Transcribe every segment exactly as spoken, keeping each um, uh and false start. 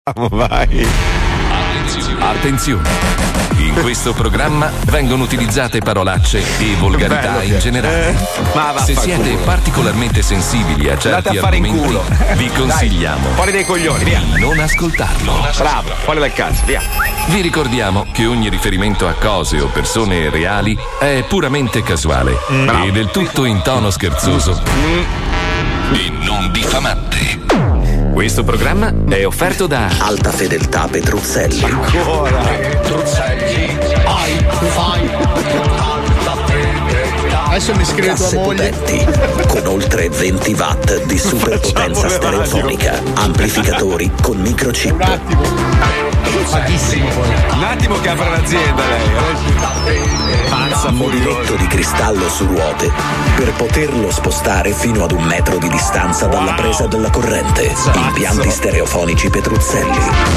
Vai. Attenzione, in questo programma vengono utilizzate parolacce e volgarità Bello, in generale. eh, ma Se siete vaffanculo. particolarmente sensibili a certi Andate a fare in argomenti, culo. vi consigliamo Dai, fuori dai coglioni, via. di non ascoltarlo. Bravo, fuori dal cazzo, via. Vi ricordiamo che ogni riferimento a cose o persone reali è puramente casuale Bravo. e del tutto in tono scherzoso e non diffamante. Questo programma è offerto da Alta Fedeltà Petruzzelli. Adesso mi scrive tua Casse moglie. potenti con oltre venti watt di superpotenza Facciamo le stereofonica. Amplificatori con microchip. Un attimo. Paghissimo poi. Un attimo che apre l'azienda lei. Pazza Molinetto di cristallo su ruote per poterlo spostare fino ad un metro di distanza dalla presa della corrente. Impianti stereofonici Petruzzelli.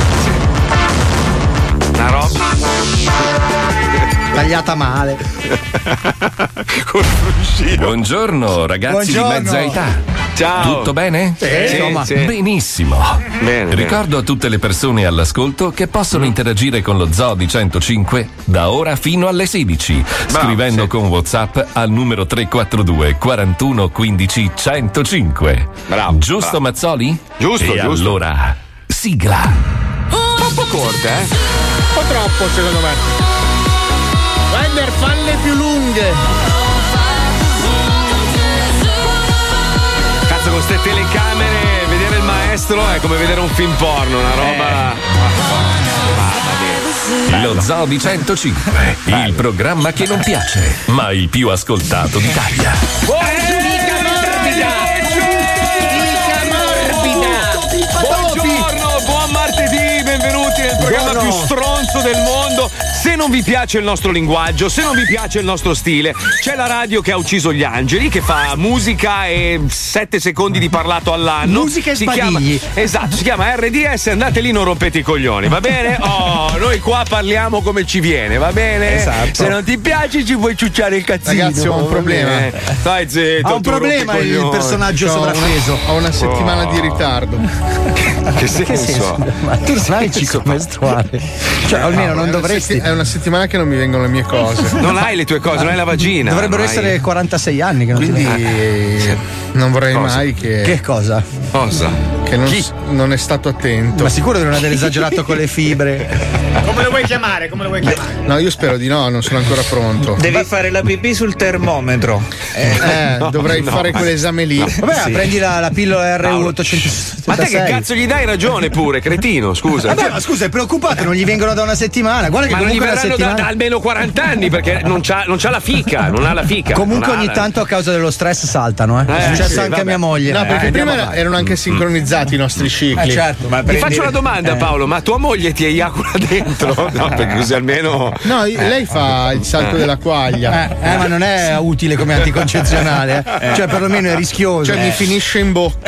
Una roba. Tagliata male. Col fruscio. Buongiorno ragazzi Buongiorno. di mezza età. Ciao. Tutto bene? Sì, insomma. sì. Benissimo. Bene, Ricordo a tutte le persone all'ascolto che possono interagire con lo Zoo di centocinque da ora fino alle sedici, scrivendo sì. con WhatsApp al numero tre quattro due quarantuno quindici centocinque. Bravo, Giusto bravo. Mazzoli? Giusto, E giusto. allora, sigla. Troppo corte, eh? Un po' troppo secondo me. Wender, falle più lunghe. Cazzo, con ste telecamere, vedere il maestro è come vedere un film porno, una roba. Lo Zoo di centocinque, il programma che non piace, ma il più ascoltato d'Italia. Buongiorno, buon martedì, benvenuti nel programma Buono. più stronzo del mondo. Se non vi piace il nostro linguaggio, se non vi piace il nostro stile, c'è la radio che ha ucciso gli angeli, che fa musica e sette secondi di parlato all'anno. Musica e si chiama, sbadigli. esatto, si chiama R D S, andate lì, non rompete i coglioni, va bene? Oh, noi qua parliamo come ci viene, va bene? Esatto. Se non ti piace ci puoi ciucciare il cazzino. Ragazzi, ho un va problema. bene? Stai zitto. Ha un tu problema rompi i il coglioni. personaggio Ho sovrappeso. una, ho una settimana di ritardo. Che senso? Ma tu non hai ciclo mestruale. Cioè, almeno non È una dovresti. setti- È una settimana che non mi vengono le mie cose. Non hai le tue cose, non hai la vagina. Dovrebbero non hai- essere quarantasei anni che non Quindi ti eh, non vorrei Cosa? mai che, Che cosa? Cosa? che non, Chi? s- non è stato attento. Ma sicuro di non aver esagerato con le fibre? Come lo vuoi chiamare? Come lo vuoi chiamare? No, io spero di no, non sono ancora pronto. Devi fare la pipì sul termometro. Eh, dovrei no, fare ma- quell'esame lì. Vabbè, prendi la, la pillola R U Paolo. ottocentosettantasei. Ma te che cazzo gli dai ragione pure, cretino, scusa. Vabbè, ma scusa, è preoccupato, non gli vengono da una settimana. Guarda che Ma non gli comunque la verranno da, settimana. da almeno quaranta anni perché non c'ha, non c'ha la fica, non ha la fica. Comunque Non ha ogni la- tanto a causa dello stress saltano, eh. È Eh, successo sì, anche a vabbè. mia moglie. No, perché Eh, prima andiamo era- avanti. erano anche sincronizzati i nostri cicli. Eh, certo. Ma Ti prendi- faccio una domanda, Paolo, ma tua moglie ti eiacula dentro? No, perché così almeno. No, i- lei fa il salto della quaglia. Eh, eh, ma non è utile come anticoncezionale, eh. Cioè, perlomeno è rischioso. Cioè mi finisce in bocca.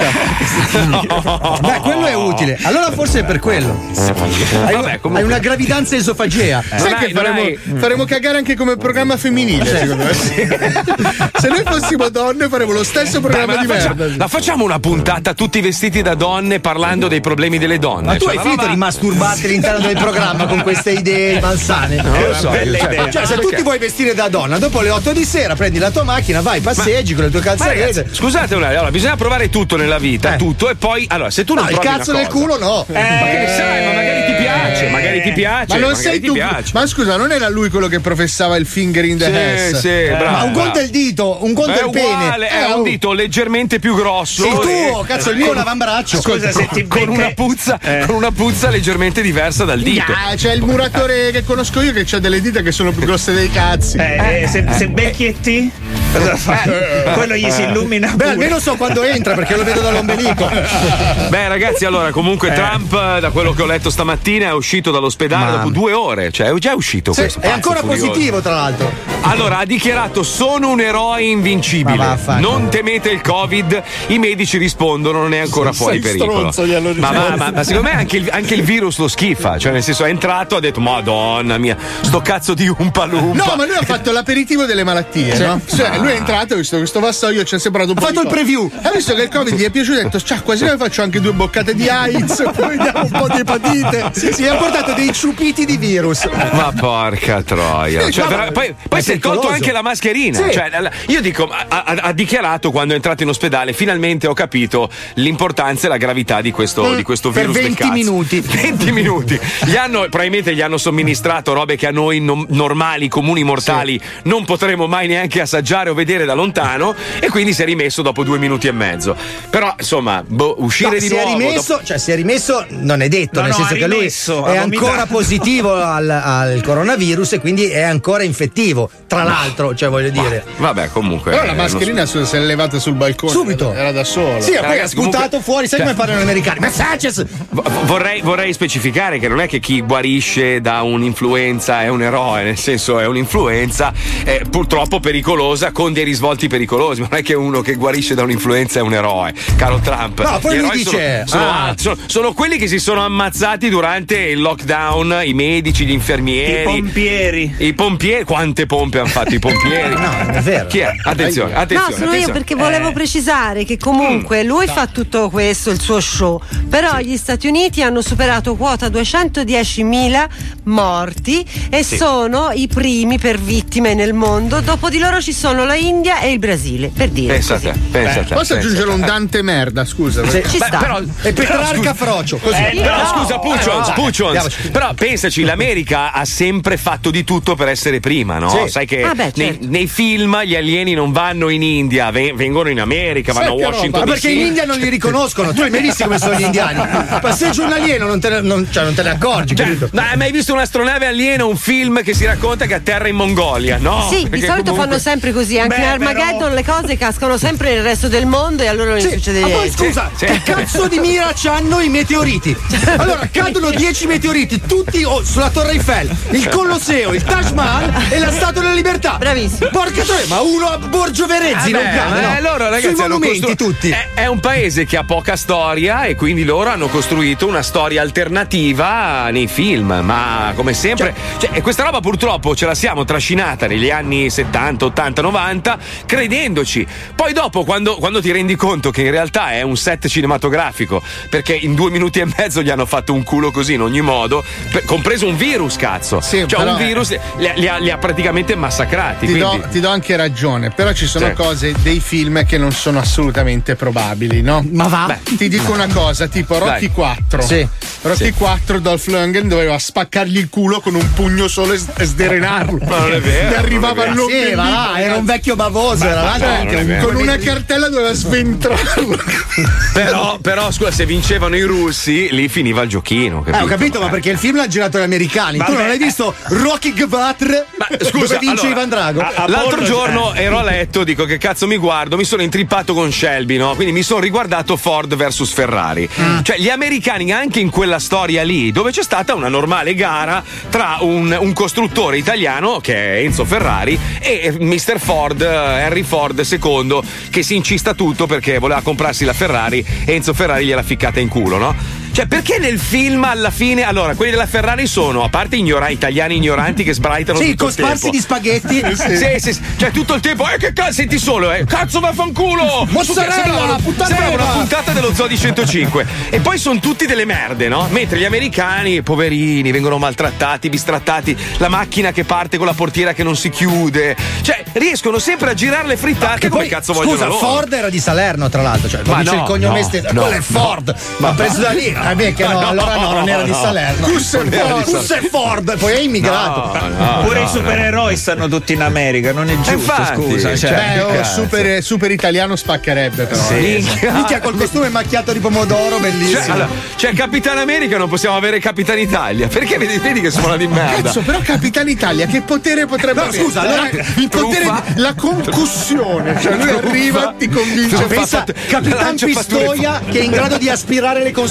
Beh, quello è utile. Allora forse è per quello. Hai, Vabbè, comunque- hai una gravidanza esofagea. Sai hai- che non faremo, hai- faremo cagare anche come programma femminile, secondo me. Se noi fossimo donne faremo lo stesso Dai, programma ma di la, faccia- merda. la facciamo una puntata tutti vestiti da donne parlando dei problemi delle donne. Ma tu Cioè, hai una finito roba- di masturbarti all'interno del programma con queste idee malsane? Non lo so, Bella cioè, idea. Cioè, se tu ti vuoi vestire da donna, dopo le otto di sera prendi la tua macchina, vai, passeggi con le tue Ma ragazzi, calzarete. scusate un attimo, allora, bisogna provare tutto nella vita, Eh. tutto, e poi, allora, se tu non No, il provi cazzo una nel cosa- culo no. Ma che ne sai, ma magari ti piace, magari ti piace, Ma non magari sei ti tu. piace. Ma scusa, non era lui quello che professava il finger in the Sì, ass? sì, bravo, Ma un conto è bravo. il dito, un conto È è il pene. uguale, è Eh, un oh. dito leggermente più grosso. Il e- tuo, cazzo, il mio è un avambraccio. Scusa se ti con becca- una puzza, con una puzza leggermente diversa dal dito. Ah, c'è il muratore che conosco io che ha delle dita che sono più grosse dei cazzi. Eh, eh, se, se becchietti, cosa fa? Quello gli si illumina. Beh, pure. almeno so quando entra perché lo vedo dall'ombelico. Beh, ragazzi, allora, comunque Trump, eh, da quello che ho letto stamattina, è uscito dall'ospedale Mamma. dopo due ore. Cioè, è già uscito Sì, questo. è pazzo ancora furioso. positivo, tra l'altro. Allora, ha dichiarato: sono un eroe invincibile. Ma vaffanculo. Non temete il Covid. I medici rispondono: non è ancora fuori sei pericolo. stronzo, gli hanno Ma, ma, risposto. ma, ma secondo me anche il, anche il virus lo schifa. Cioè, nel senso, è entrato, ha detto: Madonna mia, sto cazzo di umpa lumpa. No, ma lui ha fatto l'aperitivo delle malattie, no? Cioè, lui Lui è entrato, ha visto questo vassoio, ci è sembrato un ha po' fatto il preview. Ha visto che il Covid gli è piaciuto, ha detto ciao, quasi ne faccio anche due boccate di AIDS, poi vediamo un po' di epatite. Sì, sì, ha portato dei ciupiti di virus. Ma porca troia. Cioè, ma, però, poi poi si è tolto anche la mascherina. Sì. Cioè, io dico, ha, ha, ha dichiarato quando è entrato in ospedale, finalmente ho capito l'importanza e la gravità di questo, Mm, di questo per virus. venti minuti. venti minuti. Gli hanno, probabilmente gli hanno somministrato robe che a noi non, normali, comuni mortali, sì. non potremo mai neanche assaggiare o vedere da lontano, e quindi si è rimesso dopo due minuti e mezzo. Però, insomma, boh, uscire no, di si nuovo. È rimesso, dopo... Cioè, si è rimesso, non è detto, no, nel no, senso che rimesso, lui è ancora positivo al, al coronavirus e quindi è ancora infettivo. Tra l'altro, cioè voglio dire. Vabbè, comunque. Però la mascherina so. si è levata sul balcone. Subito. Era da solo. Sì, poi ha spuntato comunque... fuori, sai cioè... come parlano gli americani? Messages! Vorrei, vorrei specificare che non è che chi guarisce da un'influenza è un eroe, nel senso è un'influenza eh, purtroppo pericolosa con dei risvolti pericolosi, ma non è che uno che guarisce da un'influenza è un eroe, caro Trump. No, poi Gli lui eroi dice sono, sono, ah. sono, sono quelli che si sono ammazzati durante il lockdown, i medici, gli infermieri, i pompieri. I pompieri, quante pompe hanno fatto i pompieri? No, non è vero. Chi è? Attenzione, attenzione. No, sono attenzione. io perché volevo eh. precisare che comunque lui fa tutto questo, il suo show, però gli Stati Uniti hanno superato quota duecentodiecimila morti e sì. sono i primi per vittime nel mondo. Dopo di loro ci sono la India e il Brasile, per dire. Pensa a così. te, pensa a te. Posso pensa aggiungere a te. un Dante merda, scusa. Sì. Ci Beh, sta. però, E Petrarca scusa- Frocio, così. Eh, però No, scusa, Puccions, eh, Puccions. andiamoci. Però pensaci, l'America ha sempre fatto di tutto per essere prima, no? Sì. Sai che Ah, beh, nei, certo. nei film gli alieni non vanno in India, ve- vengono in America, vanno Sai a che Washington Ma D C. perché in India non li riconoscono, tu hai mai visto come sono gli indiani? Passeggi un alieno, non te ne, non, cioè, non te ne accorgi, Cioè, capito? no, hai mai visto un'astronave aliena, un film che si racconta che atterra in Mongolia? No. Sì, di perché solito comunque- fanno sempre così, anche Beh, in Armageddon però- le cose cascano sempre nel resto del mondo e allora non Sì, succede ma poi niente. scusa, Sì, che sì. cazzo di mira c'hanno i meteoriti? Allora cadono dieci meteoriti, tutti oh, sulla Torre Eiffel, il Colosseo, il Taj Mahal e la Statua della Libertà. Bravissimo. Porca troia, ma uno a Borgio Verezzi Eh non beh, cade, eh, no? loro ragazzi Sui hanno monumenti costru- tutti. È, è un paese che ha poca storia e quindi loro hanno costruito una storia alternativa nei film, ma come sempre cioè, e questa roba purtroppo ce la siamo trascinata negli anni settanta, ottanta, novanta credendoci. Poi dopo quando, quando ti rendi conto che in realtà è un set cinematografico, perché in due minuti e mezzo gli hanno fatto un culo così in ogni modo, per, compreso un virus, cazzo. Sì, cioè però- un virus li, ha- li ha, li ha praticamente massacrati. Ti do, quindi... ti do anche ragione, però ci sono Sì. cose dei film che non sono assolutamente probabili, no? Ma va? Beh, ti dico una cosa, tipo Rocky Dai. quattro. Sì. Rocky Sì. quattro, Dolph Lundgren doveva spaccargli il culo con un pugno solo e, s- e sderenarlo. Ma non è vero, Gli arrivava non è vero. all'ombelico, Sì, ma là, era ragazzi. un vecchio bavoso, era l'altro no, anche non è un vero. Con una cartella doveva sventrarlo. Però, però, scusa, se vincevano i russi, lì finiva il giochino. Eh, ho capito, ma perché il film l'ha girato gli americani. Tu Vabbè. non hai visto Rocky quattro? Ma Dove scusa, vince allora, Ivan Drago? a- a l'altro bordo- giorno ero a letto, dico che cazzo mi guardo, mi sono intrippato con Shelby, no? Quindi mi sono riguardato Ford versus Ferrari. Cioè, gli americani, anche in quella storia lì, dove c'è stata una normale gara tra un, un costruttore italiano, che è Enzo Ferrari, e mister Ford, eh, Henry Ford secondo, che si incista tutto perché voleva comprarsi la Ferrari e Enzo Ferrari gliel'ha ficcata in culo, no? Cioè, perché nel film alla fine, allora, quelli della Ferrari sono, a parte ignora- italiani ignoranti che sbraitano Sì, tutto il cosparsi tempo. di spaghetti. Sì, sì, sì, cioè tutto il tempo, eh che cazzo, senti solo, eh, cazzo vaffanculo! Mozzarella, Sembrava una- puttana sembrava nera! una puntata dello Zoo di centocinque. E poi sono tutti delle merde, no? Mentre gli americani, poverini, vengono maltrattati, bistrattati, la macchina che parte con la portiera che non si chiude. Cioè, riescono sempre a girare le frittate Che come poi, cazzo vogliono scusa, loro. Ford era di Salerno, tra l'altro. Cioè, Ma dice no, il cognome no, stesso. no, Quello è Ford. Ma preso da lì. Eh beh, che no, no, allora no, non era di no. Salerno. Cusse Non era di Ford. Cusse Ford, poi è immigrato. No, no, Pure no, i supereroi stanno tutti in America, non è giusto, infatti, scusa. Cioè, Beh, oh, cazzo. super, super italiano spaccherebbe, però. eh. Minchia. Minchia col costume macchiato di pomodoro, bellissimo. Cioè, allora, c'è Capitan America, non possiamo avere Capitan Italia. Perché vedi, vedi che suona di merda? Cazzo, però Capitan Italia, che potere potrebbe No, avere? scusa, allora- il potere, Truffa. la concussione. Cioè, lui arriva, ti convince. Pensa, fatto- Capitan lancia Pistoia fatture- che è in grado di aspirare le consonanti.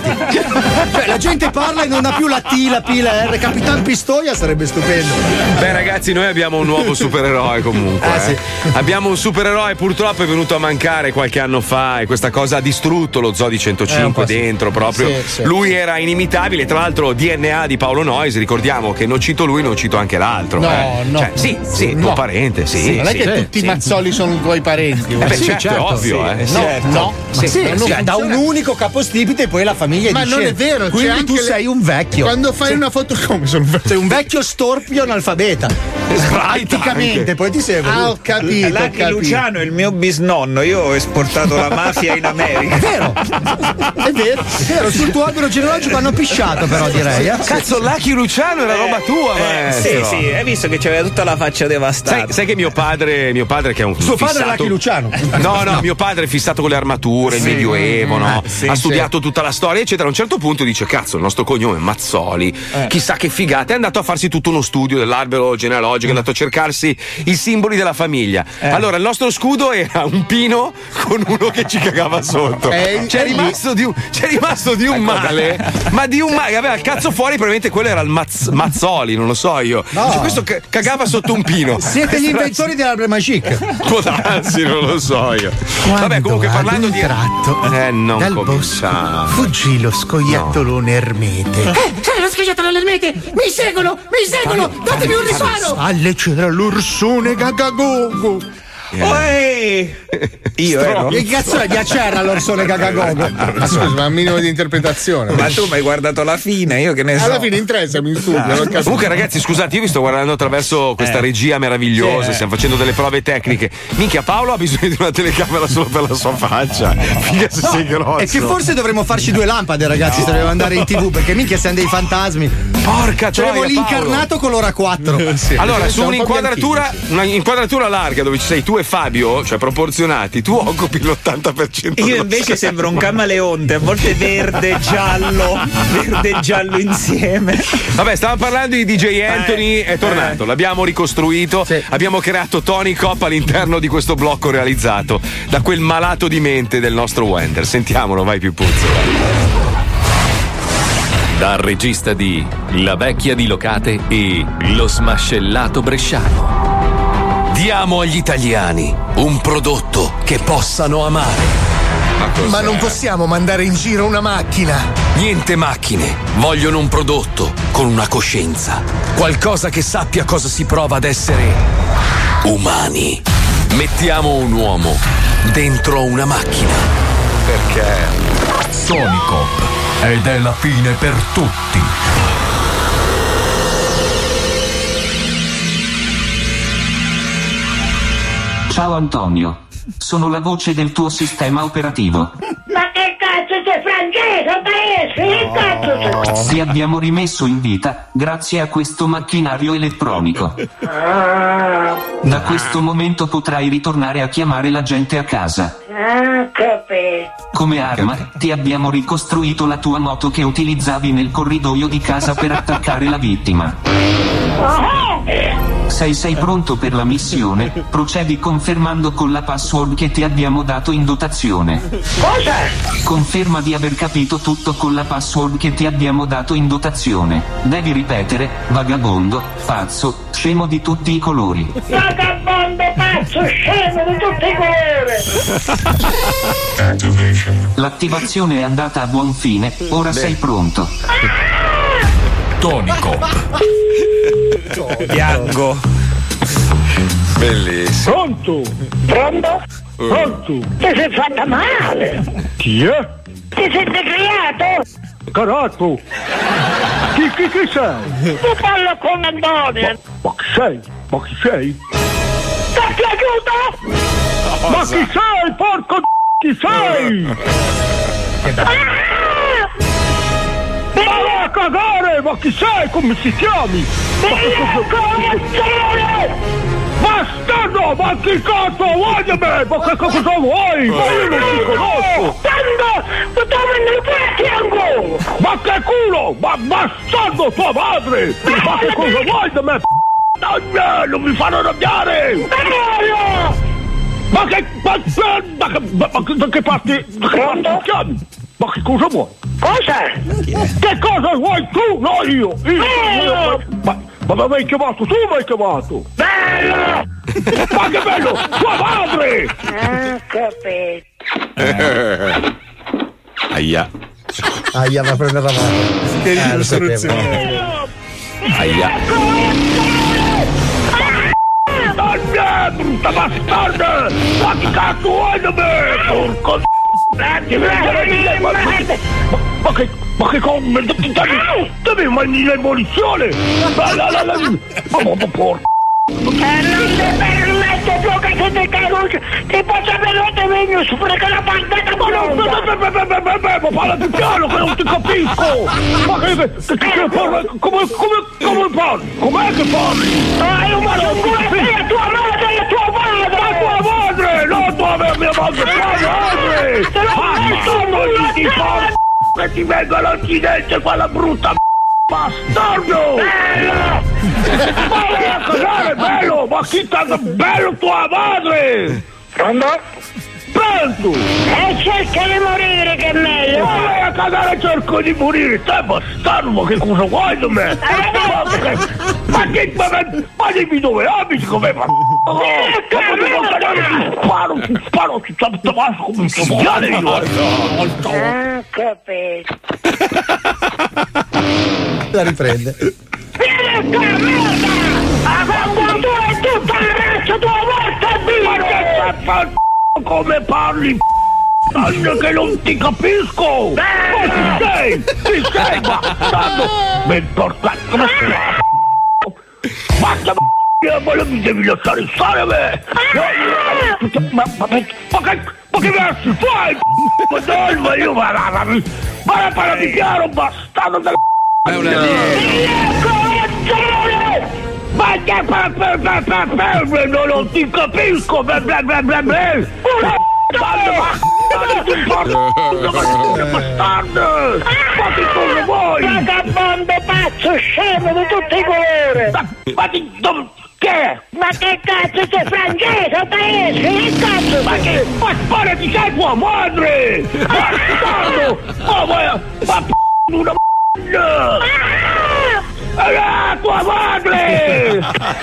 avanti. Cioè la gente parla e non ha più la T, la P, la R. Capitan Pistoia sarebbe stupendo. Beh ragazzi, noi abbiamo un nuovo supereroe comunque. Ah, eh. sì. Abbiamo un supereroe, purtroppo è venuto a mancare qualche anno fa e questa cosa ha distrutto lo Zoo di centocinque eh, dentro proprio. Sì, sì. Lui era inimitabile, tra l'altro D N A di Paolo Noyes, ricordiamo che non cito lui, non cito anche l'altro. No, eh. no. Cioè, sì, sì, no. tuo parente, sì. Sì, non è sì, che sì, tutti sì. i Mazzoli sono i tuoi parenti. Eh beh, Sì, certo, certo, è ovvio, sì, eh. sì. No, certo. no, Ma sì, ma cioè, non da un funziona. unico capostipite poi la famiglia Ma non discende. è vero, c'è Quindi anche tu le- sei un vecchio. Quando fai una foto come sono un vecchio? Sei un vecchio storpio analfabeta. Praticamente, poi ti seguo. Ah, ho capito, ho Lucky capito. Luciano è il mio bisnonno, io ho esportato la mafia in America. È vero, è vero, è vero, sul tuo albero genealogico hanno pisciato però direi. Eh? Cazzo, Lucky Luciano era roba tua, Eh, sì, maestro. sì, hai visto che c'aveva tutta la faccia devastata. Sai, sai che mio padre, mio padre che è un Suo padre è fissato- Lucky Luciano. No, no, mio padre è fissato con le armature, il Medioevo, no? sì, ha sì. studiato tutta la storia, eccetera. A un certo punto dice: cazzo, il nostro cognome è Mazzoli, chissà che figata. È andato a farsi tutto uno studio dell'albero genealogico, è andato a cercarsi i simboli della famiglia. Allora, il nostro scudo era un pino con uno che ci cagava sotto. Eh, C'è eh, rimasto di un, c'è rimasto di un male, ma di un male, aveva il cazzo fuori, probabilmente quello era il Mazz- Mazzoli, non lo so io. No. Cioè, questo ca- cagava sotto un pino. Siete gli inventori dell'albero magic. Può darsi, non lo so io. Vabbè, comunque parlando di. tratto Eh, non dal cominciamo. bosco fuggì lo scoiattolone ermete. Eh, c'è lo scoiattolone ermete! Mi seguono! Mi seguono! Datemi un riparo! Alle c'era l'orsone gagagogo. Oi! Io ero. Che cazzo è di Acerra l'orsone cagagogo? Ma scusa, ma un minimo di interpretazione. Ma tu mi hai guardato la fine, io che ne so. Alla fine in tre siamo in studio, non capisco. Comunque, ragazzi, scusate, io vi sto guardando attraverso questa Eh. regia meravigliosa. Sì, eh. Stiamo facendo delle prove tecniche. Minchia, Paolo ha bisogno di una telecamera solo per la sua faccia. Figa se sei grosso. E che forse dovremmo farci due lampade, ragazzi, se dobbiamo andare in tv, perché minchia siamo dei fantasmi. Porca C'avevo troia, l'incarnato con l'ora quattro. Allora, su Siamo un po' un'inquadratura, una inquadratura larga dove ci sei tu e Fabio, cioè proporzionati, tu occupi l'ottanta per cento. Io invece sembro un camaleonte, a volte verde, giallo, verde e giallo insieme. Vabbè, stavamo parlando di D J Anthony, è tornato, l'abbiamo ricostruito, abbiamo creato Tony Cop all'interno di questo blocco realizzato da quel malato di mente del nostro Wender. Sentiamolo, vai più puzzo. Dal regista di La vecchia di Locate e Lo smascellato bresciano. Diamo agli italiani un prodotto che possano amare. Ma non possiamo mandare in giro una macchina. Niente macchine, vogliono un prodotto con una coscienza. Qualcosa che sappia cosa si prova ad essere umani. Mettiamo un uomo dentro una macchina. Perché? Sonicop. Ed è la fine per tutti. Ciao Antonio. Sono la voce del tuo sistema operativo. Ma che cazzo sei francese, paese? Che cazzo sei? Ti abbiamo rimesso in vita grazie a questo macchinario elettronico. Da questo momento potrai ritornare a chiamare la gente a casa. Ah, capito. Come arma, ti abbiamo ricostruito la tua moto che utilizzavi nel corridoio di casa per attaccare la vittima. Se sei pronto per la missione, procedi confermando con la password che ti abbiamo dato in dotazione. Cosa? Conferma di aver capito tutto con la password che ti abbiamo dato in dotazione. Devi ripetere, vagabondo, pazzo, scemo di tutti i colori. Vagabondo, pazzo, scemo di tutti i colori. L'attivazione è andata a buon fine, ora sei pronto. Tonico. Bianco. Bellissimo. Pronto? Pronto? Pronto? Ti sei fatta male? Chi è? Ti sei decreato? Carato! Chi, chi, chi sei? Tu parlo con Antonio. Ma chi sei? Ma chi sei? Ti aiuto? Ma chi sei, porco d***o? Chi sei? Ma vai a cagare! Ma chi sei? Come si chiami? Ma che cosa... Bastardo! Ma chi cazzo vuoi da me? Ma che cosa vuoi? Ma io non ti conosco! Bastardo! Tu devi venire qui, Ma che culo! Ma bastardo tua madre! Ma che cosa vuoi da me? No, non mi fanno arrabbiare! Ma che... Ma, ma, ma, ma, ma che parti... Ma che parti chiami? Ma che cosa vuoi? Cosa? Che cosa vuoi tu? No, io! Io! io. Ma, ma mi hai chiamato? Tu mi hai chiamato! Bello! Ma che bello! Tua madre! Ah, capito. Aia. Aia, va a prendere la mano. Che Eh, lo sapevo. ricostruzione. Aia. Bastarda! Brutta bastarda! Ma che cazzo vuoi da me? Porco ma, ma che ma che come devi mandi l'emolizione ma la la la ma porco E non ti permetto più che se ti cago ti posso vedere meglio spreca la bandata ma no ma parla più piano che non ti capisco ma che che parla come come come parli com'è che parli ah io ma sono tua madre e tua madre ma tua madre no tua mia madre tua madre te l'ho detto ti parlo che ti venga all'accidente quella brutta bastardo! Bello! Ma vai a cagare, bello! Ma chi t'ha bello tua madre! Pronto? Pronto! E cerca di morire che è meglio! Ma vai a cagare, cerco di morire! Te bastardo, ma che cosa vuoi da me? Ma che... Ma dimmi dove abiti come ma... Sparo, ti sparo, ti tabasco come un cinghiale io! Ah, capito! La riprende. Vieni qua, merda! Ma quando tu hai tutta la razza tua morta viva! Ma che come parli? Anche che non ti capisco! Ma chi sei? Chi sei, bastardo? Mi importa come sei? Basta, ma non mi devi lasciare stare a me! Ma, ma, ma, ma che, ma che versi fai? Ma dai, ma io, ma, ma, ma, ma, ma, parlami chiaro, bastardo della... È una... Ma che per per per per per non, non ti capisco bla bla bla bla bla bastardo ma che cosa vuoi vagabondo pazzo scemo di tutti i colori ma ti che ma che cazzo sei francese paese che cazzo ma che ma spara di sei tua madre bastardo ma vai a ma una ah, tua madre!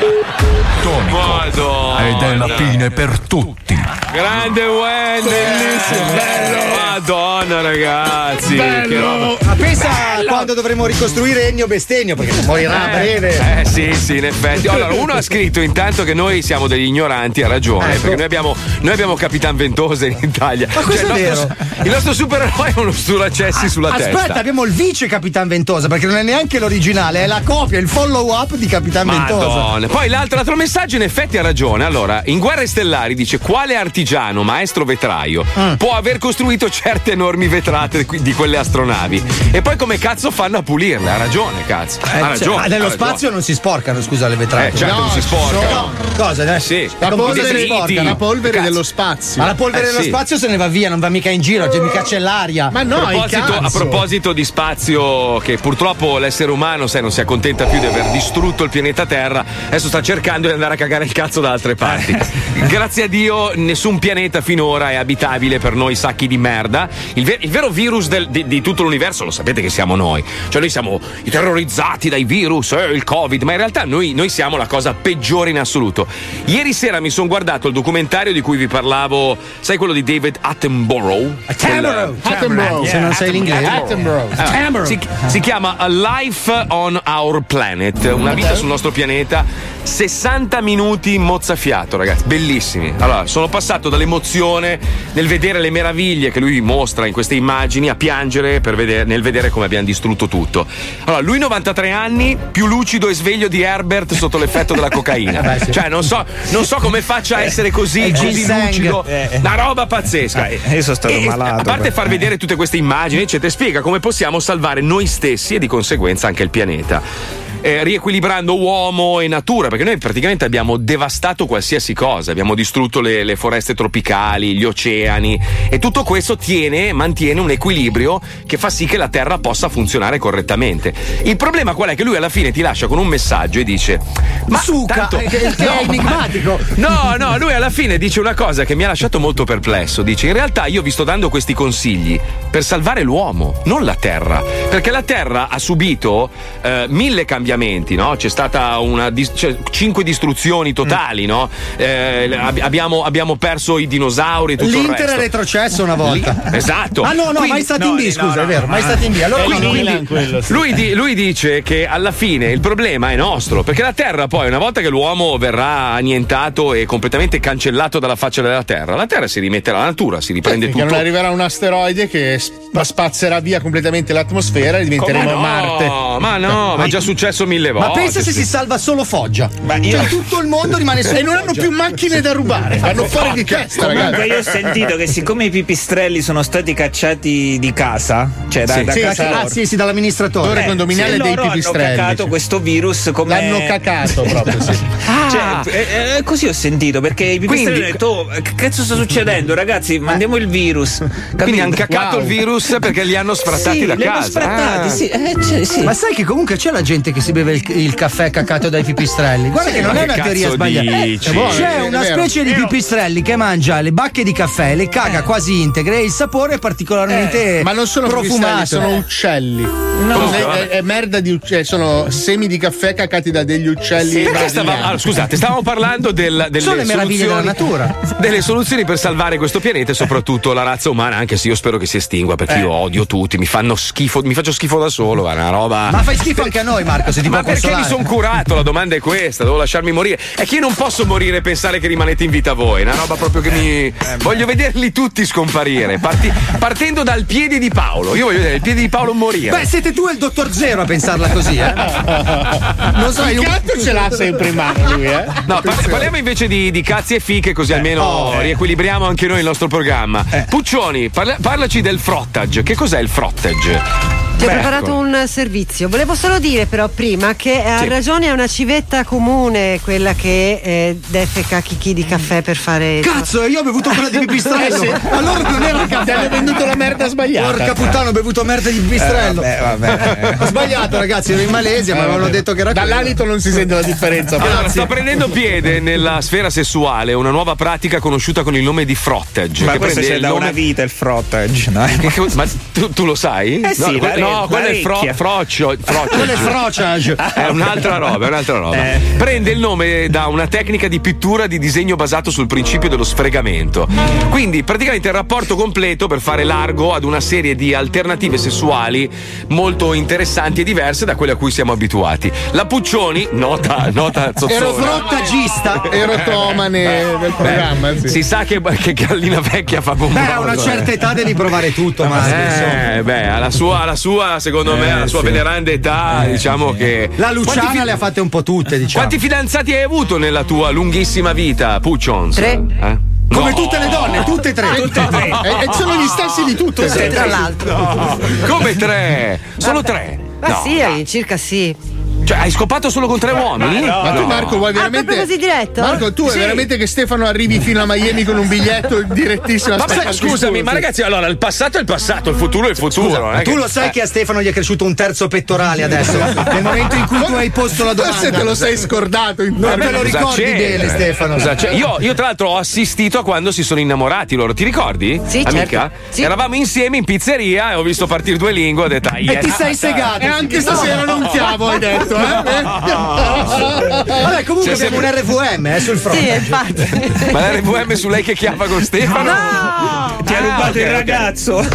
Tonico. Ed è la fine per tutti. Grande Wendy, bellissimo, bello. Madonna ragazzi, bello. Che roba. Ma pensa bello. Quando dovremo ricostruire Ennio Bestennio perché morirà a breve. Eh sì, sì, in effetti. Allora, uno ha scritto intanto che noi siamo degli ignoranti, ha ragione, ecco. Perché noi abbiamo noi abbiamo Capitan Ventosa in Italia. Ma questo cioè, è il nostro, vero. Il nostro supereroe è uno sturacessi sulla Aspetta, testa. Aspetta, abbiamo il vice Capitan Ventosa perché non è neanche l'originale, è la copia, il follow up di Capitan Ventosa. Madonna. Poi l'altro, l'altro messaggio in effetti ha ragione. Allora, in Guerre Stellari dice quale artigiano, maestro vetraio, mm. può aver costruito certe enormi vetrate di quelle astronavi e poi come cazzo fanno a pulirle? Ha ragione, cazzo. Eh, ha ragione. Cioè, nello ha spazio ragione. non si sporcano, scusa, le vetrate. Eh, certo, no, non si sporcano. No. Cosa? Eh sì. La polvere, si sporcano. la polvere Cazzo. dello spazio. Ma la polvere eh, dello sì. spazio se ne va via, non va mica in giro, cioè mica c'è l'aria. Ma no, a proposito, a proposito di spazio, che purtroppo l'essere umano, sai, non si accontenta più di aver distrutto il pianeta Terra, adesso sta cercando di andare a cagare il cazzo da altre parti. Eh. Grazie a Dio, nessun pianeta finora è abitabile per noi sacchi di merda. Il, ver- il vero virus del, di, di tutto l'universo lo sapete che siamo noi. Cioè, noi siamo i terrorizzati dai virus, eh, il Covid, ma in realtà noi, noi siamo la cosa peggiore in assoluto. Ieri sera mi sono guardato il documentario di cui vi parlavo, sai quello di David Attenborough? Attenborough, Attenborough. Se non sai l'inglese. Attenborough. Allora, si, si chiama A Life on Our Planet, una vita sul nostro pianeta. sessanta minuti mozzafiato, ragazzi, bellissimi. Allora, sono passato dall'emozione nel vedere le meraviglie che lui mostra in queste immagini a piangere per vedere, nel vedere come abbiamo distrutto tutto. Allora, lui novantatré anni, più lucido e sveglio di Herbert sotto l'effetto della cocaina. Beh, sì. Cioè, non so, non so come faccia a essere così, così lucido. Una roba pazzesca. Eh, io sono stato e, malato. A parte far vedere tutte queste immagini, eccetera, spiega come possiamo salvare noi stessi e di conseguenza anche il pianeta. eh, riequilibrando uomo e natura, perché noi praticamente abbiamo devastato qualsiasi cosa, abbiamo distrutto le, le foreste tropicali, gli oceani, e tutto questo tiene, mantiene un equilibrio che fa sì che la Terra possa funzionare correttamente. Il problema qual è? Che lui alla fine ti lascia con un messaggio e dice: ma Suca, tanto... che, che no, è enigmatico. No, no, lui alla fine dice una cosa che mi ha lasciato molto perplesso. Dice: in realtà io vi sto dando questi consigli per salvare l'uomo, non la Terra, perché la Terra ha subito eh, mille cambiamenti, no? C'è stata una dis- cioè, cinque distruzioni totali, no? Eh, ab- abbiamo, abbiamo perso i dinosauri e tutto L'Inter il resto. è retrocesso una volta. Lì, esatto. Ah no, no, Quindi, mai stati no, in B, no, scusa, no, è vero, no, mai no. stati in B. Allora Quindi, no, quindi, quello, sì. lui, di- lui dice che alla fine il problema è nostro, perché la Terra poi, una volta che l'uomo verrà annientato e completamente cancellato dalla faccia della Terra, la Terra si rimette alla natura, si riprende Perché tutto. non arriverà un asteroide che sp- spazzerà via completamente l'atmosfera e diventeremo no? Marte. Ma no, ma è già successo mille volte. Ma pensa se si salva solo Foggia. Ma io- Cioè tutto il mondo rimane solo E non hanno Foggia. più macchine da rubare, vanno fuori di testa, Comunque ragazzi. io ho sentito che siccome i pipistrelli sono stati cacciati di casa, cioè da, Sì, da sì, casa ah, loro, sì, sì, dall'amministratore. Torre eh, condominiale sì, dei loro hanno pipistrelli. cacato Sì. questo virus come L'hanno cacato proprio, sì. Ah, Cioè, eh, eh, così ho sentito, perché i pipistrelli Quindi- hanno detto: oh, che cazzo sta succedendo, ragazzi? Mandiamo il virus. Quindi Capito? hanno cacato Wow. il virus perché li hanno sfrattati Sì, da li hanno casa. sfrattati, Ah. sì, eh, cioè, sì. Ma sai che comunque c'è la gente che si beve il, il caffè cacato dai pipistrelli? Guarda Sì, che non ma è che una teoria cazzo sbagliata. dici? Eh, buono, C'è è una vero. specie di pipistrelli che mangia le bacche di caffè, le caga quasi integre e il sapore è particolarmente Ma non sono pipistrelli, profumato. sono uccelli. No. È, è- è merda di uccelli, sono semi di caffè cacati da degli uccelli. Perché stavamo, allora, scusate, stavamo parlando del, delle Sono le meraviglie della soluzioni- natura. delle soluzioni per salvare questo pianeta e soprattutto la razza umana, anche se io spero che si estingua, perché io odio tutti, mi fanno schifo, mi faccio schifo da solo, è una roba. Ma fai schifo anche a noi, Marco, se ti Ma può perché mi consolare. sono curato? La domanda è questa, devo lasciarmi morire. È che io non posso morire e pensare che rimanete in vita voi, è una roba proprio che mi. Voglio vederli tutti scomparire. Parti- partendo dal piede di Paolo. Io voglio vedere il piede di Paolo morire. Beh, siete tu e il dottor Zero a pensarla così, eh? Non so, Il io gatto ce l'ha sempre in mano lui, eh? No, par- parliamo invece di, di cazzi e fiche, così almeno oh, eh. riequilibriamo anche noi il nostro programma. Puccioni, parla- parlaci del frottage. Che cos'è il frottage? Ti ho Beh, preparato ecco. un servizio. Volevo solo dire però prima che ha Sì. ragione, è una civetta comune quella che eh, defeca chicchi di caffè per fare. Cazzo, io ho bevuto quella di pipistrello. Sì. Allora non era il Ti hanno caffè. venduto la merda sbagliata. Porca puttana, ho bevuto merda di pipistrello. Eh, vabbè, vabbè. Ho sbagliato, ragazzi, ero in Malesia, ma avevano detto che era quello. Dall'alito non si sente la differenza. Allora, Grazie. sta prendendo piede nella sfera sessuale una nuova pratica conosciuta con il nome di frottage. Ma che questo prende c'è il da nome- una vita il frottage, no? Che co- ma tu, tu lo sai? Eh sì, no, que- pare- no, quello è il fro- parecchia. froccio, froccio. Quello è frociage. È un'altra roba, è un'altra roba. Eh. Prende il nome da una tecnica di pittura di disegno basato sul principio dello sfregamento. Quindi, praticamente il rapporto completo per fare largo ad una serie di alternative sessuali molto interessanti e diverse da quelle a cui siamo abituati. La Puccioni, nota, nota zozzona. Ero frottagista. Erotomane del programma, sì. Si sa che, che gallina vecchia fa Beh, bomboso. a una certa eh. età devi provare tutto, ma Eh, beh, alla sua, alla sua, secondo me, alla sua sì. veneranda età, diciamo che. la Luciana Quanti fi- le ha fatte un po' tutte, diciamo. Quanti fidanzati hai avuto nella tua lunghissima vita, Puccions? Tre. Eh? Come No. tutte le donne, tutte e tre. Tutte e tre. E, e sono gli stessi di tutte. Tutte, tra l'altro. No. Come tre? Solo tre? Ma No. sì, all'incirca sì. Cioè, hai scopato solo con tre uomini? Ma tu, Marco, vuoi Ah, veramente. proprio così diretto? Marco, tu vuoi Sì. veramente che Stefano arrivi fino a Miami con un biglietto direttissimo? Ma Aspetta, sai, scusami, tu, ma sì. ragazzi, allora il passato è il passato, il futuro è il futuro. Scusa, non ma è tu che- lo sai eh. che a Stefano gli è cresciuto un terzo pettorale adesso? Nel momento in cui tu hai posto la domanda. Forse te lo sei scordato. In Non te lo Cosa ricordi c'è? bene, Stefano. Cosa c'è? Io, io, tra l'altro, ho assistito a quando si sono innamorati loro. Ti ricordi? Sì, amica? certo. Sì. Eravamo insieme in pizzeria e ho visto partire due lingue. Ho detto, ah, E yes. ti sei segato. E anche stasera non chiavo, hai detto, eh? Vabbè, comunque C'è abbiamo un R V M eh, sul fronte. Sì, infatti. Ma l'R V M su lei che chiama con Stefano? No! Ti ha Ah, rubato ok, il ok. ragazzo.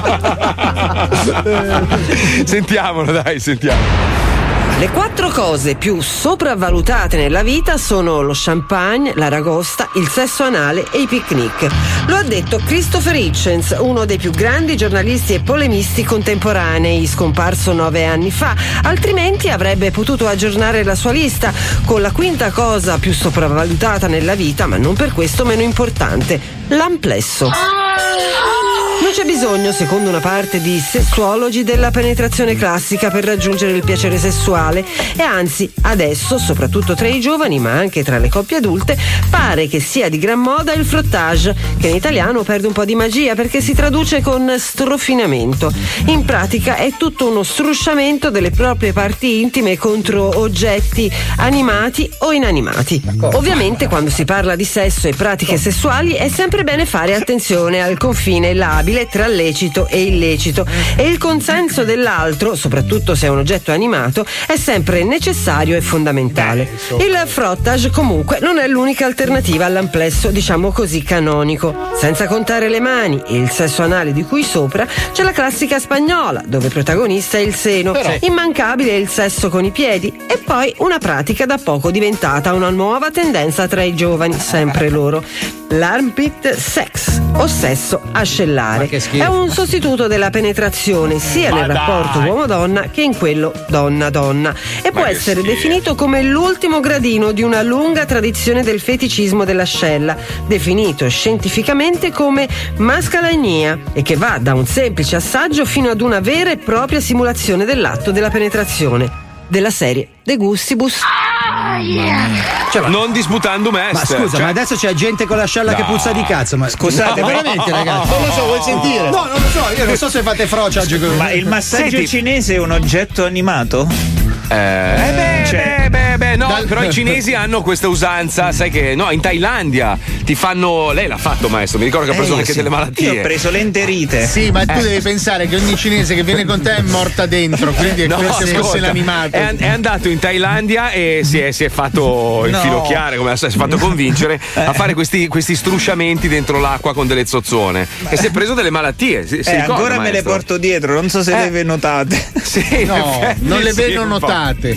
Sentiamolo, dai, sentiamo. Le quattro cose più sopravvalutate nella vita sono lo champagne, l'aragosta, il sesso anale e i picnic. Lo ha detto Christopher Hitchens, uno dei più grandi giornalisti e polemisti contemporanei, scomparso nove anni fa. Altrimenti avrebbe potuto aggiornare la sua lista con la quinta cosa più sopravvalutata nella vita, ma non per questo meno importante: l'amplesso. Non c'è bisogno, secondo una parte di sessuologi, della penetrazione classica per raggiungere il piacere sessuale e anzi, adesso, soprattutto tra i giovani, ma anche tra le coppie adulte, pare che sia di gran moda il frottage, che in italiano perde un po' di magia perché si traduce con strofinamento. In pratica è tutto uno strusciamento delle proprie parti intime contro oggetti animati o inanimati. Ovviamente quando si parla di sesso e pratiche sessuali è sempre bene fare attenzione al confine labile tra lecito e illecito e il consenso dell'altro, soprattutto se è un oggetto animato, è sempre necessario e fondamentale. Il frottage comunque non è l'unica alternativa all'amplesso, diciamo così, canonico. Senza contare le mani e il sesso anale di cui sopra, c'è la classica spagnola, dove protagonista è il seno. Però immancabile è il sesso con i piedi e poi una pratica da poco diventata una nuova tendenza tra i giovani, sempre loro: l'armpit sex o sesso ascellare. È un sostituto della penetrazione sia Ma nel dai. rapporto uomo-donna che in quello donna-donna e può essere schifo. definito come l'ultimo gradino di una lunga tradizione del feticismo dell'ascella, definito scientificamente come mascalagnia, e che va da un semplice assaggio fino ad una vera e propria simulazione dell'atto della penetrazione, della serie De Gustibus. Cioè, non disputandum est. Ma scusa, cioè... ma adesso c'è gente con l'ascella No. che puzza di cazzo. Ma Scusate, no, ma- veramente, ragazzi. Non lo so, vuoi sentire? No, non lo so, io non so se fate frocia oggi. Ma il massaggio Senti. cinese è un oggetto animato? Eh, beh, Cioè- beh, beh, beh, no, Dal- però i cinesi hanno questa usanza, sai che no, in Thailandia ti fanno. Lei l'ha fatto, maestro, mi ricordo che ha preso Eh, anche sì. delle malattie. Io ho preso l'enterite. Sì, ma tu Eh. devi pensare che ogni cinese che viene con te è morta dentro, quindi è No, come se fosse ascolta, l'animato. È, an- è andato in Thailandia e si è, si è fatto infilocchiare, come si è fatto convincere a fare questi, questi strusciamenti dentro l'acqua con delle zozzone e si è preso delle malattie. Si, si Eh, ricorda, ancora me le maestro? porto dietro, non so se Eh. le ve notate. Sì, in No, effetti non le sì, vedo un po'. notate.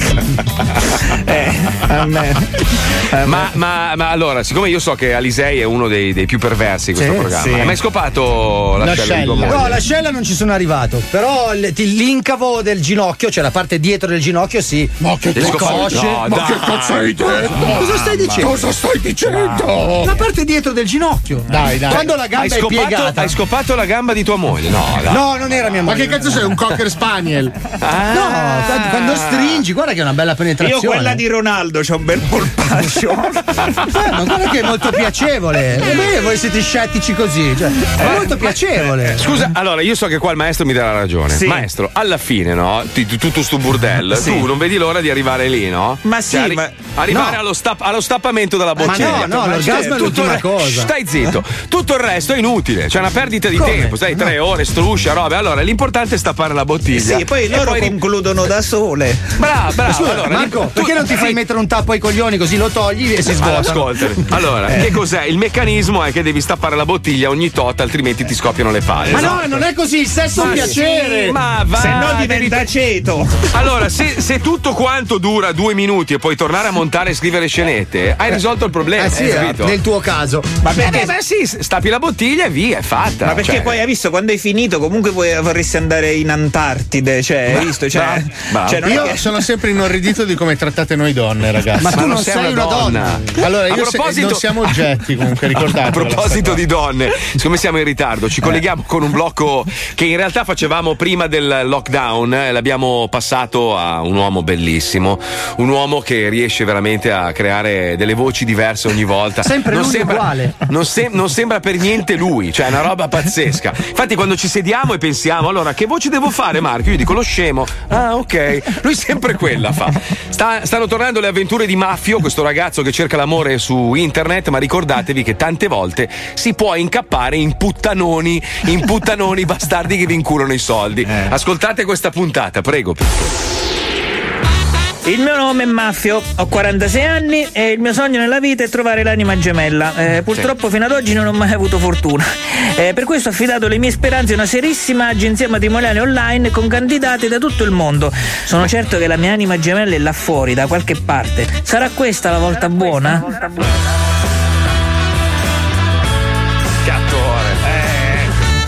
Eh, a me. Ma, ma, ma allora, siccome io so che Alisei è uno dei, dei più perversi di questo Sì, programma, sì. hai mai scopato l'ascella di tua moglie? No, l'ascella non ci sono arrivato. Però il- ti- l'incavo del ginocchio, cioè la parte dietro del ginocchio, sì. Ma che Le le scopate- cosce. no, Ma dai. che cazzo hai detto? Cosa stai dicendo? Cosa stai dicendo? La parte dietro del ginocchio. Dai, dai. Quando la Hai gamba è scopato, piegata. hai scopato la gamba di tua moglie? No, dai. No, non era mia Ma moglie. che cazzo sei, un cocker spaniel? Ah. No, quando- quando stringi, guarda che è una bella penetrazione. Io quella di Ronaldo c'ho un bel polpaccio. Eh, ma guarda che è molto piacevole. E beh, voi siete scettici così. Cioè, è molto piacevole. Scusa, allora io so che qua il maestro mi darà ragione. Sì. Maestro, alla fine, no? Di, di tutto sto burdel, Sì. tu non vedi l'ora di arrivare lì, no? Ma sì, Cioè, ma- arrivare no. allo, stapp- allo stappamento della Ma bottiglia. no, no, Ma l'orgasmo certo, è l'ultima tutto il re- cosa. Stai zitto. Tutto il resto è inutile. C'è una perdita di Come? tempo. Stai tre ore, struscia, robe. Allora, l'importante è stappare la bottiglia. Sì, poi E loro ri- concludono da sole. Bravo, bravo. Scusa, allora, Marco, tu- perché non ti fai sì. mettere un tappo ai coglioni così lo togli e si Allora, svuotano? ascoltami. Allora, che cos'è? Il meccanismo è che devi stappare la bottiglia ogni tot, altrimenti ti scoppiano le palle. Ma no? no, non è così, il sesso è un Ma piacere. sì, ma va, Se no devi- diventa aceto. Allora, se, se tutto quanto dura due minuti e puoi tornare a montare e scrivere scenette, hai risolto il problema. Eh sì, hai capito? nel tuo caso. Ma Eh perché, beh, beh, sì, stappi la bottiglia e via, è fatta. ma perché Cioè, poi hai visto quando hai finito comunque vuoi- vorresti andare in Antartide, cioè hai visto? Cioè, bravo, bravo. cioè non è Io che- sono sempre inorridito di come trattate noi donne, ragazzi. Ma tu non non sei sei una una donna. Allora, A io se- proposito- non siamo oggetti, comunque, ricordate. A proposito di donne, siccome siamo in ritardo, ci colleghiamo con un blocco che in realtà facevamo prima del lockdown e l'abbiamo passato a un uomo bellissimo, un uomo che riesce veramente a creare delle voci diverse ogni volta. Sempre non lui sembra, uguale. Non, sem- non sembra per niente lui, cioè è una roba pazzesca. Infatti quando ci sediamo e pensiamo, allora che voce devo fare, Marco? Io dico lo scemo. Ah, ok. Lui sempre quella fa. Sta- stanno tornando le avventure di Maffio, questo ragazzo che cerca l'amore su internet, ma ricordatevi che tante volte si può incappare in puttanoni, in puttanoni bastardi che vi inculano i soldi. Ascoltate questa puntata, prego. Il mio nome è Maffio, ho quarantasei anni e il mio sogno nella vita è trovare l'anima gemella. Eh, purtroppo fino ad oggi non ho mai avuto fortuna. Eh, per questo ho affidato le mie speranze a una serissima agenzia matrimoniale online con candidate da tutto il mondo. Sono certo che la mia anima gemella è là fuori, da qualche parte. Sarà questa la volta buona? Che attore.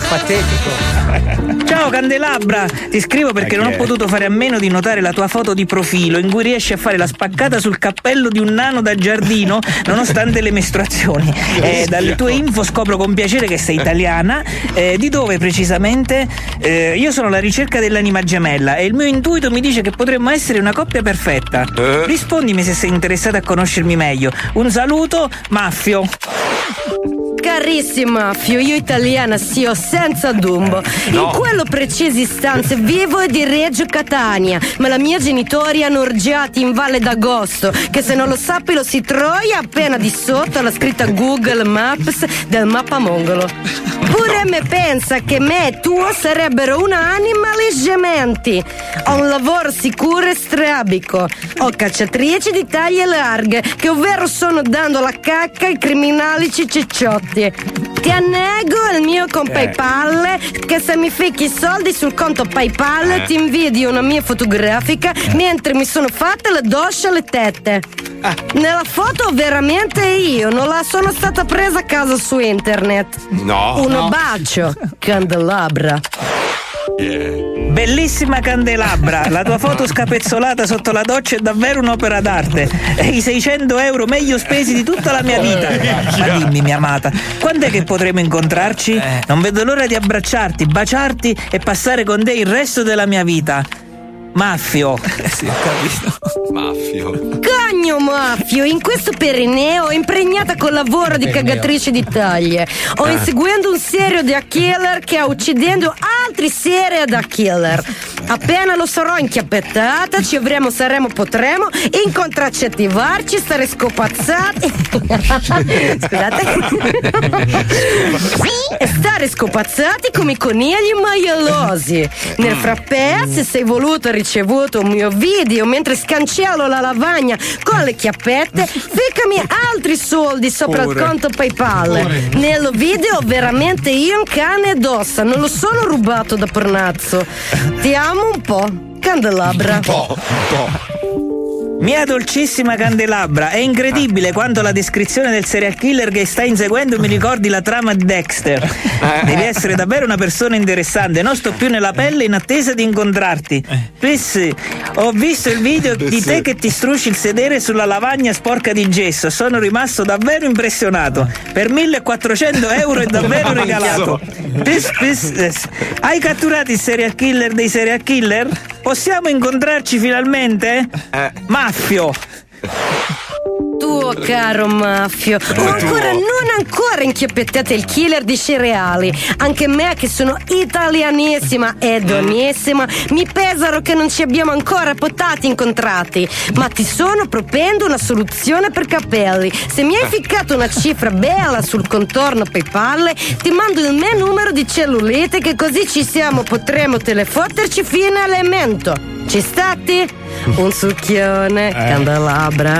Patetico. Ciao Candelabra, ti scrivo perché Eh, non ho che è? potuto fare a meno di notare la tua foto di profilo in cui riesci a fare la spaccata sul cappello di un nano da giardino nonostante le mestruazioni. Eh, dalle tue info scopro con piacere che sei italiana. Eh, di dove precisamente? Eh, io sono alla ricerca dell'anima gemella e il mio intuito mi dice che potremmo essere una coppia perfetta. Eh? Rispondimi se sei interessata a conoscermi meglio. Un saluto, Maffio. Carissimo Maffio, io italiana sì, ho senza dumbo. No. In quello preciso istante vivo di Reggio Catania, ma la mia genitori hanno orgiati in Valle d'Agosto, che se non lo sappi lo si troia appena di sotto alla scritta Google Maps del mappamongolo. Pure me pensa che me e tuo sarebbero un'anima leggermente. Ho un lavoro sicuro e strabico. Ho cacciatrici di taglie larghe, che ovvero sono dando la cacca ai criminali ciccicciotti. Ti annego il mio con Eh. PayPal, che se mi ficchi i soldi sul conto PayPal Eh. ti invidio una mia fotografica mentre mi sono fatte le docce alle tette. Nella foto veramente io, non la sono stata presa a caso su internet. No. Un No. bacio, Candelabra. Bellissima Candelabra, la tua foto scapezzolata sotto la doccia è davvero un'opera d'arte. E i seicento euro meglio spesi di tutta la mia vita. Ma dimmi, mia amata, quando è che potremo incontrarci? Non vedo l'ora di abbracciarti, baciarti e passare con te il resto della mia vita. Maffio. Sì, ho capito. Maffio. Cagno Maffio, in questo perineo impregnata col lavoro di cagatrice di taglie. O Ah. inseguendo un serial killer che ha uccidendo altri serial killer. Appena lo sarò inchiappettata, ci avremo, saremo, potremo incontracettivarci, stare scopazzati. Scusate. E stare scopazzati come i conigli maialosi. Nel frappè, se sei voluto e ricevuto un mio video mentre scancello la lavagna con le chiappette, ficcami altri soldi sopra Pure. il conto PayPal. Pure. Nello video veramente io un cane ed ossa, non lo sono rubato da Pernazzo. Ti amo un po', Candelabra. Un po', un po'. Mia dolcissima Candelabra, è incredibile quanto la descrizione del serial killer che stai inseguendo mi ricordi la trama di Dexter. Devi essere davvero una persona interessante, non sto più nella pelle in attesa di incontrarti. Please, ho visto il video di te che ti strusci il sedere sulla lavagna sporca di gesso, sono rimasto davvero impressionato. Per millequattrocento euro è davvero regalato. Please, please, hai catturato il serial killer dei serial killer? Possiamo incontrarci finalmente? Maffio! Tuo caro Maffio, o ancora non ancora inchiappettate il killer di cereali. Anche me che sono italianissima e donissima mi pesano che non ci abbiamo ancora potati incontrati. Ma ti sono propendo una soluzione per capelli. Se mi hai ficcato una cifra bella sul contorno PayPal, ti mando il mio numero di cellulite, che così ci siamo, potremo telefotterci fino all'emento. Ci stati? Un succhione, Candelabra.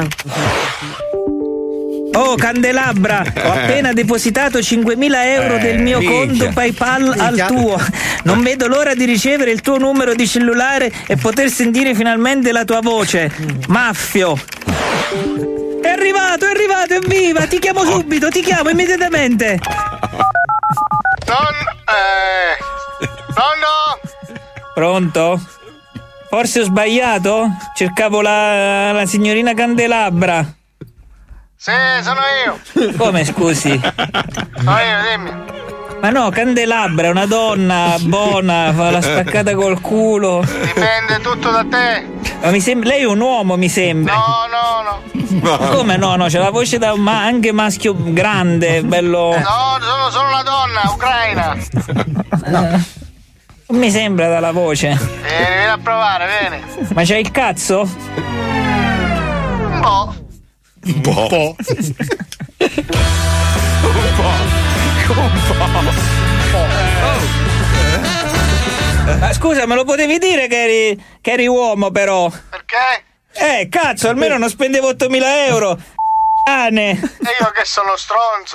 Oh Candelabra, ho appena depositato cinquemila euro Eh, del mio minchia. conto PayPal al Minchia. tuo. Non vedo l'ora di ricevere il tuo numero di cellulare e poter sentire finalmente la tua voce. Maffio. È arrivato, è arrivato, evviva! Ti chiamo subito, ti chiamo immediatamente. Non. Eh. Pronto? Pronto? Forse ho sbagliato? Cercavo la, la signorina Candelabra. Sì, sono io. Come, scusi? Sono io, dimmi. Ma no, Candelabra è una donna buona, fa la spaccata col culo. Dipende tutto da te. Ma mi sembra, lei è un uomo, mi sembra. No, no, no. Come no, no, c'è la voce da ma anche maschio grande, bello. No, sono solo una donna, ucraina. No. Non mi sembra dalla voce. Vieni, vieni a provare, vieni. Ma c'hai il cazzo? Un po'. Un po'. Un po'. Un po'. Ma scusa, me lo potevi dire che eri, che eri uomo però? Perché? Eh, cazzo, almeno non spendevo ottomila euro. Cane. E io che sono stronzo.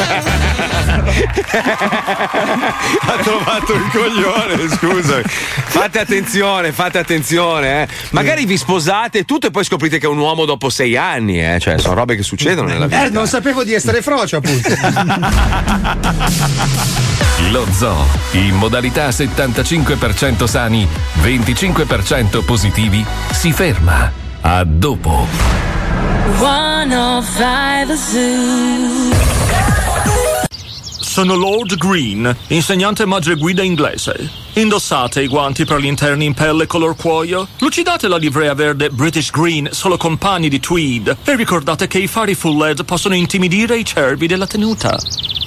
Ha trovato il coglione, scusa. Fate attenzione, fate attenzione, eh. Magari vi sposate e tutto e poi scoprite che è un uomo dopo sei anni, eh. Cioè, sono robe che succedono nella vita. Eh, non sapevo di essere frocio, appunto. Lo Zoo, in modalità settantacinque per cento sani, venticinque per cento positivi, si ferma. A dopo. centocinque Zoo. Sono Lord Green, insegnante madre guida inglese. Indossate i guanti per gli interni in pelle color cuoio, lucidate la livrea verde British Green solo con panni di tweed e ricordate che i fari full L E D possono intimidire i cervi della tenuta.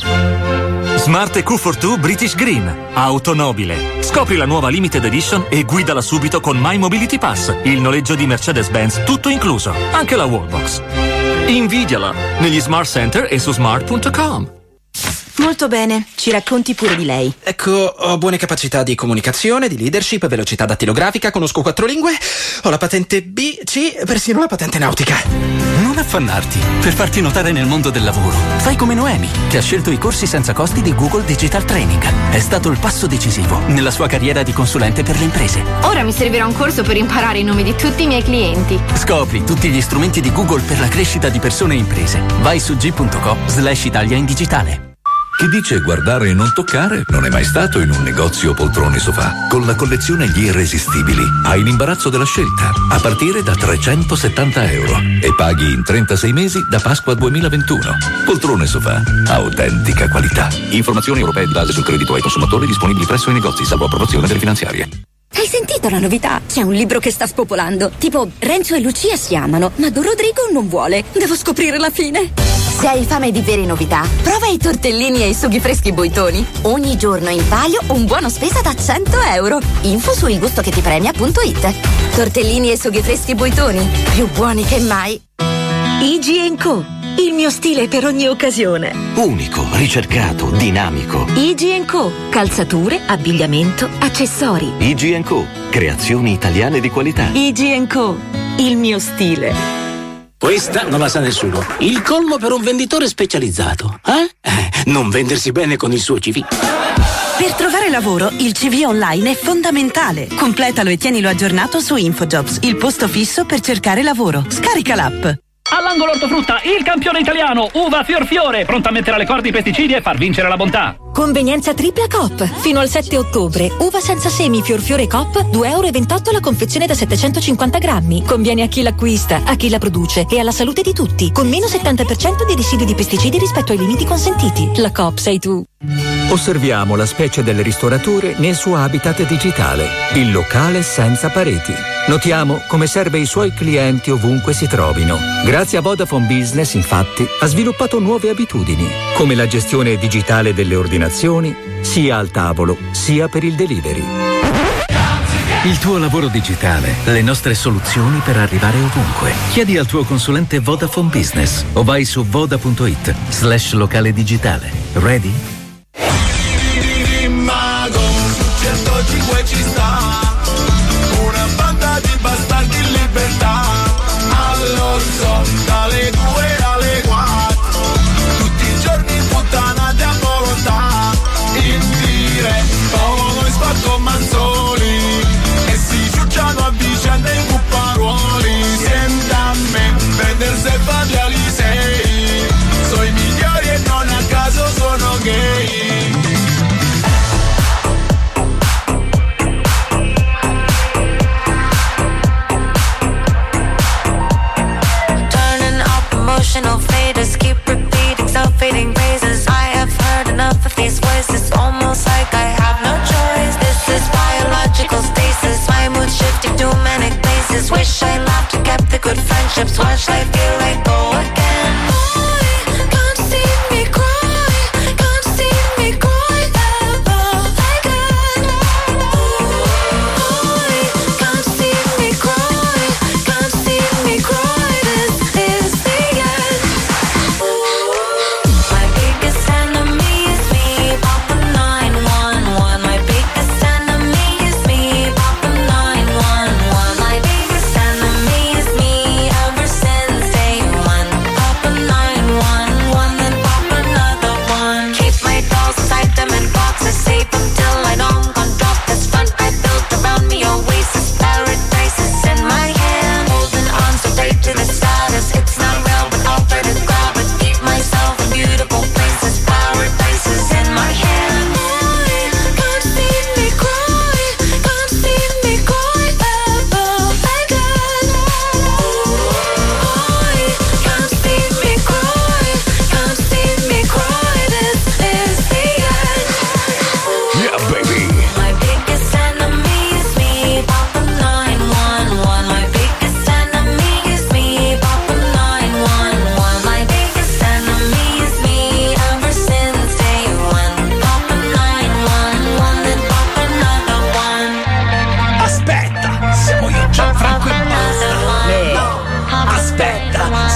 Smart E Q quattro British Green, auto nobile. Scopri la nuova Limited Edition e guidala subito con My Mobility Pass, il noleggio di Mercedes-Benz tutto incluso, anche la Wallbox. Invidiala negli Smart Center e su smart punto com. Molto bene, ci racconti pure di lei. Ecco, ho buone capacità di comunicazione, di leadership, velocità dattilografica, conosco quattro lingue, ho la patente B, C, persino la patente nautica. Non affannarti. Per farti notare nel mondo del lavoro, fai come Noemi, che ha scelto i corsi senza costi di Google Digital Training. È stato il passo decisivo nella sua carriera di consulente per le imprese. Ora mi servirà un corso per imparare i nomi di tutti i miei clienti. Scopri tutti gli strumenti di Google per la crescita di persone e imprese. Vai su g punto co slash Italia in digitale. Chi dice guardare e non toccare non è mai stato in un negozio poltrone sofà. Con la collezione Gli Irresistibili hai l'imbarazzo della scelta a partire da trecentosettanta euro e paghi in trentasei mesi da Pasqua duemilaventuno. Poltrone sofà, autentica qualità. Informazioni europee di base sul credito ai consumatori disponibili presso i negozi, salvo approvazione delle finanziarie. Hai sentito la novità? C'è un libro che sta spopolando. Tipo Renzo e Lucia si amano, ma Don Rodrigo non vuole. Devo scoprire la fine. Se hai fame di vere novità, prova i tortellini e i sughi freschi Boitoni. Ogni giorno in palio un buono spesa da cento euro. Info su il gusto che ti premia punto it. Tortellini e sughi freschi Boitoni, più buoni che mai. I G and Co, il mio stile per ogni occasione. Unico, ricercato, dinamico. I G and Co, calzature, abbigliamento, accessori. I G and Co, creazioni italiane di qualità. I G and Co, il mio stile. Questa non la sa nessuno. Il colmo per un venditore specializzato. Eh? eh non vendersi bene con il suo C V. Per trovare lavoro, il C V online è fondamentale. Completalo e tienilo aggiornato su InfoJobs, il posto fisso per cercare lavoro. Scarica l'app. All'angolo ortofrutta, il campione italiano, Uva Fior Fiore, pronta a mettere alle corde i pesticidi e far vincere la bontà. Convenienza tripla Coop. Fino al sette ottobre, uva senza semi Fior Fiore Coop, due euro e ventotto la confezione da settecentocinquanta grammi. Conviene a chi l'acquista, a chi la produce e alla salute di tutti. Con meno settanta per cento di residui di pesticidi rispetto ai limiti consentiti. La Coop sei tu. Osserviamo la specie del ristoratore nel suo habitat digitale, il locale senza pareti. Notiamo come serve i suoi clienti ovunque si trovino. Grazie a Vodafone Business, infatti, ha sviluppato nuove abitudini, come la gestione digitale delle ordinazioni, sia al tavolo, sia per il delivery. Il tuo lavoro digitale, le nostre soluzioni per arrivare ovunque. Chiedi al tuo consulente Vodafone Business o vai su voda punto it slash locale digitale. Ready? Mago, centocinque ci sta, una banda di bastardi in libertà, allo zoo, dalle due alle quattro, tutti i giorni puttanate a volontà, in diretto, noi spacco manzoni, e si ciucciano a vicenda in cupparuoli, senta a me, prendersi e farli alisei, sono i migliori e non a caso sono gay. Emotional faders keep repeating self-fading phrases. I have heard enough of these voices, almost like I have no choice. This is biological stasis, my mood shifting to manic places. Wish I laughed and kept the good friendships. Watch life feel like go again. Boy, can't see me cry, can't see me cry ever again. Boy, can't see me cry, can't see me cry. This is the end. My biggest enemy is me, Papa nine one one. My biggest enemy is me, Papa nine one one. My biggest enemy is me ever since day one.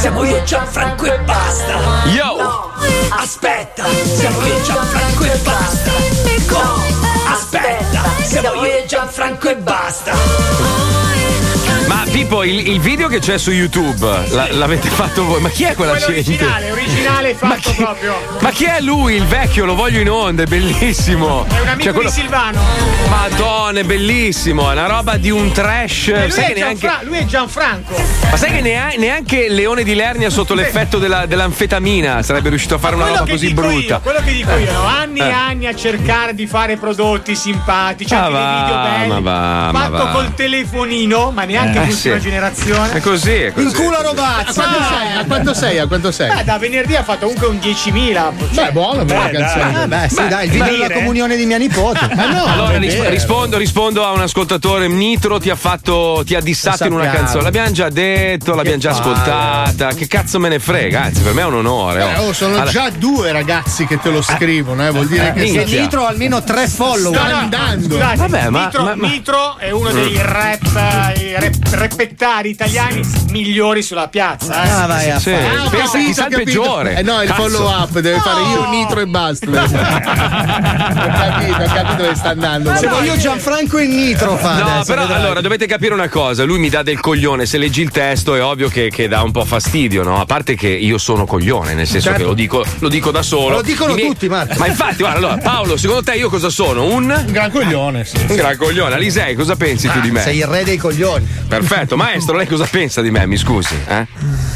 siamo io e Gianfranco e basta. Yo! No, aspetta, siamo io e Gianfranco e basta. No, aspetta, siamo io e Gianfranco e basta. Ma Pippo, il, il video che c'è su YouTube la, l'avete fatto voi? Ma chi è quella quello gente? originale, originale fatto ma chi, proprio. Ma chi è lui, il vecchio? Lo voglio in onda, è bellissimo. È un amico cioè, quello... di Silvano. Madonna, è bellissimo, è una roba di un trash. E lui, sai è che neanche... Gianfra- lui è Gianfranco. Ma sai che neanche, neanche Leone di Lernia sotto l'effetto della, dell'anfetamina sarebbe riuscito a fare una roba così brutta. Io, quello che dico io, no? Anni e eh. anni a cercare di fare prodotti simpatici, ah, anche va, dei video belli. Ma va, fatto ma va. col telefonino, ma neanche eh, l'ultima sì. generazione. È così, è così. In culo robazzo. A quanto sei? A quanto sei? A quanto sei? Beh, da venerdì ha fatto comunque un diecimila. Beh, buono, bella canzone. Eh, beh, sì, beh, dai, il video della comunione di mia nipote. Ma no, allora risp- rispondo, rispondo a un ascoltatore. Nitro ti ha fatto, ti ha dissato in una canzone. L'abbiamo già detto, l'abbiamo già ascoltata. Che cazzo me ne frega? Anzi, per me è un onore. Oh, oh sono allora... già due ragazzi che te lo scrivono, eh, vuol dire eh, che se Nitro ha almeno tre follower. Sta andando. Scusate, Vabbè, ma, Nitro, ma, ma... Nitro è uno dei rap, i rap rappettari italiani migliori sulla piazza. Eh. Ah, vai a sì. fare. Ah, pensa che sia il peggiore. Eh no, il Cazzo. follow up deve no. fare io, Nitro e basta. ho capito, ho capito dove sta andando. Se voglio Gianfranco e Nitro fa. No, adesso, però vedrai. allora dovete capire una cosa. Lui mi dà del coglione. Se leggi il testo è ovvio che, che dà un po' fastidio, no? A parte che io sono coglione, nel senso certo. che lo dico, lo dico da solo. Lo dicono miei... tutti, Marco. Ma infatti, guarda, allora, Paolo, secondo te io cosa sono? Un, un gran coglione, sì. Un gran coglione. Alisei, cosa pensi ah, tu di me? Sei il re dei coglioni. Perfetto, maestro, lei cosa pensa di me? Mi scusi, eh?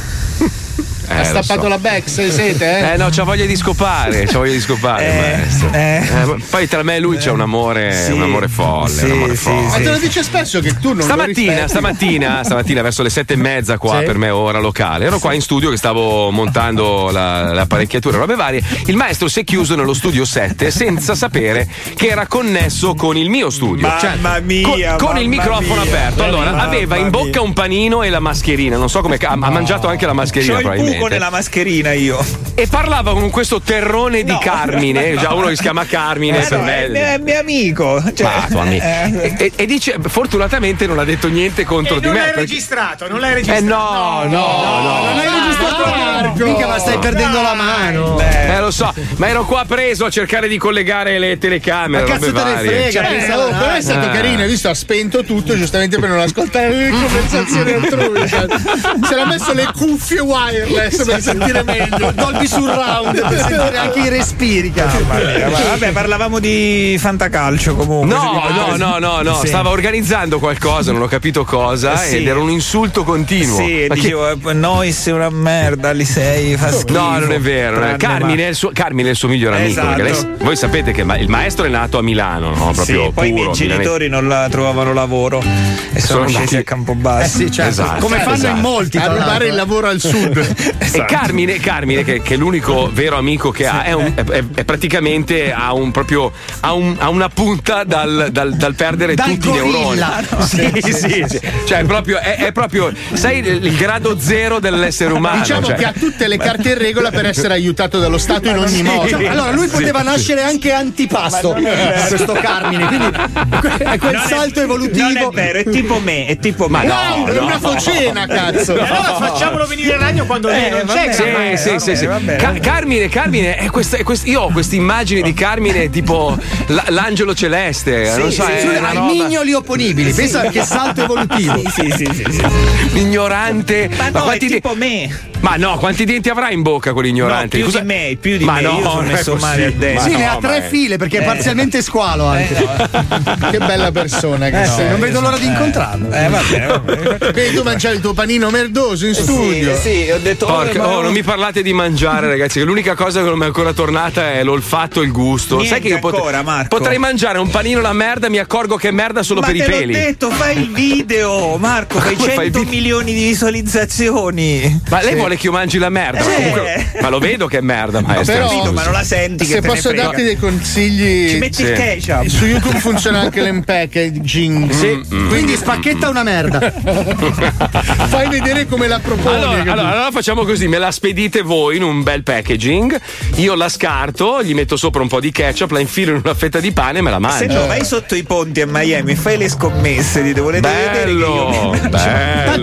Ha eh, stappato so. la back, se siete, eh? Eh no, c'ha voglia di scopare, c'ha voglia di scopare, eh, maestro. Eh. Eh, poi tra me e lui c'è un amore, sì, un amore folle, sì, un amore sì, folle. Ma te lo dice spesso che tu non stamattina, lo stamattina, stamattina verso le sette e mezza qua, sì. per me ora locale. Ero qua in studio che stavo montando la, le apparecchiature, robe varie. Il maestro si è chiuso nello studio sette senza sapere che era connesso con il mio studio. Mamma cioè, mia, con, con mamma il microfono mia, aperto. Allora, mamma aveva in bocca mia. un panino e la mascherina. Non so come ha, no. ha mangiato anche la mascherina, C'ho probabilmente. il buco nella mascherina io. E parlava con questo terrone di no. Carmine, già uno che si chiama Carmine. Eh per no, me. È, mio, è mio amico. Cioè, Ma, tuo amico. E, e, e dice, fortunatamente non ha detto niente contro e di non me. l'hai perché... registrato, non l'hai registrato. Eh no, no, no. no, no non l'hai registrato, Marco. Mica, ma stai perdendo la mano. Beh. Eh, lo so, ma ero qua preso a cercare di collegare le telecamere. Ma cazzo te ne frega? Cioè, eh, oh, però è stato ah. carino, hai visto? Ha spento tutto giustamente per non ascoltare le conversazioni altrui. Cioè, si era messo le cuffie wireless per sentire meglio. Dolby Surround per sentire anche i respiri. Mia, vabbè, parlavamo di fantacalcio comunque. No, no, no, no, no. Sì. Stava organizzando qualcosa, non ho capito cosa, sì. ed era un insulto continuo. Sì, ma dicevo, che... noi sei una merda, li sei, fa schifo. No, non è vero. Non è. Carmine, è il suo, Carmine è il suo miglior amico. Esatto. Lei, voi sapete che il maestro è nato a Milano, no? Proprio sì, poi puro, i miei genitori milanese. non la trovavano lavoro e sono, sono scesi a Campobasso. Eh sì, certo. Esatto. Come fanno esatto. in molti a rubare il lavoro al sud. Esatto. E Carmine, Carmine che, che è l'unico vero amico che ha, è, un, è, è praticamente ha un proprio ha, un, ha una punta dal, dal, dal perdere dal tutti gorilla, i neuroni. No? Sì, sì, sì, sì. Cioè, è proprio, è, è proprio, sai, il, il grado zero dell'essere umano. Diciamo cioè. che ha tutte le carte in regola per essere aiutato dallo Stato in ogni modo. Cioè, allora, lui poteva sì, nascere anche antipasto, questo Carmine. Quindi è quel non salto è, evolutivo. Non è vero, è tipo me, è tipo me. Ma no, no, è una focena, cazzo. E allora facciamolo venire in ragno quando lei non c'è. Sì, Carmine, sì, no? sì, sì. vabbè, Ca- vabbè. Carmine, Carmine, è questa, è questa, io ho questa immagine di Carmine tipo l- l'angelo celeste. Sì, non so, sì, è sì, una ai roba- mignoli opponibili. Pensa che salto evolutivo. Sì, sì, sì, sì. Ignorante. Ma, ma no, quanti è di- tipo me. Ma no, quanti denti avrà in bocca quell'ignorante? No, più Cosa- di me, più di ma me. no, Io sono non è messo male a possibile. destra. Sì, Ma ne no, ha tre ma è- file perché è Eh. parzialmente squalo anche. Eh, che bella persona che Eh, sei. sì, non vedo l'ora di incontrarlo. Eh, va bene, va bene. Vedi, tu mangiavi il tuo panino merdoso in studio. Sì, sì, ho detto. Porca, ma- oh, non mi parlate di mangiare, ragazzi. Che l'unica cosa che non mi è ancora tornata è l'olfatto e il gusto. Niente Sai che io pot- ancora, Marco. potrei mangiare un panino la merda, mi accorgo che è merda solo Ma per i te peli. l'ho detto, fai il video, Marco, fai Come fai il cento video? milioni di visualizzazioni. Ma lei Sì. vuole che io mangi la merda? Ma, Eh. comunque- ma lo vedo che è merda, maestro. Però, scusi. ma non la senti che Se te ne posso frega. darti dei consigli, Ci metti Sì. il ketchup. su YouTube funziona anche l'unpackaging. Sì. Mm. Quindi spacchetta una merda. Fai vedere come la proponi. Allora, capito? allora, allora facciamo così, me la spedite voi in un bel packaging, io la scarto, gli metto sopra un po' di ketchup, la infilo in una fetta di pane e me la Se mangio. no, vai sotto i ponti a Miami e fai le scommesse. Dite, volete vedere che Bello, io mi mangio? bello. Tanto le pinze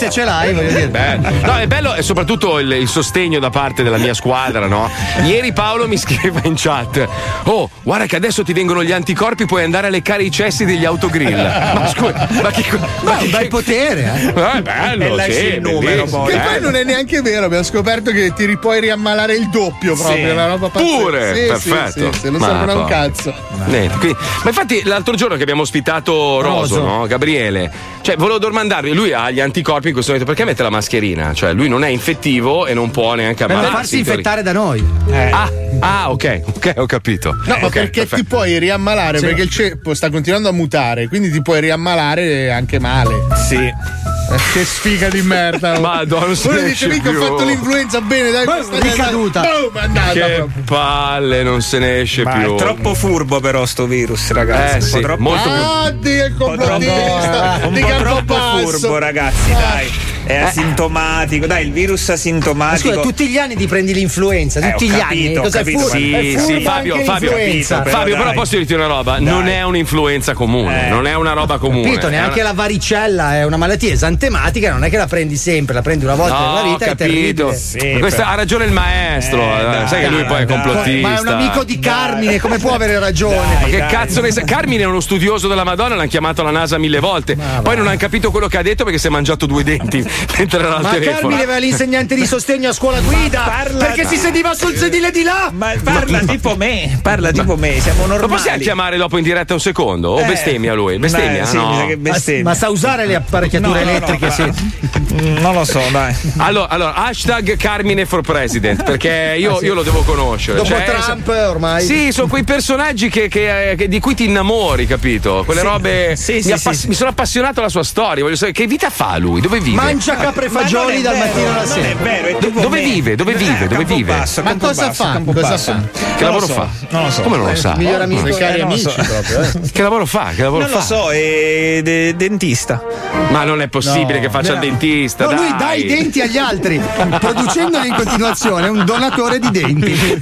esperienze ce l'hai, voglio dire. Beh, no, è bello e soprattutto il, il sostegno da parte della mia squadra, no? Ieri Paolo mi scriveva in chat: oh, guarda che adesso ti vengono gli anticorpi, puoi andare a leccare i cessi degli autogrill. Ma scusa, ma che ma no, che, dai potere, eh? eh? È bello, e sì, il numero poi. Che poi non è neanche vero, abbiamo scoperto che ti puoi riammalare il doppio proprio, sì. una roba pazzesca. Pure, sì, perfetto. Sì, sì, sì, non ma servono poi. un cazzo. Niente, quindi, ma infatti l'altro giorno che abbiamo ospitato Roso, Roso. no? Gabriele, cioè volevo domandargli, lui ha gli anticorpi in questo momento, perché mette la mascherina? Cioè lui non è infettivo e non può neanche Per ammalarsi. farsi infettare da noi. Eh. Ah, ah, ok, ok, ho capito. No, ma Ok, perché perfetto. ti puoi riammalare? Sì. Perché il ceppo sta continuando a mutare, quindi ti puoi riammalare anche male. Sì. Che sfiga di merda. Madonna, non si uno riesce dice mica ho più. fatto l'influenza bene, dai, questa ricaduta. Boom, è andata Che proprio. palle, non se ne esce Ma più. è troppo furbo però sto virus, ragazzi. Eh, un po' sì, troppo, molto più. Ah, Dio, il un po' complottista troppo, un di po' troppo Campobasso. furbo, ragazzi, dai. È asintomatico, dai, il virus Ma asintomatico. scusa, tutti gli anni ti prendi l'influenza, Eh, tutti ho gli capito, anni. ho Cos'è capito, furbo? Sì, È furbo sì, anche Fabio, Fabio, l'influenza. capito, Fabio, però dai. posso dirti una roba, Dai. non è un'influenza comune, Eh. non è una roba comune. Capito, neanche È una- la varicella è una malattia esantematica, non è che la prendi sempre, la prendi una volta No, nella ho vita, è capito. terribile. Sì, Questa- però- ha ragione il maestro, Eh, eh, dai, sai che lui poi è dai, complottista. Ma è un amico di Carmine, come può avere ragione? Ma che dai. cazzo ne sa? Carmine è uno studioso della Madonna, l'hanno chiamato alla NASA mille volte. Poi non hanno capito quello che ha detto perché si è mangiato due denti mentre era al Ma telefono. Carmine aveva l'insegnante di sostegno a scuola guida parla- perché si sediva sul sedile di là. Ma parla tipo me, parla tipo me, siamo Lo normali. possiamo chiamare dopo in diretta un secondo? O Eh, bestemmia lui? Bestemmia? eh, sì, no. mi sa che Ma, bestemmia. ma sa usare le apparecchiature No, no, no, elettriche? ma- sì. Non lo so, dai. Allora, allora, hashtag Carmine for President, perché io, Ah, sì. io lo devo conoscere. Dopo Cioè, Trump ormai. Sì, sono quei personaggi che, che- che- di cui ti innamori, capito? Quelle Sì. robe. Sì, mi, sì, appass- sì, sì. mi sono appassionato alla sua storia. Voglio sapere che vita fa lui, dove vive? Mangia capre e Ma non fagioli è dal vero, mattino alla non sera. è vero, è Do- tipo dove me. vive? Dove vive? Eh, Dove vive? Campobasso, Ma cosa Campobasso, fa? Campobasso. Cosa fa? Che Non lavoro lo so, fa? Non lo so. Come non lo sa? Miglior amico. Sei cari Eh, non lo amici so. proprio, eh. Che lavoro fa? Che lavoro Non fa? lo so, è de- dentista. Ma non è possibile che faccia il dentista. No, lui dai. dà i denti agli altri, producendoli in continuazione, è un donatore di denti.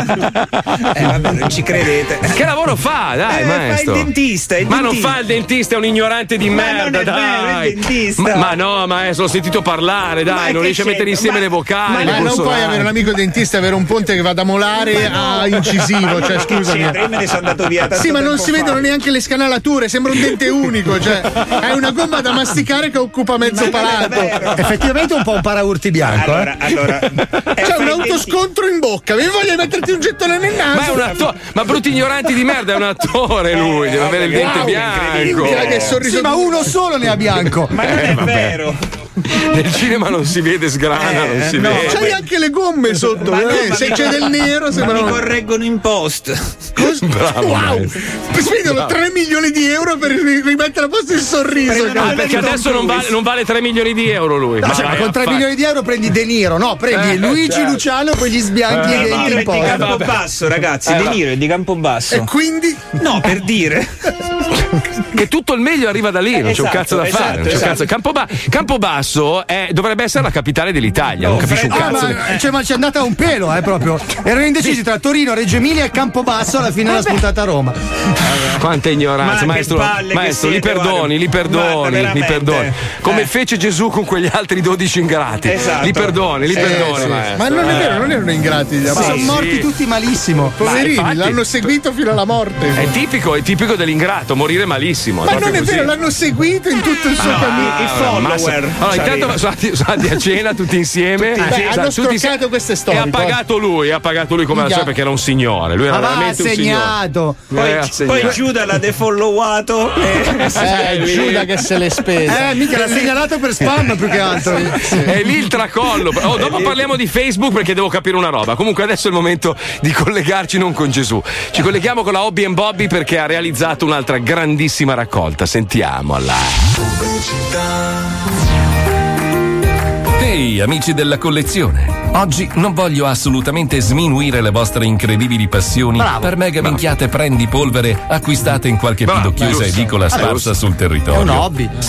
Eh, vabbè, non ci credete. Che lavoro fa? Dai, Eh, maestro. fa il dentista, il ma non dentista. fa il dentista, è un ignorante di Ma merda, non è dai. vero, è il dentista. Ma, ma no, maestro, l'ho sentito parlare, dai, Ma non che riesce a mettere c'entra? insieme Ma- le vocali. Ma le non puoi consonanti. avere un amico dentista e avere un ponte che va da molare a incisivo, cioè scusami. Io me ne sono andato via tanto Sì, ma non tempo si fa. vedono neanche le scanalature, sembra un dente unico, cioè è una gomma da masticare che occupa mezzo palato. Effettivamente un po' un paraurti bianco. Allora, eh. allora. C'è un autoscontro in bocca, mi voglio metterti un gettone nel naso. Ma è un attore, ma brutti ignoranti di merda, è un attore lui, deve avere il dente wow, bianco. Mira che sorriso. Sì, ma uno solo ne ha bianco. Ma non Eh, è vabbè. vero. Nel cinema non si vede sgrana, Eh, non si no, vede. C'hai anche le gomme sotto, Ma no, eh? ma Se mi- c'è del nero Ma sembra. mi correggono in post. Bravo, Wow! maestro. Spendono Bravo. tre milioni di euro per ri- rimettere a posto il sorriso. Ah, perché adesso non vale, non vale tre milioni di euro lui. No, cioè, ma vai con a tre fare- milioni di euro prendi De Niro, no, prendi Eh, Luigi certo. Luciano e poi gli sbianchi Eh, e i De denti Niro in è di posta. Campobasso, ragazzi. Eh, De va- Niro è di Campobasso. E quindi? No, per dire. Che tutto il meglio arriva da lì, non c'è un Esatto, cazzo da esatto, fare. Non c'è un esatto. cazzo. Campoba- Campobasso è- dovrebbe essere la capitale dell'Italia, non capisci un Ah, cazzo. ma, cioè, ma c'è andata un pelo, eh, proprio. Erano indecisi tra Torino, Reggio Emilia e Campobasso, alla fine l'ha spuntata a Roma. Quanta ignoranza, Ma che maestro. palle che Maestro, li siete, perdoni, guarda. li perdoni, Guarda, li veramente. perdoni. Come Eh. fece Gesù con quegli altri dodici ingrati. Esatto. Li perdoni, li Eh, perdoni, sì. maestro. Ma non è Eh. vero, non erano ingrati. Ma Ma sono sì. morti tutti malissimo. poverini, infatti. l'hanno seguito fino alla morte. È tipico, è tipico dell'ingrato, morire malissimo. Ma proprio non è così. vero, l'hanno seguito in tutto il suo cammino. I follower. Allora, intanto C'aveva. sono andati, sono andati a cena tutti insieme. Beh, Cioè, hanno tutti scroccato queste storie, E ha poi. pagato lui, ha pagato lui come al Minchia. solito perché era un signore. Lui era Ma va, ha veramente un signore. segnato. Poi, Eh, ha poi segnato. Giuda l'ha defollowato. E... Eh, Giuda che se le spese. Eh, mica l'ha segnalato per spam più che altro. È lì il tracollo. Oh, dopo parliamo di Facebook perché devo capire una roba. Comunque adesso è il momento di collegarci non con Gesù. Ci colleghiamo con la Hobby and Bobby perché ha realizzato un'altra grandissima raccolta. Sentiamola. Ehi, amici della collezione. Oggi non voglio assolutamente sminuire le vostre incredibili passioni Bravo, per mega bravo. minchiate prendipolvere acquistate in qualche Bravo, pidocchiosa giusto. edicola Ah, sparsa giusto. sul territorio. È un hobby. Sì,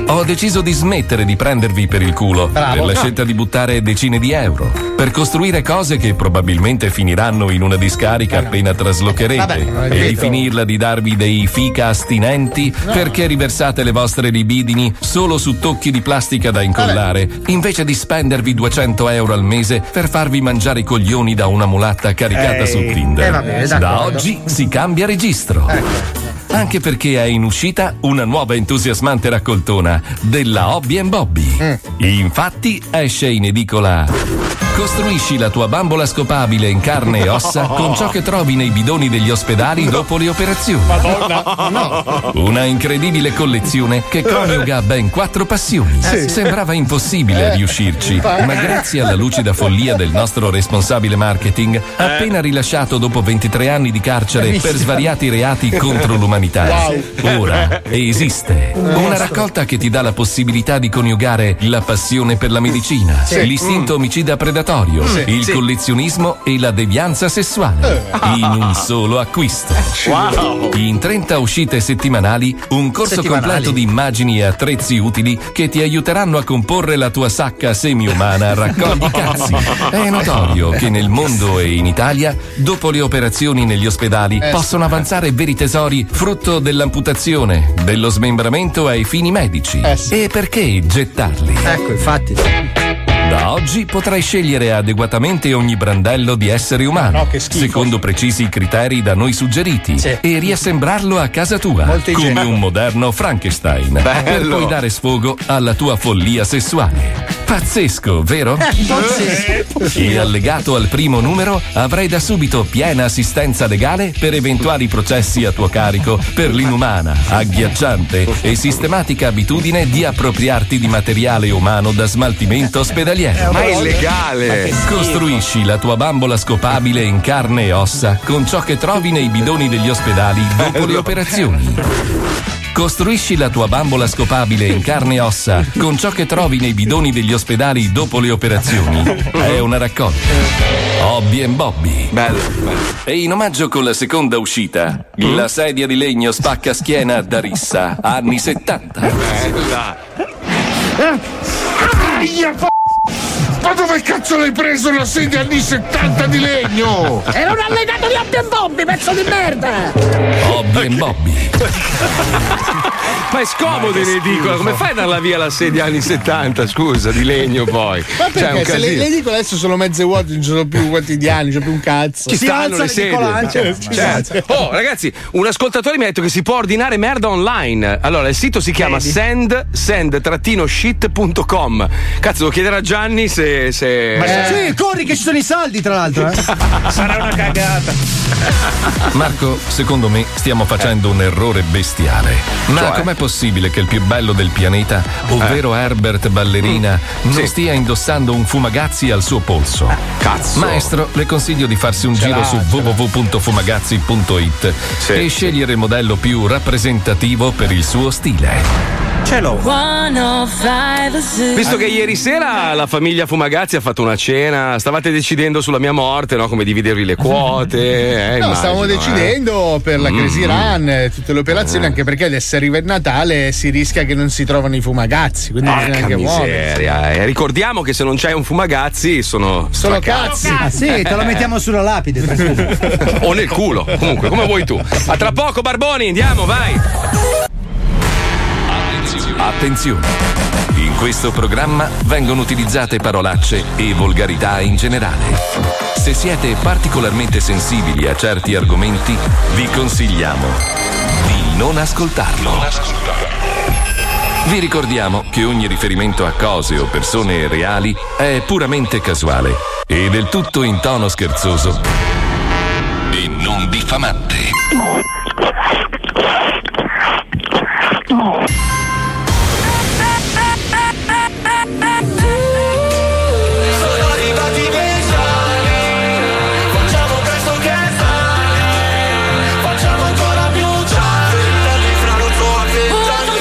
Ho deciso di smettere di prendervi per il culo Bravo. per la scelta di buttare decine di euro per costruire cose che probabilmente finiranno in una discarica appena traslocherete Vabbè, e di detto. finirla di darvi dei fica astinenti perché riversate le vostre libidini solo su tocchi di plastica da incollare invece di spendervi duecento euro al mese per farvi mangiare i coglioni da una mulatta caricata Ehi. su Tinder. Eh, vabbè, da d'accordo. oggi si cambia registro. Anche perché è in uscita una nuova entusiasmante raccoltona della Hobby and Bobby. Infatti esce in edicola Costruisci la tua bambola scopabile in carne e ossa con ciò che trovi nei bidoni degli ospedali dopo le operazioni. Madonna, no. Una incredibile collezione che coniuga ben quattro passioni. Sì. Sembrava impossibile riuscirci, ma grazie alla lucida follia del nostro responsabile marketing, appena rilasciato dopo ventitré anni di carcere per svariati reati contro l'umanità, Wow. ora esiste una raccolta che ti dà la possibilità di coniugare la passione per la medicina, Sì. l'istinto omicida predatorio, Sì. il Sì. collezionismo e la devianza sessuale in un solo acquisto. Wow. In trenta uscite settimanali, un corso Settimanali. completo di immagini e attrezzi utili che ti aiuteranno a comporre la tua sacca semi-umana raccogli cazzi. È notorio che nel mondo e in Italia, dopo le operazioni negli ospedali, Eh, possono avanzare veri tesori frutto dell'amputazione, dello smembramento ai fini medici. Eh, sì. E perché gettarli? Ecco, infatti. Da oggi potrai scegliere adeguatamente ogni brandello di essere umano, No, che schifo. secondo precisi criteri da noi suggeriti, Sì. e riassemblarlo a casa tua, Molto come igienico. un moderno Frankenstein, per poi dare sfogo alla tua follia sessuale. Pazzesco, vero? E allegato al primo numero avrai da subito piena assistenza legale per eventuali processi a tuo carico per l'inumana, agghiacciante e sistematica abitudine di appropriarti di materiale umano da smaltimento ospedaliero. Ma è illegale! Costruisci la tua bambola scopabile in carne e ossa con ciò che trovi nei bidoni degli ospedali dopo le operazioni. Costruisci la tua bambola scopabile in carne e ossa con ciò che trovi nei bidoni degli ospedali dopo le operazioni. È una raccolta. Hobby and Bobby. Bello, bello. E in omaggio con la seconda uscita, la sedia di legno spacca schiena da rissa, anni settanta. Bella. Aia, f- Ma dove cazzo l'hai preso una sedia anni settanta di legno? Era un allegato di Hobby and Bobby, pezzo di merda! Hobby and Bobby. Ma è scomodo in edicola, come fai ad darla via la sedia anni settanta, scusa, di legno poi? Ma Cioè, è un perché se le, casino. le edicola adesso sono mezze vuote, non ci sono più quotidiani, c'è più un cazzo. Ci Si stanno alza le l'edicola, sedie. certo. Certo. Oh, ragazzi, un ascoltatore mi ha detto che si può ordinare merda online. Allora, il sito si chiama send send shit punto com. Cazzo, devo chiedere a Gianni se. se... Ma sì, corri che ci sono i saldi, tra l'altro. Eh. Sarà una cagata. Marco, secondo me stiamo facendo un errore bestiale. Ma Cioè? com'è possibile che il più bello del pianeta, ovvero Herbert Ballerina, non Sì. stia indossando un fumagazzi al suo polso? Cazzo. Maestro, le consiglio di farsi un giro l'ha, su ce w w w punto fumagazzi punto it Sì, e sì. scegliere il modello più rappresentativo per il suo stile. Ce l'ho. Visto che ieri sera la famiglia Fumagazzi ha fatto una cena, stavate decidendo sulla mia morte, no? Come dividervi le quote. Eh, No, immagino, stavamo eh. decidendo per la Crazy Mm. Run, eh, tutte le operazioni, anche perché adesso arriva il Natale e si rischia che non si trovano i fumagazzi, quindi bisogna Porca anche muoversi. miseria. E ricordiamo che se non c'è un Fumagazzi sono. Sono stracazzi. cazzi. Ah, sì, te lo mettiamo sulla lapide, tranquillo. O nel culo, comunque, come vuoi tu. A tra poco, Barboni, andiamo, vai. Attenzione! In questo programma vengono utilizzate parolacce e volgarità in generale. Se siete particolarmente sensibili a certi argomenti, vi consigliamo di non ascoltarlo. Vi ricordiamo che ogni riferimento a cose o persone reali è puramente casuale e del tutto in tono scherzoso e non diffamante. Sono arrivati i vent'anni, facciamo presto che sale, facciamo ancora più tardi, vent'anni fra non so a vent'anni.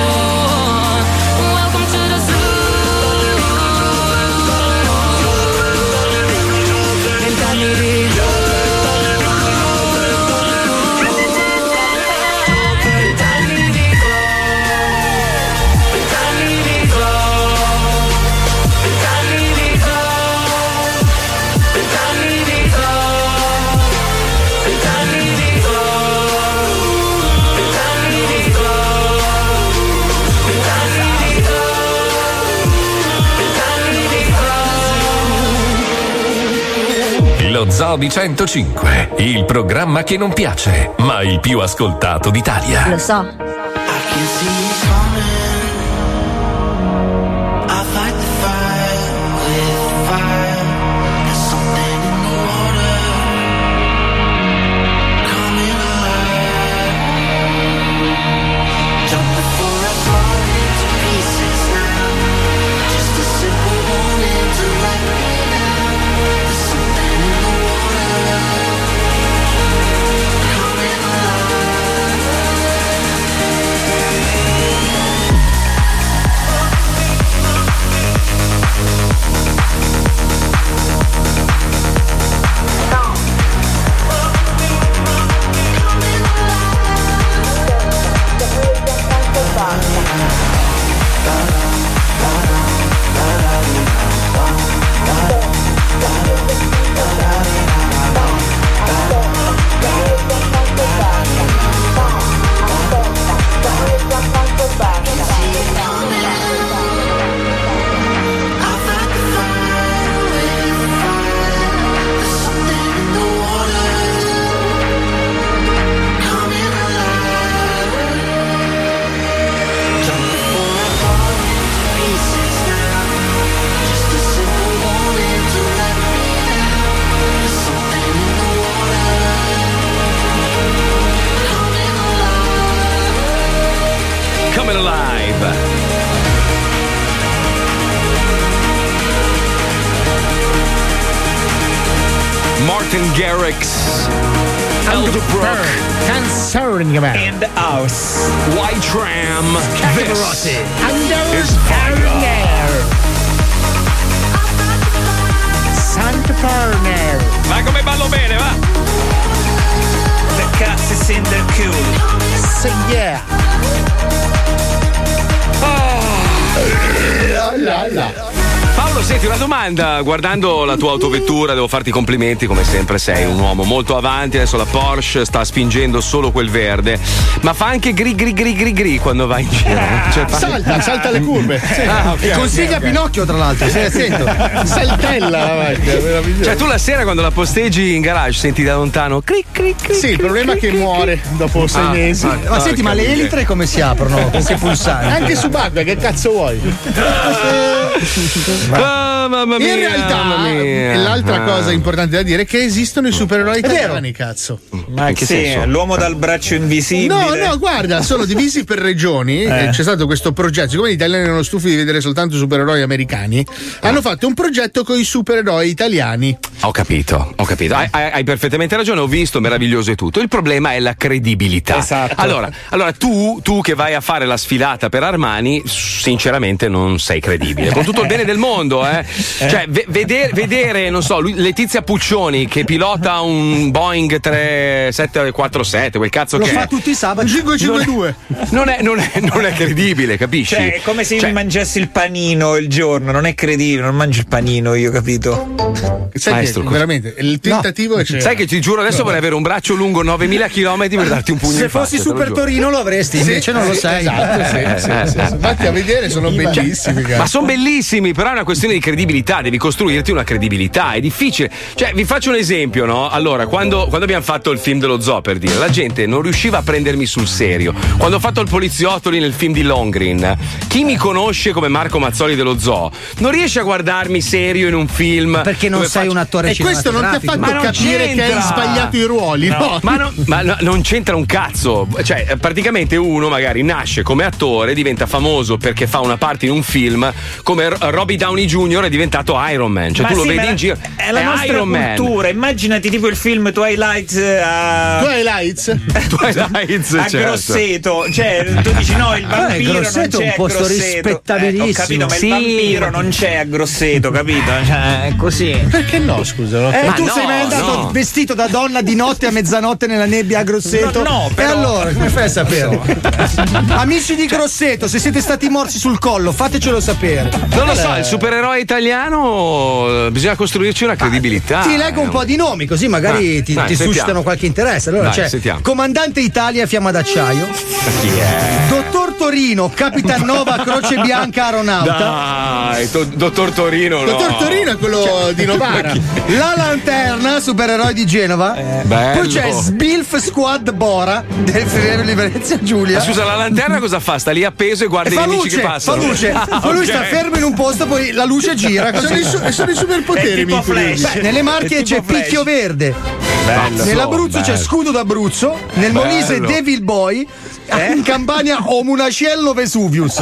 Welcome to the zoo. Zoo di centocinque, il programma che non piace, ma il più ascoltato d'Italia. Lo so. Martin Garrix, Elderbrook, In the House, White Tram, This is fire. Santa Parner. Ma come ballo bene, va? The Cats is in the cool. Say yeah. Oh. La, la, la. Paolo, senti, una domanda. Guardando la tua autovettura, devo farti i complimenti, come sempre sei un uomo molto avanti. Adesso la Porsche sta spingendo solo quel verde, ma fa anche gri gri gri gri gri quando va in giro. Cioè, fa... Salta, salta le curve. Sì. Ah, okay, e consiglia okay, Pinocchio, okay, tra l'altro. Sei attento. Saltella la macchina, meraviglioso. Cioè, tu la sera quando la posteggi in garage senti da lontano cric cric cric. Sì, il problema è che muore dopo sei ah, mesi. Ah, ma ah, senti, ma le elitre come si aprono? Con che pulsanti? Anche subacquea, che cazzo vuoi? Ah, mamma mia, in realtà mia. l'altra ah. cosa importante da dire è che esistono i supereroi italiani, cazzo. Ma che sì, senso? L'uomo dal braccio invisibile. No, no, guarda, sono divisi per regioni. Eh. C'è stato questo progetto, siccome gli italiani erano stufi di vedere soltanto supereroi americani, ah. hanno fatto un progetto con i supereroi italiani. Ho capito, ho capito. Hai, hai, hai perfettamente ragione, ho visto, meraviglioso e tutto. Il problema è la credibilità. Esatto. Allora, allora tu, tu che vai a fare la sfilata per Armani, sinceramente non sei credibile. Con tutto il bene del mondo, eh. Cioè, v- vedere, vedere, non so, Letizia Puccioni che pilota un Boeing tre sette quattro sette, quel cazzo lo che fa è. tutti i sabati. cinque cinque due. Non è, non, è, non è credibile, capisci? Cioè, è come se io cioè... mi mangiassi il panino il giorno, non è credibile, non mangio il panino io, capito? Sai Maestro, che, veramente, il tentativo no. è. Sai che ti giuro, adesso no. vorrei avere un braccio lungo novemila chilometri per darti un pugno se in faccia. Se fossi Super Torino lo avresti, sì, invece non lo sei. Esatto, sì, sì, sì, sì. Fatti a vedere, sono bellissimi. Cioè, ma sono bellissimi, però è una questione di credibilità, devi costruirti una credibilità, è difficile. Cioè, vi faccio un esempio, no? Allora, quando, quando abbiamo fatto il film dello zoo, per dire, la gente non riusciva a prendermi sul serio. Quando ho fatto il poliziotto lì nel film di Longgreen, chi mi conosce come Marco Mazzoli dello zoo non riesce a guardarmi serio in un film. Perché non sei faccio... un attore e questo non ti ha fatto ma capire che hai sbagliato i ruoli, no? no? Ma, no, ma no, non c'entra un cazzo. Cioè, praticamente uno magari nasce come attore, diventa famoso perché fa una parte in un film, come Robbie Downey junior è diventato Iron Man. Cioè, ma tu sì, lo vedi in giro. È la è nostra Iron cultura. Man. Immaginati tipo il film Twilight. Uh... Twilight? Twilight, a certo. Grosseto. Cioè, tu dici no, il vampiro ah, non c'è un a posto Grosseto. rispettabilissimo. Eh, ho capito, ma sì. il vampiro non c'è a Grosseto, capito? Cioè, è così. Perché no, scusa? No? Eh, ma tu no, sei mai andato no. vestito da donna di notte a mezzanotte nella nebbia a Grosseto? No, no, però... E allora, come fai a sapere? Amici di Grosseto, se siete stati morsi sul collo, fatecelo sapere. Non lo so, il supereroe italiano bisogna costruirci una credibilità. Ti leggo un po' di nomi, così magari Ah, ti, dai, ti sentiamo. suscitano qualche interesse. Allora Dai, c'è sentiamo. Comandante Italia Fiamma d'Acciaio, Chi è? Dottor Torino, Capitan Nova Croce Bianca Aeronauta. Dai, to- dottor Torino, no. Dottor Torino è quello di Novara. La Lanterna, supereroe di Genova. bello. Poi c'è Sbilf Squad Bora del Friuli Venezia Giulia. Ma scusa, la lanterna cosa fa? Sta lì appeso e guarda E i fa nemici luce, che passano. fa luce. Ah, Poi lui ok. sta fermo in un posto, poi la luce gira. così. Sono i su- sono i superpoteri, È tipo mi Flash. incuriosisce. Beh, nelle Marche È c'è tipo Flash. Picchio Verde. Bello. Nell'Abruzzo c'è Bello. Scudo d'Abruzzo. Nel Molise Bello. Devil Boy. In Campania Omunaciello Vesuvius.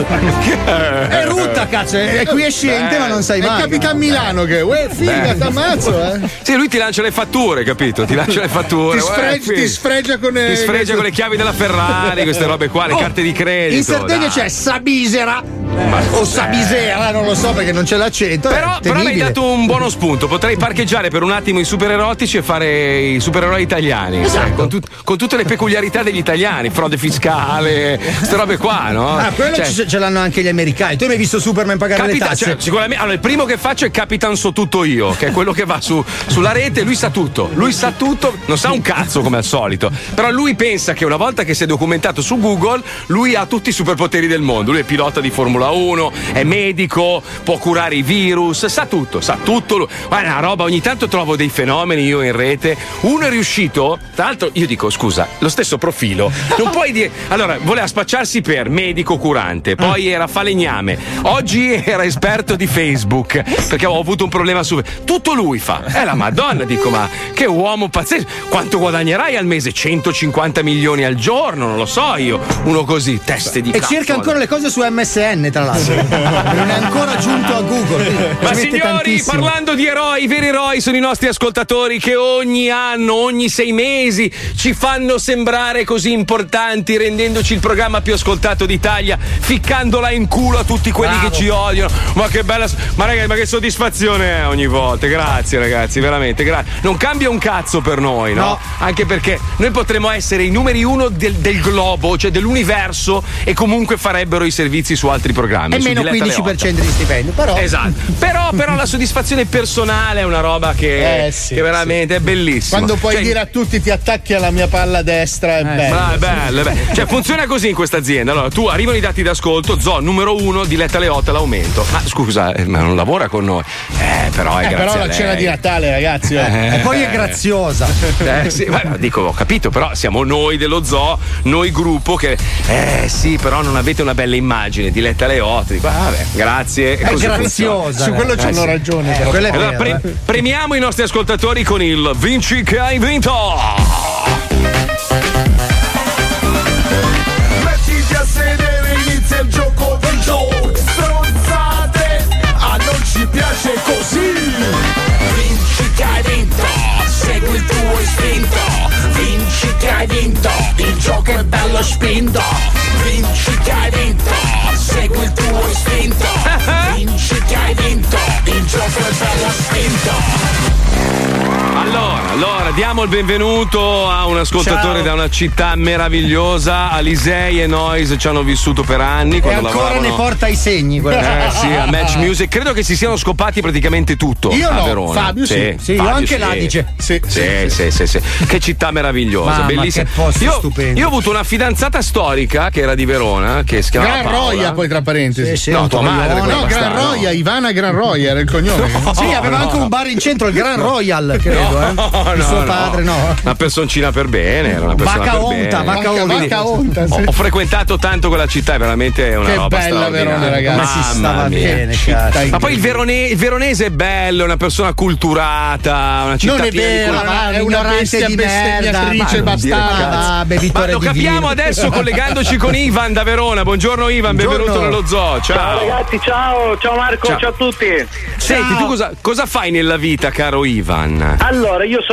È rutta, cazzo. È, è quiescente, ma non sai È il mai. Capitan Milano che, uè, figa, Bello. t'ammazzo, eh. Sì, lui ti lancia le fatture, capito? Ti lancia le fatture. Ti, sfreg- Guarda, ti sfregia con Ti sfregia con le chiavi della Ferrari, queste robe qua, le Oh, carte di credito. In Sardegna dai. c'è Sabisera. O Sabisera, non lo so perché non c'è l'accento. Però, è però mi hai temibile. dato un buono spunto. Potrei parcheggiare per un attimo i supererotici e fare i supereroi italiani. Esatto. Sai, con, tut- con tutte le peculiarità degli italiani, frode fiscale, queste robe qua, no? Ah, quello Cioè, ce, ce l'hanno anche gli americani. Tu hai mai visto Superman pagare Capita- le tasse? cioè, sicuramente allora, il primo che faccio è Capitan So Tutto Io, che è quello che va su, sulla rete, lui sa tutto, lui sa tutto, non sa un cazzo come al solito, però lui pensa che una volta che si è documentato su Google, lui ha tutti i superpoteri del mondo, lui è pilota di Formula uno, è medico, può curare i virus, sa tutto, sa tutto. lui. Guarda, una roba, ogni tanto trovo dei fenomeni io in rete, uno è riuscito, tra l'altro io dico scusa, lo stesso profilo, non puoi dire, allora voleva spacciarsi per medico curante, poi era falegname, oggi era esperto di Facebook perché ho avuto un problema su tutto lui fa, è la Madonna, dico ma che uomo pazzesco, quanto guadagnerai al mese? centocinquanta milioni al giorno, non lo so io, uno così, teste di E cazzo. cerca ancora le cose su M S N, tra l'altro. Non è ancora giunto a Google. Ma Ci mette signori, tantissimo. parlando di eroi, i veri eroi sono i nostri ascoltatori che ogni anno, ogni sei mesi ci fanno sembrare così importanti, rendendoci il programma più ascoltato d'Italia, ficcandola in culo a tutti quelli Bravo. che ci odiano. Ma che bella, ma ragazzi, ma che soddisfazione è ogni volta. Grazie ragazzi, veramente, grazie. Non cambia un cazzo per noi, no? No. Anche perché noi potremmo essere i numeri uno del, del globo, cioè dell'universo, e comunque farebbero i servizi su altri programmi. E su meno Diletta quindici alle per otto. cento di stipendio. Però. Esatto. Però, però la soddisfazione personale è una roba che, Eh, sì, che veramente è bellissima. Quando puoi Cioè, dire a tutti ti attacchi alla mia palla destra, è bello. ma è bello, è bello. Cioè, funziona così in questa azienda. Allora, tu arrivano i dati d'ascolto, Zoo numero uno, Diletta alle otto l'aumento. Ma scusa, eh, ma non lavora con noi. Eh, però è Eh, grazie però a la lei. cena di Natale, ragazzi. oh. Eh. E poi è graziosa. Eh, sì, ma dico, ho capito, però siamo noi dello zoo, noi gruppo che. Eh sì, però non avete una bella immagine, Diletta alle otto. Dico, ah, vabbè, grazie. È così graziosa. funziona. Su quello Eh, c'hanno sì. ragione. Eh, però. quella è Allora, vera, pre- eh. premiamo i nostri ascoltatori con il Vinci che hai vinto! Mettiti a sedere, inizia il gioco del gioco. Stronzate, a non ci piace così. Vinci che hai vinto, segui il tuo istinto. Vinci che hai vinto, il gioco è bello spinto. Vinci che hai vinto, segui il tuo istinto. Vinci che hai vinto, il gioco è bello spinto. Allora, allora, diamo il benvenuto a un ascoltatore Ciao. da una città meravigliosa. Alisei e Noise ci hanno vissuto per anni. E Quando ancora lavoravano... ne porta i segni. quella. Eh sì, a Match Music. Credo che si siano scopati praticamente tutto Io a no, Verona. Fabio sì. Sì, io Fabio anche sì. l'Adice. Sì, Sì, sì, sì, sì. Che città meravigliosa, Mamma, bellissima. che posto io, stupendo. io ho avuto una fidanzata storica che era di Verona, che si chiamava Gran Paola. Roia, poi tra parentesi. Sì, sì, No, un tua madre, coglione. quella No, Gran bastarda, Roia, no. Ivana Gran Roia era il cognome. Sì, aveva no. anche un bar in centro, il Gran Royal, credo. eh. No, Il no, suo no. padre, no. Una personcina per bene, era una persona Vacca per onta, bene. vacca Vacca, onta. vacca onta, sì. Ho, ho frequentato tanto quella città, è veramente una Che roba bella straordinaria. Verona, ragazzi. Ma si stava Mamma mia. bene, cazzo. Ma poi il, verone- il veronese è bello, è una persona culturata, una città Non è piena di vero, cul- ma è una ignorante bestia di merda. bestemmiatrice Ma non dire bastarda. cazzo. Ah, Ma bevitore lo di capiamo vino. adesso collegandoci con Ivan da Verona. Buongiorno Ivan, Buongiorno. benvenuto nello zoo. Ciao. Ciao ragazzi, ciao, ciao Marco, Ciao. ciao, a tutti. Senti, tu cosa, cosa fai nella vita, caro Ivan? Allora, io sono un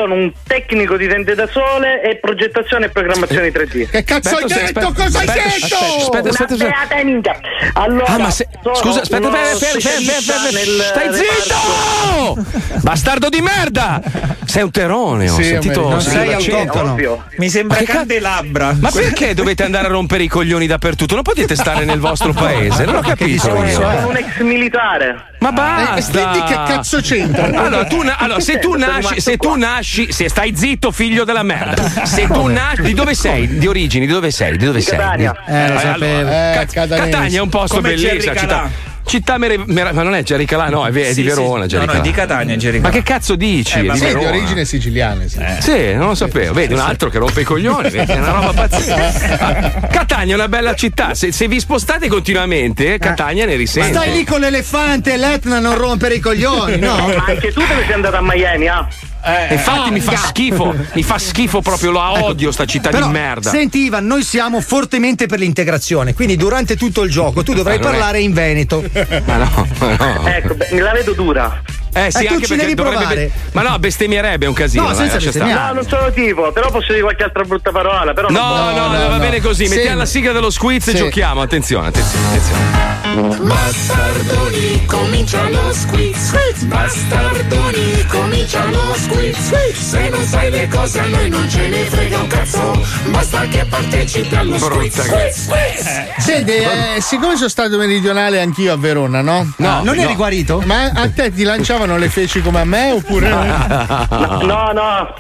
tecnico di tende da sole e progettazione e programmazione tre D. Che cazzo hai detto? aspetta, Cosa aspetta, hai detto? aspetta, aspetta, Una aspetta. beata minchia. Allora, Ah, ma se- sono scusa, aspetta, uno fermo, fermo, fermo, specialista fermo, nel stai reparto- zitto! Bastardo di merda! Sei un terone, ho Sì, sentito. non sì, sei sì, autoctono. ovvio. Mi sembra Ma che ca- candelabra. Ma perché dovete andare a rompere i coglioni dappertutto? Non potete stare nel vostro paese? Non ho capito Sono io. un ex militare. Ma basta! E quindi che cazzo c'entra? Allora, tu na- allora, se tu nasci, se tu nasci, se stai zitto, figlio della merda. Se tu nasci, di dove sei? Di origini, di dove sei? Di dove Di sei? Catania. Di- Eh, lo allora, sapevo. Ca- Eh, catanese. Catania è un posto Come bellissimo, Gerry città. Calà. Città mere- mer- ma non è Gerry Calà, no, è, è Sì, di sì. Verona. Gerry No, no, è Calà. di Catania, Gerry Ma Calà. che cazzo dici? Eh, È ma di sei di Verona. origine siciliane. Sì. Sì, non lo sapevo. Vedi, un altro che rompe i coglioni, vedi, è una roba pazzesca. Catania è una bella città. Se, se vi spostate continuamente, Catania ne risente. Stai lì con l'elefante e l'Etna non rompere i coglioni, no? Ma anche tu te ne sei andato a Miami, ah? Eh, infatti mi fa schifo, mi fa schifo proprio, la odio sta città Però, di merda. senti Ivan, noi siamo fortemente per l'integrazione, quindi durante tutto il gioco tu dovrai Ma non è- parlare in veneto. Ma no, ma no. Ecco, beh, me la vedo dura. Eh sì, Eh, tu anche ci perché devi dovrebbe provare. be- Ma no, bestemmierebbe è un casino. No, dai, senza lascia stare. bestemmiare. No, non sono tipo, però posso dire qualche altra brutta parola. Però No, non no, no, va bene così. Mettiamo la sigla dello squiz e Sì. giochiamo. Attenzione, attenzione, attenzione. Bastardoni, comincia lo squiz. Bastardoni, comincia lo squiz. Se non sai le cose a noi non ce ne frega un cazzo. Basta che partecipi allo squiz. Squiz, squiz. Senti, eh, siccome sono stato meridionale anch'io a Verona, no? No, non eri guarito? Ma a te ti lanciavano le feci come a me oppure no? No, no.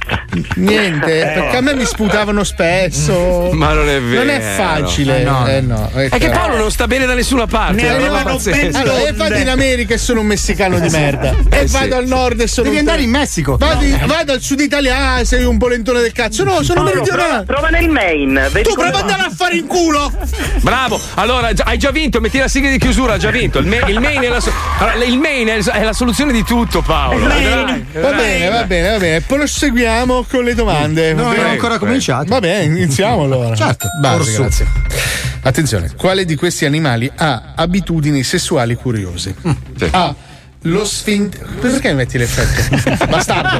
Niente, perché a me mi sputavano spesso. Ma non è vero. Non è facile. Eh, no. Eh, no, È che Paolo non sta bene da nessuna parte. Ne è una roba avevano pazzesca. allora, e vado in America e sono un messicano di merda. Eh, E sì. vado al nord e sono. Devi un- andare in Messico. Vado, in- vado al sud Italia, ah, sei un polentone del cazzo. No, sono Paolo, meridionale. prova, prova nel Maine. Vedi Tu come prova ad va. andare a fare in culo. Bravo, allora già- hai già vinto, metti la sigla di chiusura, hai già vinto. Il, ma- il main, è la, so- allora, il main è, è la soluzione di tutto, Paolo. Dai, Va dai. bene, va bene, va bene. Proseguiamo con le domande. No, Va non bene? ho ancora cominciato. Va bene, iniziamo allora. Certo, Base, Orsù. grazie. Attenzione, quale di questi animali ha abitudini sessuali curiose? A. Lo sfinte. Perché mi metti l'effetto? Bastardo.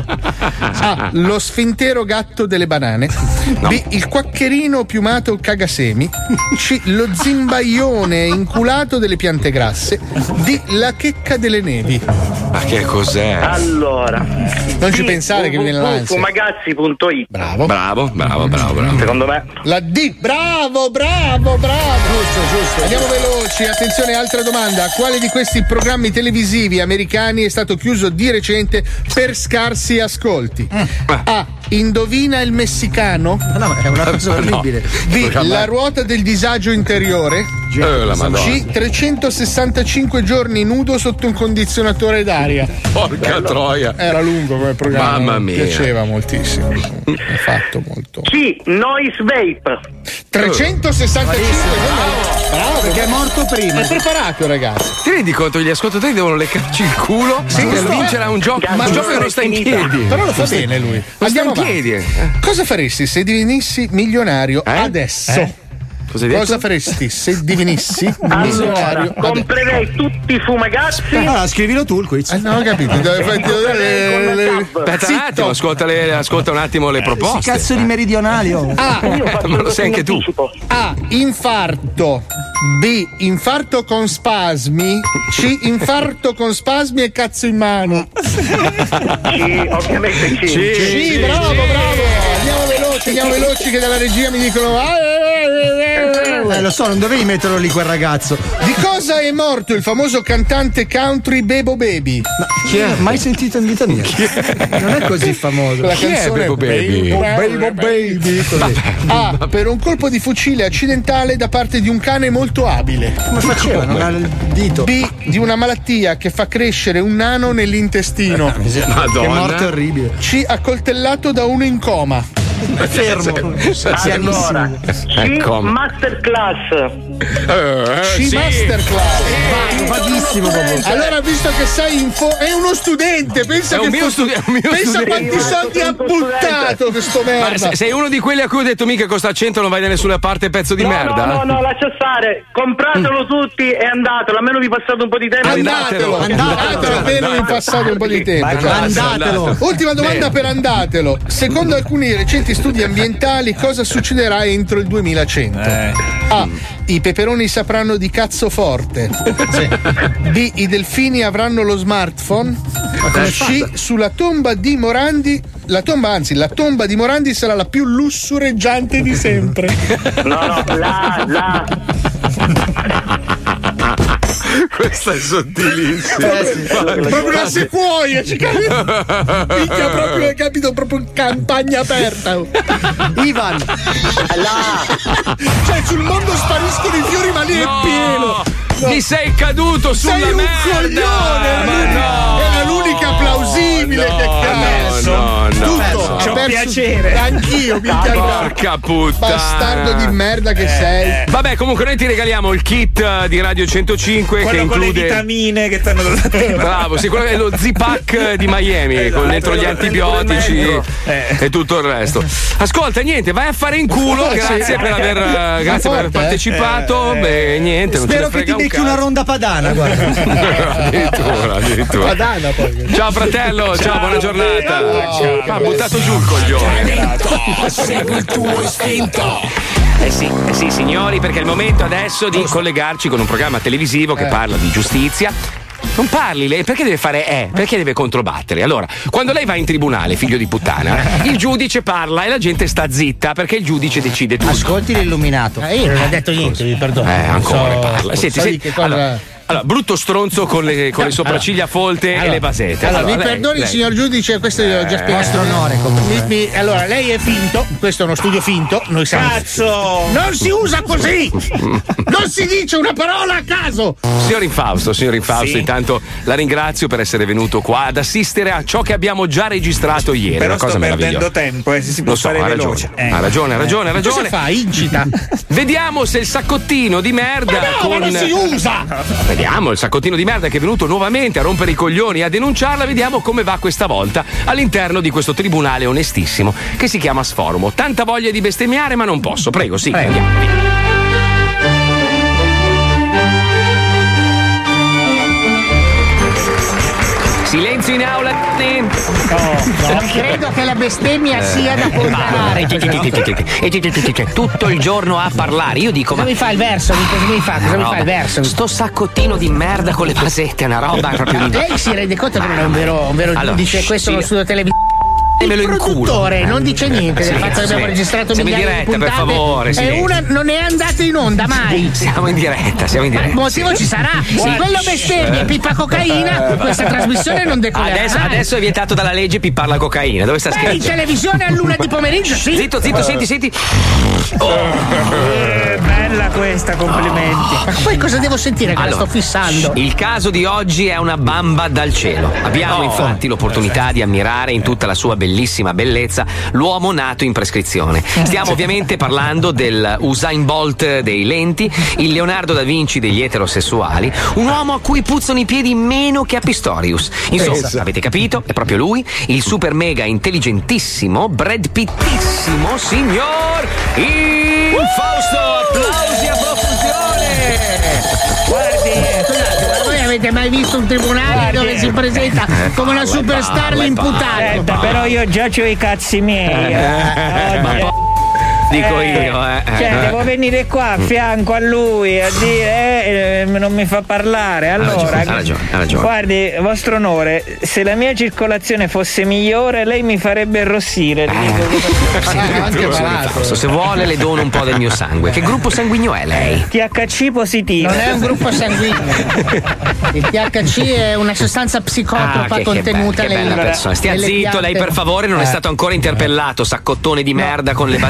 A. Lo sfintero gatto delle banane. B. Il quaccherino piumato cagasemi. C. Lo zimbaione inculato delle piante grasse. D. La checca delle nevi. Ma che cos'è? Allora, Non ci pensare che mi viene l'ansia. fumagazzi punto it. Bravo. Bravo, bravo, bravo, bravo. Secondo me. La D, bravo, bravo, bravo. Giusto, giusto. Andiamo veloci. Attenzione, altra domanda. Quale di questi programmi televisivi americani è stato chiuso di recente per scarsi ascolti? A. Indovina il messicano. No, ma è una cosa orribile. B. La ruota del disagio interiore. Eh, la Madonna. C. trecentosessantacinque giorni nudo sotto un condizionatore d'aria. Porca troia. Era lungo come programma. Mamma mi mia. piaceva moltissimo. È fatto molto. C. Noise Vape. trecentosessantacinque giorni. Bravo, Perché è morto prima. È preparato, ragazzi. Ti rendi conto che gli ascoltatori devono leccarci il culo per giusto, vincere a un gioco, Cazzo, ma un gioco che non sta in finita. piedi. Però lo fa bene lui. Non sta Andiamo in avanti. piedi. Eh? Cosa faresti se divenissi milionario Eh? adesso? Eh? Cosa hai detto? Cosa faresti se divenissi Allora, milionario adesso? comprerei tutti i fumagazzi. Allora, scrivilo tu il quiz. Eh, non ho capito. Dove fai le, le, le... Aspetta un attimo, ascolta, le- ascolta un attimo le Sti proposte. cazzo di meridionali. oh. A. Ma lo sai anche tu. A. Infarto. B. Infarto con spasmi. C. Infarto con spasmi e cazzo in mano. Sì, ovviamente sì. Sì, Sì, sì, bravo, sì. bravo. Andiamo veloci, andiamo veloci che dalla regia mi dicono. "Ah, eh, eh, eh, Eh, lo so, non dovevi metterlo lì quel ragazzo. Di cosa è morto il famoso cantante country Bebo Baby? Chi è? Mai sentito in vita mia. Non è così famoso. La Chi è canzone Bebo Baby? Bebo Baby. Così. A. Per un colpo di fucile accidentale da parte di un cane molto abile. Come faceva? Non ha il dito. B. Di una malattia che fa crescere un nano nell'intestino. Che Madonna. morte orribile. C. Accoltellato da uno in coma. È fermo. Allora, C. Ecco. Masterclass. Eh, Sci sì. Masterclass. Vagissimo proprio. Allora, visto che sei in fo- è uno studente, pensa È che un mio fo- studi- è un mio pensa studente. quanti soldi ha buttato questo Ma merda. se- sei uno di quelli a cui ho detto mica costa cento, non vai da nessuna parte, pezzo di no, merda? No, no, no, lascia stare. Compratelo tutti e andatelo. Almeno vi passate un po' di tempo. Andatelo, andatelo, almeno vi passate un po' di tempo. Andatelo. Andatelo. Ultima domanda Bene. per Andatelo. Secondo alcuni recenti studi ambientali, cosa succederà entro il duemilacento? A. I peperoni sapranno di cazzo forte. B. I delfini avranno lo smartphone. C. Sulla tomba di Morandi, la tomba, anzi, la tomba di Morandi sarà la più lussureggiante di sempre. No, no, la, la. Questa è sottilissima. Proprio una sequoia, ci capito? Minchia, proprio, capito? Proprio in campagna aperta. Ivan. Cioè, sul mondo spariscono i fiori, ma lì è No! pieno. No. Mi sei caduto sulla Sei un merda! coglione, Ma l'unica- no! era l'unica plausibile no, che cazzo. no, no, Tutto, no. ha C'ho perso- piacere. Anch'io, minchia. Porca puttana! Bastardo di merda che sei. Vabbè, comunque noi ti regaliamo il kit eh, di Radio centocinque Quello che con le include. vitamine che ti hanno dato prima. Bravo, sì, quello è lo Z-Pack di Miami, con dentro gli antibiotici e tutto il resto. Ascolta, niente, vai a fare in culo. Grazie per aver, eh, grazie per aver partecipato. Beh, niente, non Spero ce ne che ti frega un becchi una cazzo. ronda padana, guarda. addirittura, addirittura. Padana, poi. Ciao fratello, ciao, buona giornata. Ciao. Ha buttato giù il coglione. Segui il tuo istinto. Eh sì, eh sì, signori, perché è il momento adesso di collegarci con un programma televisivo che parla di giustizia. Non parli lei, perché deve fare eh? Perché deve controbattere? Allora, quando lei va in tribunale, figlio di puttana, il giudice parla e la gente sta zitta perché il giudice decide tutto. Ascolti l'illuminato. Eh, io non ho detto niente, vi perdono. Eh, ancora So- parla. Senti, so senti, di che cosa- allora, allora, brutto stronzo con le, con le sopracciglia folte e le basette. Allora, mi lei- perdoni, lei- signor giudice, questo io ho già spiegato. Vostro onore, comunque. Mi- mi- allora, lei è finto, questo è uno studio finto. Noi siamo. Cazzo! Non si usa così! Non si dice una parola a caso! Signor Infausto, signor Infausto, Sì. intanto la ringrazio per essere venuto qua ad assistere a ciò che abbiamo già registrato ieri. Però una cosa sto meravigliosa. perdendo tempo, eh, se si può Lo so, fare ha veloce. ragione. Eh. Ha ragione, ha ragione, ha ragione. Cosa fa? Incita. Vediamo se il saccottino di merda Ma no, con. ma non si usa! Vediamo il saccottino di merda che è venuto nuovamente a rompere i coglioni e a denunciarla, vediamo come va questa volta all'interno di questo tribunale onestissimo che si chiama Sforumo. Tanta voglia di bestemmiare, ma non posso. Prego, sì, andiamo. via. Silenzio in aula. Non credo che la bestemmia sia da ponderare. Tutto il giorno a parlare. Io dico, Cosa ma mi fa il verso? Cosa mi fa? Cosa mi fa il verso? sto saccottino di merda con le basette è una roba proprio di. Lei si rende conto che non è un vero, un vero Allora, giudice, questo è uno sì. studio televisivo. Me lo Il inculo. produttore non dice niente Sì, del fatto che abbiamo sì. registrato Siamo in migliaia di diretta, per puntate favore, e silenzio. una non è andata in onda mai. Siamo in diretta, siamo in Ma il diretta. motivo ci sarà. Se quello bestemmia e pippa cocaina, questa trasmissione non decollerà. Adesso, mai. adesso è vietato dalla legge pippare la cocaina. Dove sta Beh, in scritto? televisione a luna di pomeriggio, sì. Zitto, zitto, senti, senti. Eh, bella questa, complimenti. Ma poi cosa devo sentire che Allora, la sto fissando? Il caso di oggi è una bamba dal cielo. Abbiamo infatti l'opportunità di ammirare in tutta la sua bellissima bellezza l'uomo nato in prescrizione. Stiamo ovviamente parlando del Usain Bolt dei lenti, il Leonardo da Vinci degli eterosessuali, un uomo a cui puzzano i piedi meno che a Pistorius. Insomma, Pensa. avete capito? È proprio lui, il super mega intelligentissimo, Brad Pittissimo signor Infausto. Applausi a profusione. Guardi, scusate, ma voi avete mai visto un tribunale dove si presenta come una superstar l'imputato? Aspetta, però io già c'ho i cazzi miei. eh. Ma po- dico Eh, io, eh. Cioè, eh. devo venire qua a fianco a lui a dire eh, eh, non mi fa parlare. Allora, ragione, ha ragione, ha ragione. guardi, vostro onore, se la mia circolazione fosse migliore, lei mi farebbe arrossire. Eh. Le dico- Sì, anche signor malato. Infausto, se vuole le dono un po' del mio sangue. Che gruppo sanguigno è lei? T H C positivo. Non è un gruppo sanguigno. Il T H C è una sostanza psicotropa Ah, che, che contenuta bella, che bella nelle, persona. Stia nelle zitto, lei piante. per favore non è Eh. stato ancora interpellato, saccottone di merda con le basette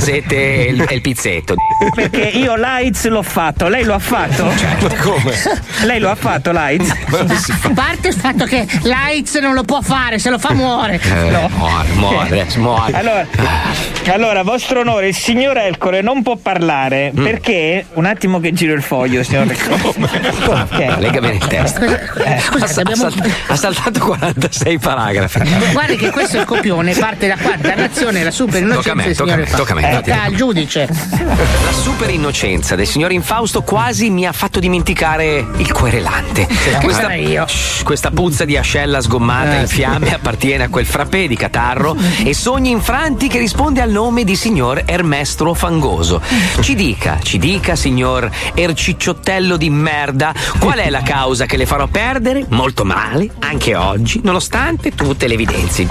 e il, e il pizzetto. Perché io l'AIDS l'ho fatto, lei lo ha fatto? Certo, come? Lei lo ha fatto l'AIDS? A parte il fatto che l'AIDS non lo può fare, se lo fa muore. Eh, No. Muore, muore, muore. Allora, allora, vostro onore, il signor Ercole non può parlare Mm. perché. Un attimo che giro il foglio, signor Ercole. Lega bene il testo. Eh, scusate, ha, abbiamo- salt- ha saltato quarantasei paragrafi. Guardi che questo è il copione, parte da qua, dannazione, la super Tocca a me, innocenza del tocca a signore me, tocca a me, Fausto. infatti. Eh, al giudice. La super innocenza del signor Infausto quasi mi ha fatto dimenticare il querelante. Questa, Shh, questa puzza di ascella sgommata Eh, in sì. fiamme appartiene a quel frappè di catarro e sogni infranti che risponde al nome di signor Ermestro Fangoso. Ci dica, ci dica, signor Ercicciottello di merda, qual è la causa che le farò perdere molto male anche oggi, nonostante tutte le evidenze.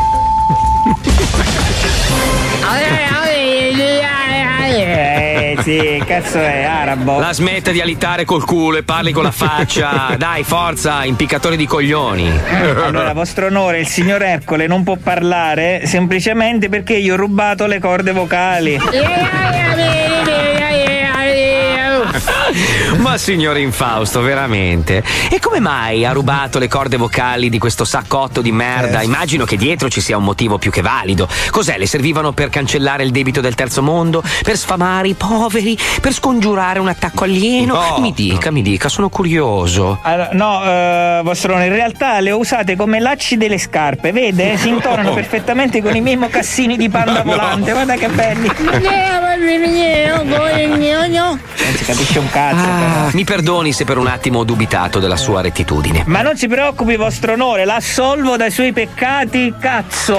Eh sì, cazzo è arabo. La smetta di alitare col culo e parli con la faccia. Dai, forza, impiccatore di coglioni. Allora, vostro onore, il signor Ercole non può parlare semplicemente perché gli ho rubato le corde vocali. Ma signor Infausto, veramente? E come mai ha rubato le corde vocali di questo saccotto di merda? Immagino che dietro ci sia un motivo più che valido. Cos'è? Le servivano per cancellare il debito del terzo mondo? Per sfamare i poveri? Per scongiurare un attacco alieno? No. Mi dica, mi dica, sono curioso. Allora, no, eh, vostro onore, in realtà le ho usate come lacci delle scarpe, vede? Si intonano perfettamente con i miei mocassini di panda volante, guarda che belli. Non si capisce un cazzo. Ah, mi perdoni se per un attimo ho dubitato della sua rettitudine. Ma non si preoccupi, vostro onore, l'assolvo dai suoi peccati, cazzo.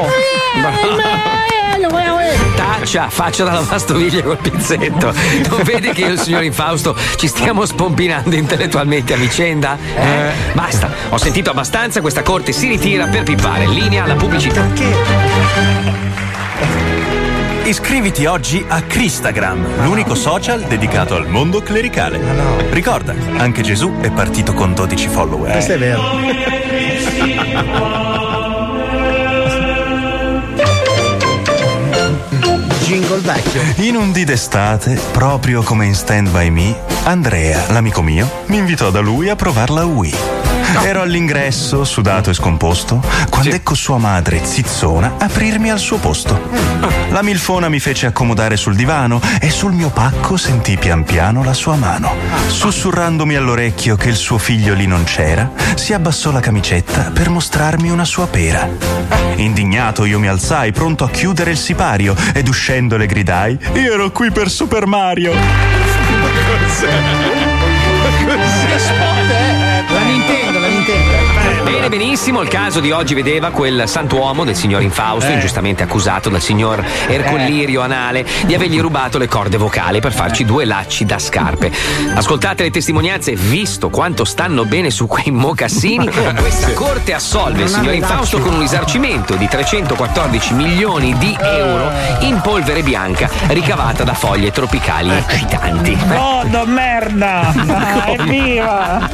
Taccia, faccia da lavastoviglie col pizzetto. Non vede che io e il signor Infausto ci stiamo spompinando intellettualmente a vicenda? Eh? Basta, ho sentito abbastanza, questa corte si ritira per pippare. Linea alla pubblicità. Iscriviti oggi a Cristagram, l'unico social dedicato al mondo clericale. Ricorda, anche Gesù è partito con dodici follower. Questo è vero. Jingle vecchio. In un dì d'estate, proprio come in Stand By Me, Andrea, l'amico mio, mi invitò da lui a provare la Wii. Ero all'ingresso, sudato e scomposto, quando ecco sua madre, zizzona, aprirmi al suo posto. La milfona mi fece accomodare sul divano e sul mio pacco sentii pian piano la sua mano. Sussurrandomi all'orecchio che il suo figlio lì non c'era, si abbassò la camicetta per mostrarmi una sua pera. Indignato io mi alzai, pronto a chiudere il sipario, ed uscendo le gridai: io ero qui per Super Mario. La Nintendo, la Nintendo. Bene, benissimo, il caso di oggi vedeva quel santuomo del signor Infausto, Eh. ingiustamente accusato dal signor Ercollirio Anale di avergli rubato le corde vocali per farci due lacci da scarpe. Ascoltate le testimonianze, visto quanto stanno bene su quei mocassini, questa corte assolve il Non signor ha le Infausto lacci. con un risarcimento di trecentoquattordici milioni di euro in polvere bianca ricavata da foglie tropicali eccitanti. Oh, do merda! Ah, evviva!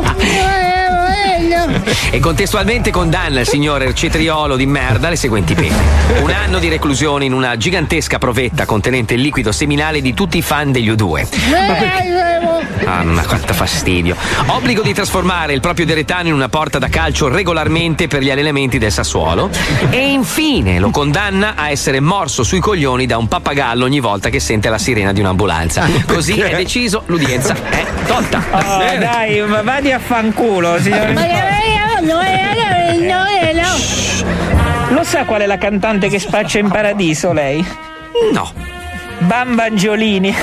E contestualmente condanna il signor Cetriolo di merda le seguenti pene: un anno di reclusione in una gigantesca provetta contenente il liquido seminale di tutti i fan degli U due. Ah, ma quanto fastidio. Obbligo di trasformare il proprio deretano in una porta da calcio regolarmente per gli allenamenti del Sassuolo. E infine lo condanna a essere morso sui coglioni da un pappagallo ogni volta che sente la sirena di un'ambulanza. Così è deciso, l'udienza è tolta. Oh, dai, ma vadi a fanculo, signor. Lo sa qual è la cantante che spaccia in paradiso, lei? No. Bamba Angiolini.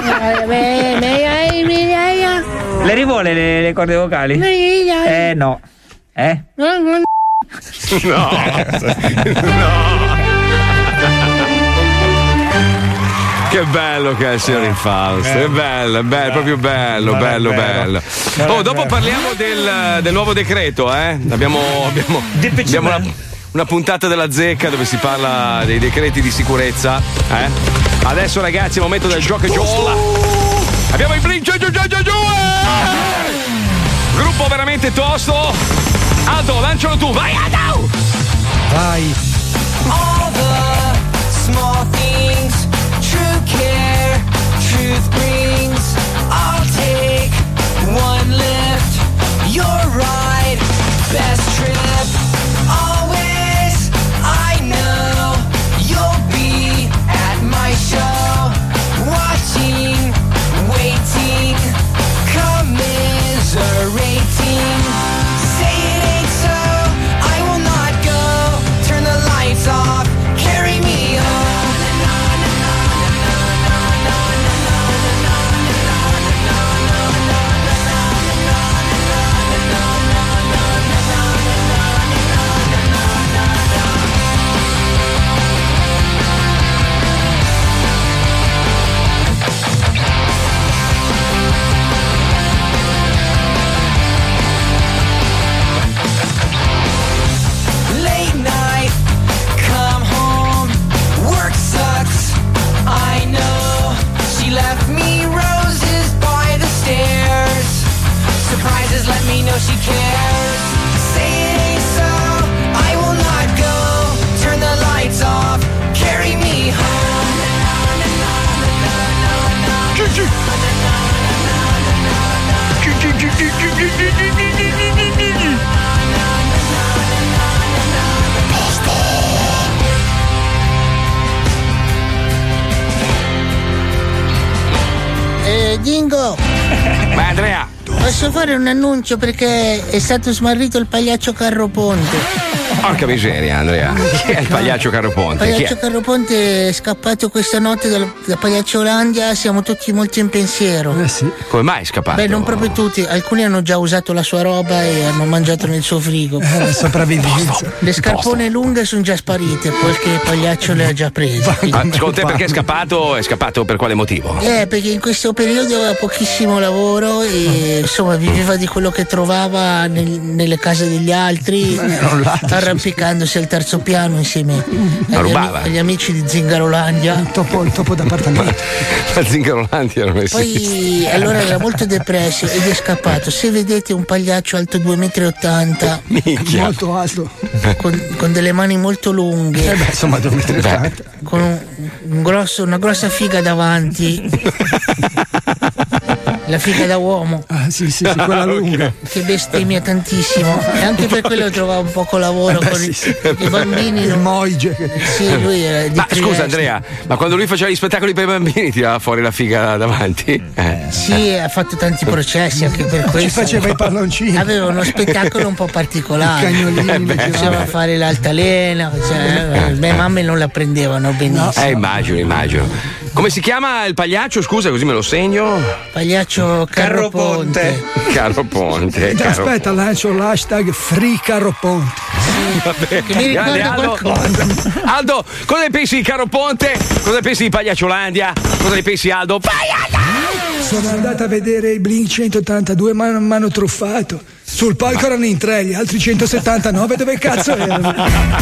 Le rivuole le, le corde vocali? Eh no. Eh? No. Che bello che è il signor Infausto, è bello, è bello, è proprio bello, Non è bello, vero. bello. Non è Oh, dopo vero. parliamo del, del nuovo decreto, eh? Abbiamo, abbiamo, abbiamo una, una puntata della zecca dove si parla dei decreti di sicurezza, eh? Adesso ragazzi è il momento del gioco e giola. Abbiamo il blink, giù, giù, giù, giù, giù, eh! Gruppo veramente tosto. Aldo, lancialo tu, vai Aldo! Vai. All the small things, true care Eh, Dingo! Ma Andrea! Posso fare un annuncio perché è stato smarrito il pagliaccio Carroponte. Porca miseria, Andrea. Chi è il pagliaccio Carroponte? Il Chi pagliaccio è? Carroponte è scappato questa notte dal, da Pagliaccio Olandia, siamo tutti molto in pensiero. Eh sì. Come mai è scappato? Beh, non proprio tutti, alcuni hanno già usato la sua roba e hanno mangiato nel suo frigo. Eh, la sopravvivenza. Le scarpone lunghe sono già sparite, poiché il pagliaccio le ha già prese. Ma secondo te perché è scappato? È scappato per quale motivo? Eh, perché in questo periodo aveva pochissimo lavoro e insomma viveva di quello che trovava nel- nelle case degli altri, arrampicandosi al terzo piano insieme agli, rubava. ami- agli amici di Zingarolandia. Il topo, il topo d'appartamento. La Zingarolandia non esiste. Poi allora era molto depresso ed è scappato. Se vedete un pagliaccio alto due virgola ottanta metri, Minchia. Molto alto. con, con delle mani molto lunghe, Eh beh, insomma, due virgola ottanta. con un, un grosso, una grossa figa davanti. La figa da uomo. Ah, sì, sì, sì, quella lunga. Che bestemmia tantissimo. E anche per quello trovava un poco lavoro Eh beh, con sì, i, sì. i bambini. Il Moige. Sì, lui era di Ma Trieste. scusa Andrea, ma quando lui faceva gli spettacoli per i bambini tirava fuori la figa davanti? Eh. Sì, ha fatto tanti processi anche per questo. Ci faceva i palloncini. Aveva uno spettacolo un po' particolare. I cagnolini, Eh beh. Faceva fare l'altalena, cioè, le mie mamme non la prendevano benissimo. Eh, immagino, immagino. Come si chiama il pagliaccio? Scusa, così me lo segno. Pagliaccio Carroponte. Caro Ponte. Caro... Aspetta, lancio l'hashtag Free Carroponte. Vabbè, Che mi ricorda grande Aldo. qualcosa. Aldo, cosa ne pensi di Caro Ponte? Cosa ne pensi di Pagliacciolandia? Cosa ne pensi Aldo? Sono andato a vedere i Blink centottantadue, ma mi hanno truffato. Sul palco erano in tre, gli altri centosettantanove dove cazzo erano?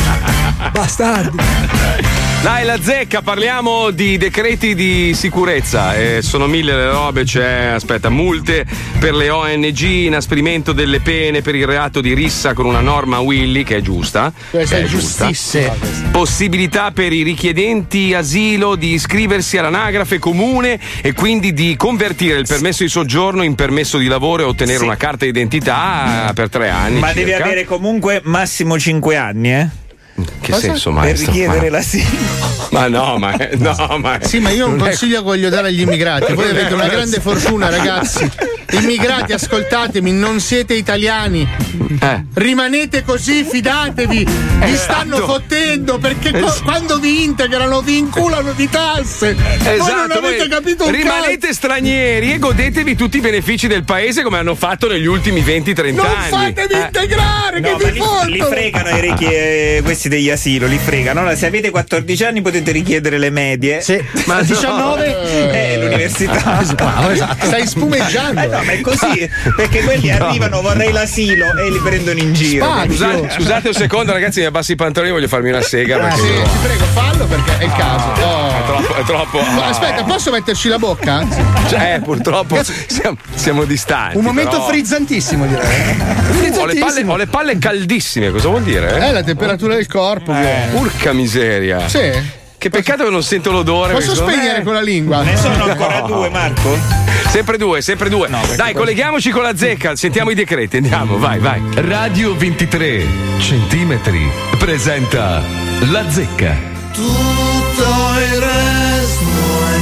Bastardi. Dai, la zecca, parliamo di decreti di sicurezza. Eh, sono mille le robe, c'è, aspetta, multe per le O N G, inasprimento delle pene per il reato di rissa con una norma Willy, che è giusta. Questa che è giusta. giustissima. Possibilità per i richiedenti asilo di iscriversi all'anagrafe comune e quindi di convertire il permesso di soggiorno in permesso di lavoro e ottenere Sì. una carta d'identità per tre anni. Ma circa. devi avere comunque massimo cinque anni, eh? Che Cosa? senso, Per maestro? richiedere Ma- l'asilo. Ma no, ma no, ma Sì, ma io ho un non è- consiglio che voglio dare agli immigrati. Voi avete una grande fortuna, ragazzi. Immigrati, ascoltatemi, non siete italiani. Eh. Rimanete così, fidatevi. Vi stanno Esatto. fottendo perché co- Es- quando vi integrano vi inculano di tasse. Voi non Esatto, avete voi capito un rimanete cazzo. stranieri e godetevi tutti i benefici del paese come hanno fatto negli ultimi venti trenta Non anni. fatevi Eh. integrare, No, che ma vi li, fottono. li fregano i richi- eh, questi degli asilo, li fregano. Allora, se avete quattordici anni potete richiedere le medie. Sì. Ma diciannove? Eh, l'università. Bravo, esatto. Stai spumeggiando. Eh no, ma è così, perché quelli No. arrivano, vorrei l'asilo e li prendono in giro. Spazio. Scusate, scusate un secondo, ragazzi, mi abbassi i pantaloni, voglio farmi una sega. Ah, Perché sì, no. ti prego, fallo perché è il caso. Oh. È troppo, è troppo. Ma ah. aspetta, posso metterci la bocca? Cioè, purtroppo siamo, siamo distanti. Un momento però... frizzantissimo, direi. Ho le, palle, ho le palle caldissime, cosa vuol dire? È la temperatura del corpo. Eh, Urca miseria. Sì. Che peccato che non sento l'odore. Posso perché secondo spegnere me- con la lingua? Ne sono ancora No. due, Marco? Sempre due, sempre due. Dai, colleghiamoci con la zecca, sentiamo i decreti, andiamo, vai, vai. Radio ventitré centimetri presenta La Zecca. Tutto il resto è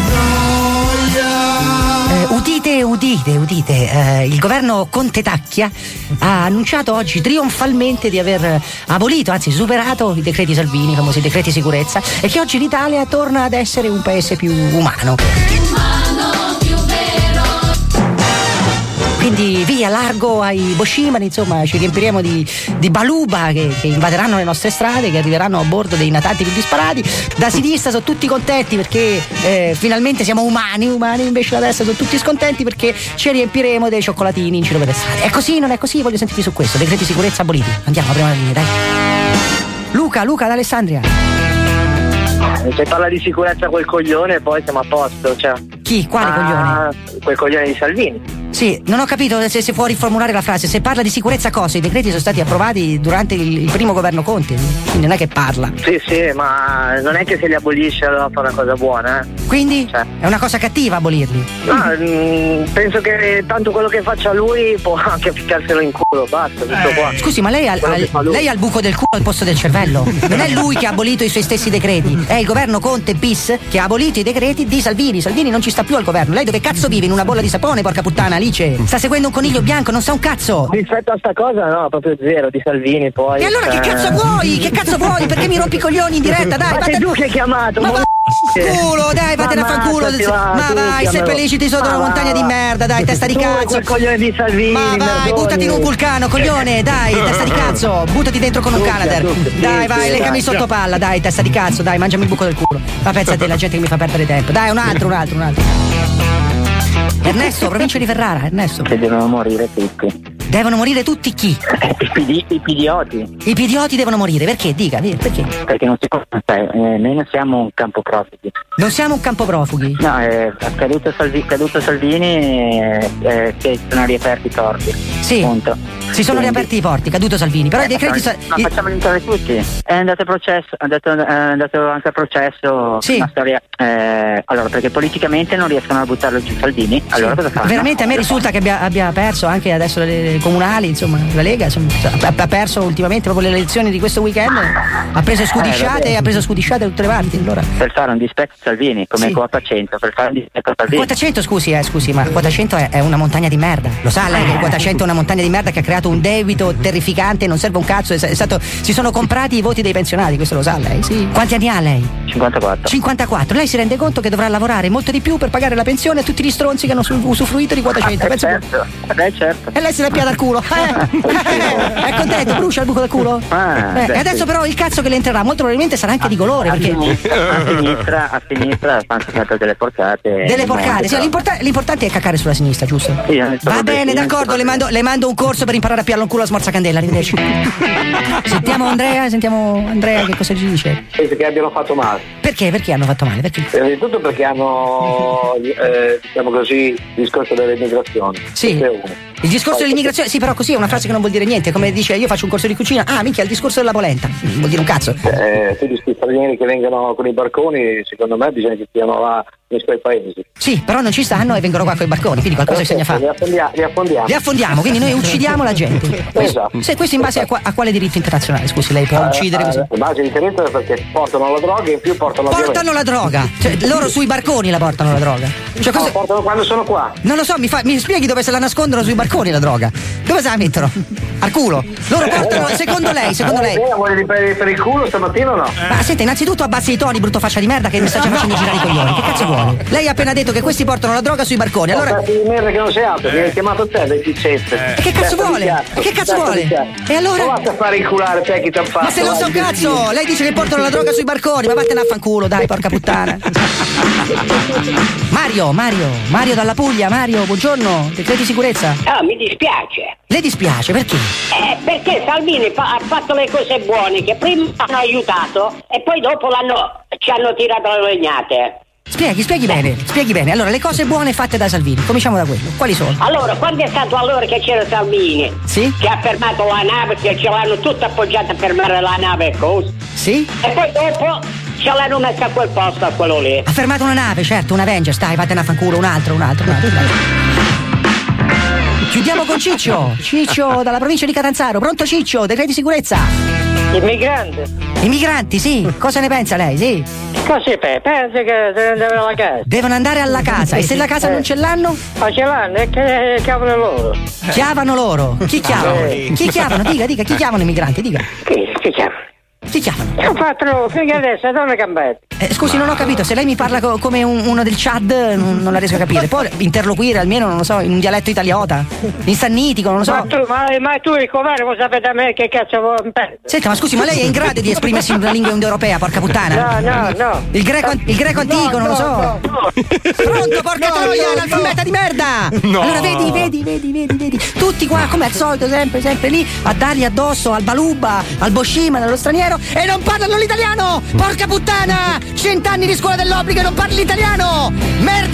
noia. Eh, udite, udite, udite, eh, il governo Conte Tacchia ha annunciato oggi trionfalmente di aver eh, abolito, anzi superato i decreti Salvini, i famosi decreti sicurezza, e che oggi l'Italia torna ad essere un paese più umano. Quindi via largo ai Boschimani, insomma ci riempiremo di, di baluba che, che invaderanno le nostre strade, che arriveranno a bordo dei natanti più disparati. Da sinistra sono tutti contenti perché eh, finalmente siamo umani, umani, invece da destra sono tutti scontenti perché ci riempiremo dei cioccolatini in giro per le strade. È così, non è così? Voglio sentirvi su questo. Decreti sicurezza aboliti. Andiamo, apriamo la linea, dai. Luca, Luca, da Alessandria. Se parla di sicurezza quel coglione, poi siamo a posto. Cioè. Chi? Quale ah, coglione? Quel coglione di Salvini. Sì, non ho capito se si può riformulare la frase. Se parla di sicurezza cosa? I decreti sono stati approvati durante il, il primo governo Conte, quindi non è che parla. Sì, sì, ma non è che se li abolisce allora fa una cosa buona, eh. Quindi? Cioè. È una cosa cattiva abolirli? No, mh, penso che tanto quello che faccia lui può anche ficcarselo in culo, basta, tutto qua. Scusi, ma lei ha, ha, lei ha il buco del culo al posto del cervello? Non è lui che ha abolito i suoi stessi decreti, è il governo Conte bis che ha abolito i decreti di Salvini. Salvini non ci sta più al governo. Lei dove cazzo vive? In una bolla di sapone, porca puttana, Alice? Sta seguendo un coniglio bianco, non sa un cazzo. Rispetto a sta cosa no, proprio zero, di Salvini poi. E allora che cazzo vuoi? Che cazzo vuoi? Perché mi rompi i coglioni in diretta? Dai, ma sei tu che hai chiamato? Ma va culo, dai, vattene a fanculo. Ma vai, seppelliciti sotto una montagna di merda, dai, testa di cazzo. Coglione di Salvini. Ma vai, buttati in un vulcano, coglione, dai, testa di cazzo. Buttati dentro con un Canadair. Dai, vai, legami sotto palla, dai, testa di cazzo, dai, mangiami il buco del culo. Ma pensa a te, la gente che mi fa perdere tempo. Dai, un altro, un altro, un altro. Ernesto, provincia di Ferrara, Ernesto. Che devono morire tutti. Devono morire tutti chi? I, pidi, i pidioti. I pidioti devono morire, perché? Dica, perché? Perché non si può, eh, noi non siamo un campo profughi. Non siamo un campo profughi? No, è caduto, Salvi, caduto Salvini e eh, si sono riaperti i porti. Sì, punto. Si sono Quindi, riaperti i porti, caduto Salvini, però eh, i decreti... Ma, ma facciamo entrare tutti. È andato a processo, è andato, è andato anche a processo. Sì. Una storia... Eh, allora, perché politicamente non riescono a buttarlo giù Salvini, allora sì. Cosa fanno? Veramente a me risulta che abbia, abbia perso anche adesso le comunali, insomma, la Lega, insomma, ha perso ultimamente proprio le elezioni di questo weekend, ha preso scudisciate, eh, ha preso scudisciate da tutte le parti. Allora. Per fare un dispetto a Salvini, come sì. Quota cento, per fare un dispetto a Salvini. Quota cento, scusi, eh, scusi, ma quota cento è, è una montagna di merda. Lo sa lei che quota cento è una montagna di merda che ha creato un debito terrificante, non serve un cazzo, è stato, si sono comprati i voti dei pensionati, questo lo sa lei, sì. Quanti anni ha lei? cinquantaquattro. cinquantaquattro. Lei si rende conto che dovrà lavorare molto di più per pagare la pensione a tutti gli stronzi che hanno usufruito di quota cento. Ah, eh, certo. Eh, certo. E lei se ne piada al culo. Eh, eh, è contento, brucia il buco del culo? Ah, eh, beh, e adesso sì. Però il cazzo che le entrerà molto probabilmente sarà anche di colore. A Perché... sinistra, a sinistra, a sinistra fanno fatto delle porcate. Delle porcate, sì, l'importa- l'importante è caccare sulla sinistra, giusto? Sì, va bene, d'accordo, le mando, le mando un corso per imparare a piarlo il culo a smorzacandela, arrivederci. Sentiamo Andrea, sentiamo Andrea che cosa ci dice. Penso che abbiano fatto male. Perché? Perché hanno fatto male? Perché? Prima di tutto perché hanno, eh, diciamo così, il discorso delle migrazioni. Sì. Il discorso dell'immigrazione, sì, però così è una frase che non vuol dire niente. Come dice io faccio un corso di cucina, ah, minchia, il discorso della polenta. Non vuol dire un cazzo. Eh, tutti questi stranieri che vengono con i barconi, secondo me bisogna che stiano là nei suoi paesi. Sì, però non ci stanno e vengono qua con i barconi, quindi qualcosa okay, bisogna fare. Li affondiamo, li affondiamo. Li affondiamo, quindi noi uccidiamo la gente. Esatto. Se questo in base a, qua, a quale diritto internazionale, scusi, lei può uccidere così? In base di diritto perché portano la droga e in più portano la Portano la droga, cioè loro sui barconi la portano la droga. Cioè, no, cosa... portano quando sono qua. Non lo so, mi, fa, mi spieghi dove se la nascondono sui barconi la droga? Dove se la mettono? Al culo? Loro portano, secondo lei, secondo lei. Eh, vuoi per, per il culo stamattina o no? Ma senta, innanzitutto abbassi i toni, brutto faccia di merda, che mi sta già facendo girare i coglioni. Che cazzo vuole? Lei ha appena detto che questi portano la droga sui barconi, allora. di merda che non sei altro, mi hai chiamato te dai piccette. E che cazzo vuole? E che cazzo vuole? E allora? Ma basta fare inculare te chi t'ha fatto. Ma se non so cazzo! Lei dice che portano la droga sui barconi, ma vattene a fanculo, dai, porca puttana. Mario, Mario, Mario dalla Puglia, Mario, buongiorno, decreti di sicurezza. Ah, mi dispiace. Le dispiace, perché? Eh, perché Salvini fa- ha fatto le cose buone che prima hanno aiutato e poi dopo l'hanno ci hanno tirato le legnate. Spieghi, spieghi bene, spieghi bene. Allora, le cose buone fatte da Salvini, cominciamo da quello. Quali sono? Allora, quando è stato allora che c'era Salvini? Sì? Che ha fermato la nave, che ce l'hanno tutto appoggiato a fermare la nave e cose. Sì? E poi dopo ce l'hanno messo a quel posto, a quello lì. Ha fermato una nave, certo, un Avengers, dai, vattene a fanculo, un altro, un altro, un altro. Un altro. Chiudiamo con Ciccio, Ciccio dalla provincia di Catanzaro. Pronto Ciccio, decreti di sicurezza. I migranti. I migranti, sì. Cosa ne pensa lei, sì? Così, pe, pensa che devono andare alla casa. Devono andare alla casa. E se la casa eh. non ce l'hanno? Ma ce l'hanno, e che chiamano loro. Chiamano loro? Chi chiamano? Eh. Chi chiamano? Dica, dica, chi chiamano i migranti? Dica. Chi, chi chiama? Chi chiamano? Ho fatto finché adesso, donna Gambetti. Eh, scusi, non ho capito, se lei mi parla co- come un, uno del Chad non, non la riesco a capire. Può interloquire almeno, non lo so, in un dialetto italiota, in sannitico, non lo so. Ma tu, ma, ma tu il governo lo sapete a me che cazzo vuoi? Senta, ma scusi, ma lei è in grado di esprimersi in una lingua indoeuropea, porca puttana? No, no, no. Il greco, il greco antico, no, non lo so. No, no. Pronto, porca no, troia, no, analfabeta no. di merda! No. Allora vedi, vedi, vedi, vedi, vedi. Tutti qua, come al solito, sempre, sempre lì, a dargli addosso al Baluba, al Boshiman, allo straniero, e non parlano l'italiano! Porca puttana! Cent'anni di scuola dell'obbligo e non parli l'italiano! Merda! Io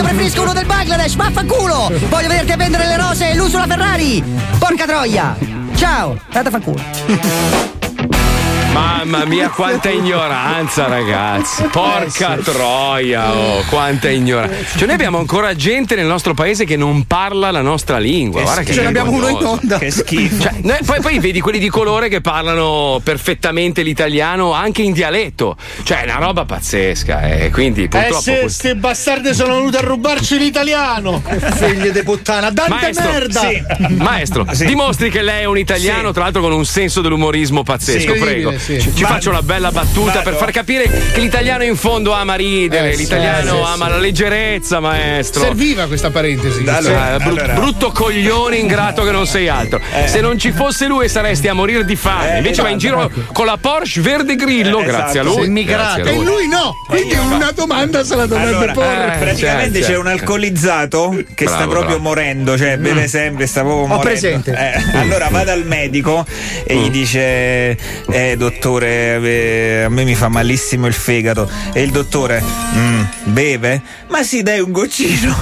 preferisco uno del Bangladesh, vaffanculo! Voglio vederti a vendere le rose e l'uso la Ferrari! Porca troia! Ciao, andate a fanculo. Mamma mia, quanta ignoranza, ragazzi. Porca Eh, sì. troia, oh, quanta ignoranza. Cioè, noi abbiamo ancora gente nel nostro paese che non parla la nostra lingua. Guarda che Ce ne abbiamo uno in vergognoso. onda. Che schifo. Cioè, noi- poi, poi vedi quelli di colore che parlano perfettamente l'italiano anche in dialetto. Cioè, è una roba pazzesca. E quindi Eh purtroppo. se ste bastarde sono venute a rubarci l'italiano. Figlie di puttana, dante Maestro, merda! sì. Maestro, Sì. dimostri che lei è un italiano, Sì. tra l'altro con un senso dell'umorismo pazzesco, Sì. prego. Sì. Ci, ci Vado. faccio una bella battuta Vado. per far capire che l'italiano in fondo ama ridere, Eh, sì, l'italiano sì, ama sì. la leggerezza, maestro. Serviva questa parentesi. Eh, bru- brutto coglione ingrato che non sei altro. Eh. Se non ci fosse lui saresti a morir di fame. Eh, Invece va in esatto. giro con la Porsche verde grillo, Eh, grazie esatto. a lui. Sei Grazie a E lui. lui no, quindi una domanda se la dovrebbe Allora, porre. eh, praticamente certo, c'è un certo. alcolizzato che Bravo, sta proprio bravo. morendo, cioè beve sempre, sta proprio Ho morendo. presente. Eh, allora va dal medico e Mm. gli dice: Eh, dottore, eh, a me mi fa malissimo il fegato. E il dottore: "Mm, beve? Ma sì, dai un goccino."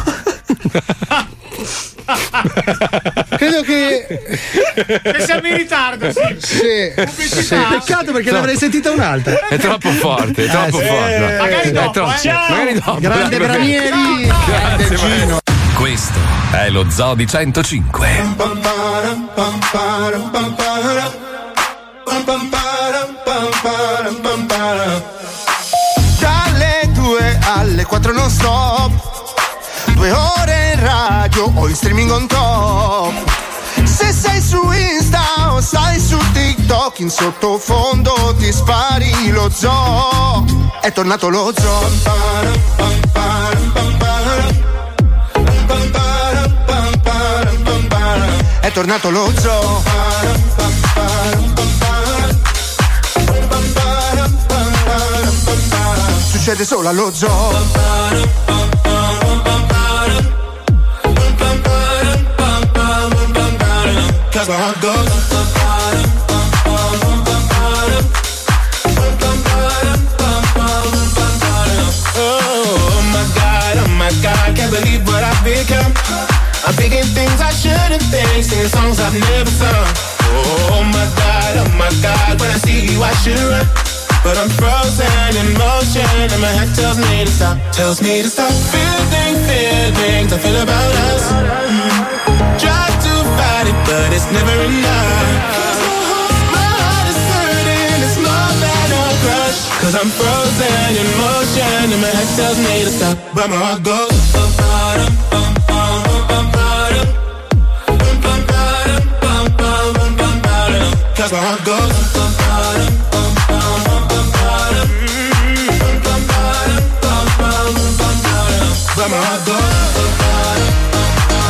Credo che. Che siamo in ritardo, sì. Sì. Pubblicità. Peccato perché l'avrei sentita un'altra. È troppo forte, è troppo sì. forte. Magari È dopo, troppo- eh. Ciao. Magari dopo. Grande dai, perché- Branieri. Grazie, maestro. Questo è lo Zoo di centocinque. Dalle due alle quattro non stop, due ore in radio o in streaming on top. Se sei su Insta o stai su TikTok, in sottofondo ti spari lo zoo. È tornato lo zoo. È tornato lo zoo. Succede solo allo zoo. Cause my heart goes. Oh my God, oh my God, can't believe what I've become. I'm thinking things I shouldn't think, singing songs I've never sung. Oh my God, oh my God, when I see you I should run, but I'm frozen in motion and my head tells me to stop, tells me to stop. Feeling, feelings I feel about us. Try to fight it, but it's never enough. My heart is hurting, it's more than a crush. Cause I'm frozen in motion and my head tells me to stop, but my heart goes. Cause my heart goes. But my heart goes.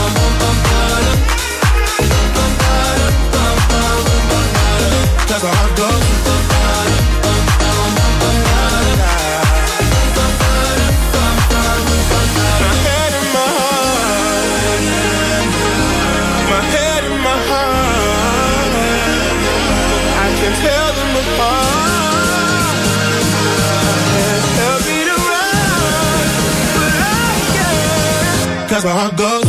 Cause my heart goes. My head and my heart. My head and my heart. I can tell them apart. Tell me to run, but I can't. Cause my heart goes.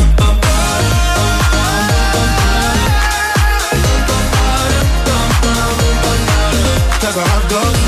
Cause my heart goes.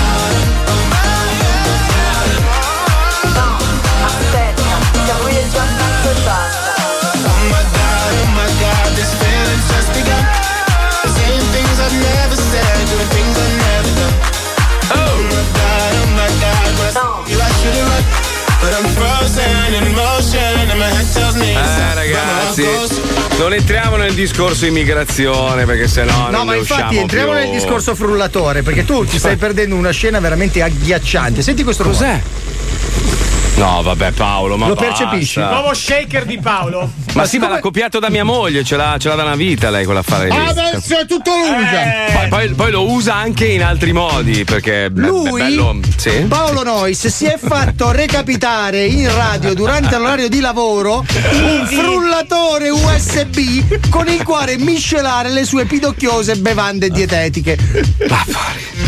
Oh my God, oh my God, this feeling's just begun. Saying things I've never said, doing things I've never done. Oh my God, oh my God, when I see you I should've run, but I'm frozen in motion and my head tells me to Eh stop. ragazzi, But my heart goes. non entriamo nel discorso immigrazione perché sennò No, non ma ne infatti usciamo entriamo più. nel discorso frullatore, perché tu ti stai perdendo una scena veramente agghiacciante. Senti questo rumore. Cos'è? No, vabbè, Paolo, ma Lo basta. percepisci? Nuovo shaker di Paolo. Ma sì, ma l'ha copiato da mia moglie, ce l'ha, ce l'ha da una vita lei quell'affare lì. Adesso è tutto usa. Poi, poi- poi lo usa anche in altri modi perché è be- Lui, bello. Sì? Paolo Nois, si è fatto recapitare in radio durante l'orario di lavoro un frullatore U S B con il quale miscelare le sue pidocchiose bevande dietetiche.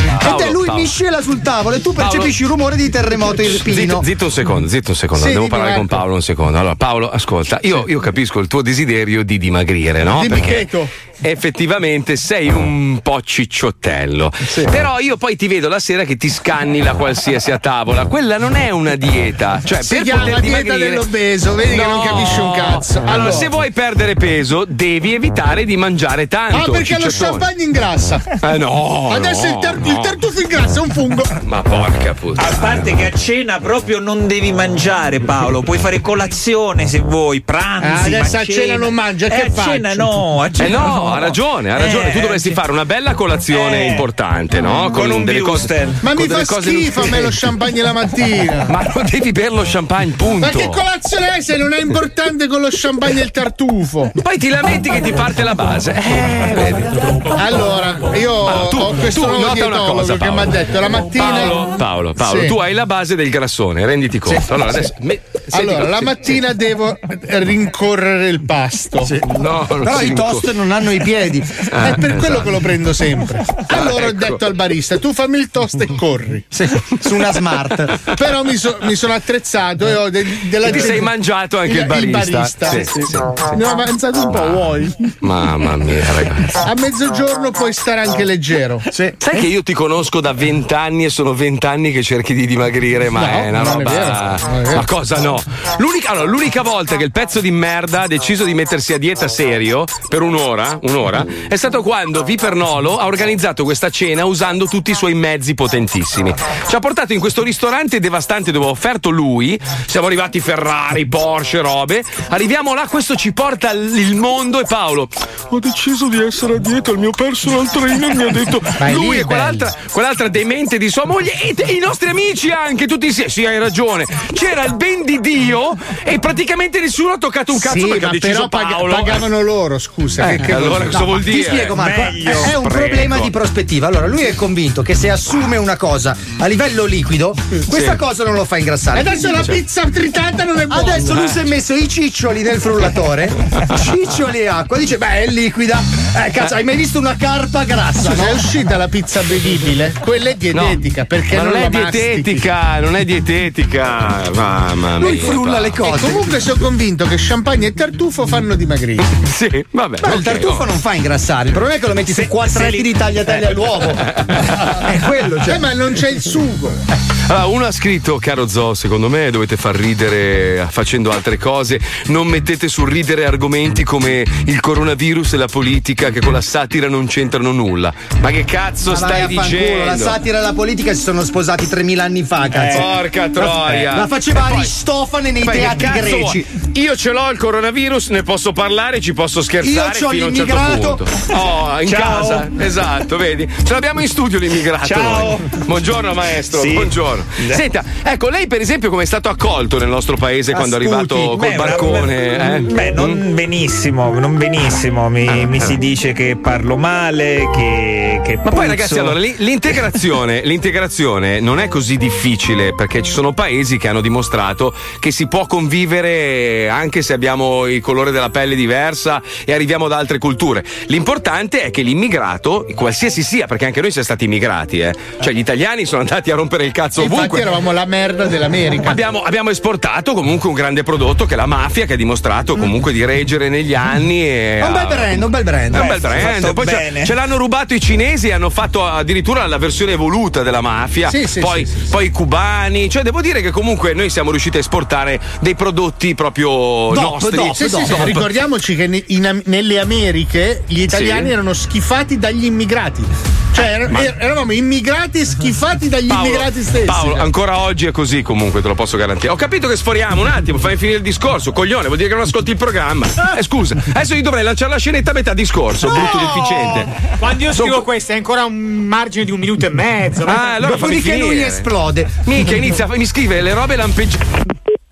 e te lui miscela sul tavolo e tu percepisci il rumore di terremoto irpino. Zitto, zitto un secondo, zitto un secondo, Sì, devo dimmi, parlare con Marco. Paolo un secondo. Allora, Paolo, ascolta, io, io capisco il tuo desiderio di dimagrire, no? Dimmi Perché cheto. effettivamente sei un po' cicciottello. Però io poi ti vedo la sera che ti scanni la qualsiasi a tavola. Quella non è una dieta. Cioè, Si per chiama poter dieta dimagrire- dell'obeso, vedi che non capisci un cazzo. Allora, Allora. se vuoi perdere peso, devi evitare di mangiare tanto. Ah, perché lo cicciotone. champagne ingrassa. Eh no. Adesso no, il, tar- no. il tartufo ingrassa, è un fungo. Ma porca puttana. A parte che a cena proprio non devi mangiare, Paolo, puoi fare colazione se vuoi, pranzi. Ah, adesso ma a cena non mangia, Eh, che a cena faccio? no, a Eh cena no, ha ragione, ha ragione. Eh, tu dovresti sì. fare una bella colazione Eh. importante, no? Con un delle Wurstel. cose. Ma con mi delle fa cose schifo a me lo nutrienti. champagne la mattina. Ma non devi bere lo champagne, punto. Ma che colazione è se non è importante con lo champagne e il tartufo? Poi ti lamenti che ti parte la base. Eh, vedi. Allora, io Allora, tu- ho questo tu nuovo nota una dietologo cosa, che mi ha Paolo. detto la mattina. Paolo, Paolo, Paolo, Sì. tu hai la base del grassone, renditi conto. Sì, allora, sì. adesso. me- senti Allora, cosa- la sì, mattina devo rincorrere il pasto. sì. No, non Però si i toast rincorre. non hanno i piedi. Ah, È per quello esatto. che lo prendo sempre. Allora ho ecco. detto al barista: tu fammi il toast e corri. Sì, su una smart. Però mi, so- mi sono attrezzato e ho de- della Ti sei mangiato anche il barista. barista. Sì, Sì, sì. Ne ho avanzato un po', vuoi? Mamma mia, ragazzi. A mezzogiorno puoi stare anche leggero. Sì. Sai che io ti conosco da vent'anni e sono vent'anni che cerchi di dimagrire, ma No, è una non è roba. vero, non è vero. Ma cosa no? L'unica, allora, l'unica volta che il pezzo di merda ha deciso di mettersi a dieta serio per un'ora, un'ora, è stato quando Vipernolo ha organizzato questa cena usando tutti i suoi mezzi potentissimi. Ci ha portato in questo ristorante devastante dove ha offerto lui. Siamo arrivati Ferrari, Porsche, robe. Arriviamo là, questo ci porta al- il mondo e Paolo. Ho deciso di essere a dieta, il mio personal trainer mi ha detto. Ma è Lui lì e quell'altra, quell'altra demente di sua moglie e te- i nostri amici anche, tutti insieme. Sì, hai ragione. C'era il ben di Dio e praticamente nessuno ha toccato un cazzo Sì, perché ha ma deciso però pag- Paolo. pagavano loro, scusa. Eh, che, che allora cosa No, vuol dire? Ti spiego, Marco. Meglio, è un prego. problema di prospettiva. Allora, lui è convinto che se assume una cosa a livello liquido, questa Sì. cosa non lo fa ingrassare. Adesso la pizza tritata non è buona. Adesso lui si è messo i ciccioli nel frullatore, ciccioli e acqua. Dice, beh, è liquida. Eh, cazzo, hai mai visto una carpa grassa? No? No? È uscita la pizza bevibile? Quella è dietetica, perché Ma non, non è la mastichi. dietetica, non è dietetica. Mamma mia. Lui frulla le E cose. comunque sono convinto che champagne e tartufo fanno dimagrire. Sì, vabbè. Ma il ok, tartufo oh. non fa ingrassare, il problema è che lo metti su quattretti di tagliatelle all'uovo. È quello, cioè. Eh, ma non c'è il sugo. Allora, uno ha scritto, caro Zoo, secondo me dovete far ridere facendo altre cose. Non mettete sul ridere argomenti come il coronavirus e la politica, che con la satira non c'entrano nulla. Ma che cazzo Ma vai stai a fanculo, dicendo? la satira e la politica si sono sposati tremila anni fa, cazzo. Eh, porca troia. La faceva E poi- Aristofane nei Poi che teatri cazzo greci. vuoi? Io ce l'ho il coronavirus, ne posso parlare, ci posso scherzare Io c'ho fino a un certo l'immigrato. punto. Oh, in Ciao. casa, esatto, vedi? Ce l'abbiamo in studio l'immigrato. Ciao. noi. Buongiorno maestro, Sì. buongiorno. Senta, ecco, lei per esempio come è stato accolto nel nostro paese quando è arrivato col Beh, barcone? Eh? Beh, non benissimo, non benissimo. Mi, mi si dice che parlo male, che, che Ma poi puzzo. ragazzi, allora l'in- l'integrazione, l'integrazione non è così difficile perché ci sono paesi che hanno dimostrato che si può convivere anche se abbiamo il colore della pelle diversa e arriviamo da altre culture. L'importante è che l'immigrato, qualsiasi sia, perché anche noi siamo stati immigrati, eh. Cioè gli italiani sono andati a rompere il cazzo Infatti ovunque. eravamo la merda dell'America. Abbiamo, abbiamo esportato comunque un grande prodotto che è la mafia, che ha dimostrato comunque di reggere negli anni. E È un bel ha- brand, un bel brand. È un Eh, bel brand. fatto Poi ce, bene. ce l'hanno rubato i cinesi e hanno fatto addirittura la versione evoluta della mafia. Sì, sì, poi, sì, sì, poi i cubani. Cioè, devo dire che comunque noi siamo riusciti a esportare dei prodotti proprio nostri. Sì, sì, sì, ricordiamoci che ne- in- nelle Americhe gli italiani Sì. erano schifati dagli immigrati. Cioè er- ma- er- eravamo immigrati schifati dagli Paolo, immigrati stessi. Paolo, cioè. ancora oggi è così comunque, te lo posso garantire. Ho capito che sforiamo un attimo, fai finire il discorso, coglione, vuol dire che non ascolti il programma. Eh, scusa, adesso io dovrei lanciare la scenetta a metà discorso, brutto deficiente. Quando io scrivo Sono- questo è ancora un margine di un minuto e mezzo. Ah, allora fammi Dopodiché lui finire. esplode. Minchia, inizia, mi scrive le robe lampeggianti.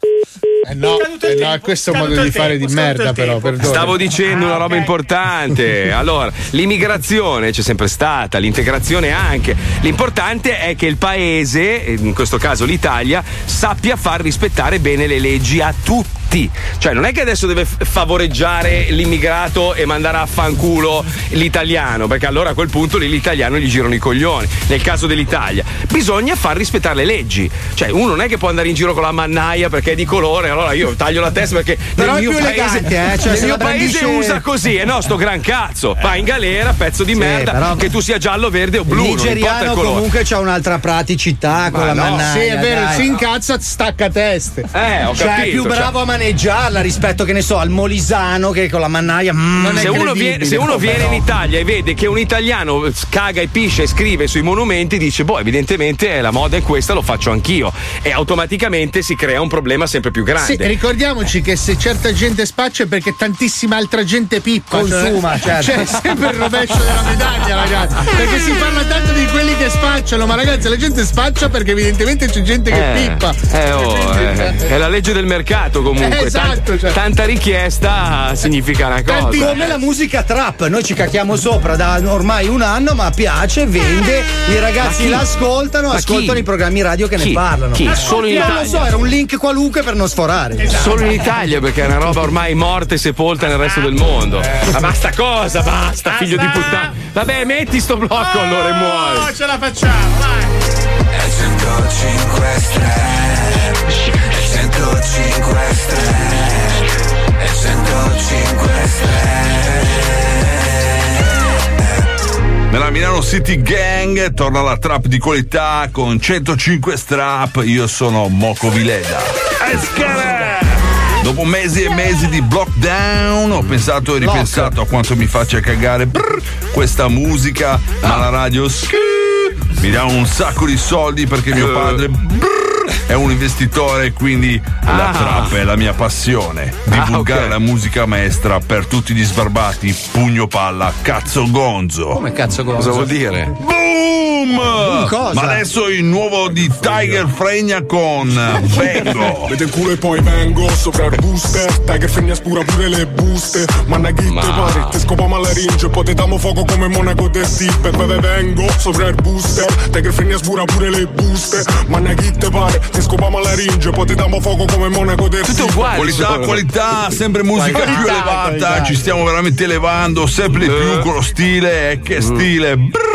Eh no, eh no, questo è un modo di fare di merda, però. Perdona. Stavo dicendo una roba importante. Allora, l'immigrazione c'è sempre stata, l'integrazione anche. L'importante è che il paese, in questo caso l'Italia, sappia far rispettare bene le leggi a tutti. T. Cioè non è che adesso deve f- favoreggiare l'immigrato e mandare a fanculo l'italiano, perché allora a quel punto lì l'italiano gli girano i coglioni. Nel caso dell'Italia bisogna far rispettare le leggi. Cioè uno non è che può andare in giro con la mannaia perché è di colore, allora io taglio la testa perché Però nel è mio più paese, elegante, eh? Cioè, nel se mio la paese brandisce- usa così, e no, sto gran cazzo, vai in galera, pezzo di Sì, merda, però- che tu sia giallo, verde o blu, Il non importa il nigeriano colore. comunque c'ha un'altra praticità con Ma la no. mannaia. Sì, è vero, dai. si incazza, stacca teste. Eh, ho Cioè, è capito, più bravo cioè- a maneggiarla rispetto, che ne so, al molisano che con la mannaia. mm, non è se uno, credibile. viene, se uno No, viene però. in Italia e vede che un italiano caga e piscia e scrive sui monumenti, dice boh, evidentemente la moda è questa, lo faccio anch'io, e automaticamente si crea un problema sempre più grande. Sì, ricordiamoci che se certa gente spaccia è perché tantissima altra gente pippa. Consuma, cioè, certo. C'è sempre il rovescio della medaglia, ragazzi. Perché si parla tanto di quelli che spacciano, ma ragazzi, la gente spaccia perché evidentemente c'è gente che Eh, pippa. eh, oh, eh, è la legge del mercato comunque. Eh, esatto, Tant- cioè. Tanta richiesta significa una cosa. Come la musica trap, noi ci cacchiamo sopra da ormai un anno, ma piace, vende, i ragazzi Ma chi? l'ascoltano, Ma ascoltano chi? i programmi radio che Chi? ne parlano. Chi? Solo in non Italia? lo so, era un link qualunque per non sforare. Solo in Italia, perché è una roba ormai morta e sepolta nel resto del mondo. Ma basta cosa, basta, figlio di puttana. Vabbè, metti sto blocco allora e muori. Oh, ce la facciamo, vai. centocinque Stelle, centocinque Stelle, centocinque Nella Milano City Gang torna la trap di qualità con centocinque strap. Io sono Moco Vileda. Dopo mesi e mesi di lockdown ho pensato e ripensato a quanto mi faccia cagare brr, questa musica, ma la radio sch- mi dà un sacco di soldi perché mio padre brr, è un investitore, quindi la Ah. trap è la mia passione. Divulgare Ah, ok. la musica maestra per tutti gli sbarbati, pugno palla, cazzo gonzo. Come cazzo gonzo? Cosa vuol dire? Boom! Boom cosa? Ma adesso il nuovo di Tiger Fregna con Vengo. Vede il culo e poi vengo sopra il booster. Tiger Fregna spura pure le buste. Manna chi te pare, te scopamo alla ringe. Poi te damo fuoco come Monaco del Stipper. Beve vengo sopra il booster. Tiger Fregna spura pure le buste. Manna chi te pare, te scopamo alla ringe. Poi te damo fuoco come Monaco del Stipper. Qualità, qualità, sempre musica Qualità, più elevata. qualità. Ci stiamo veramente elevando sempre di più con lo stile. E che stile! Brrr.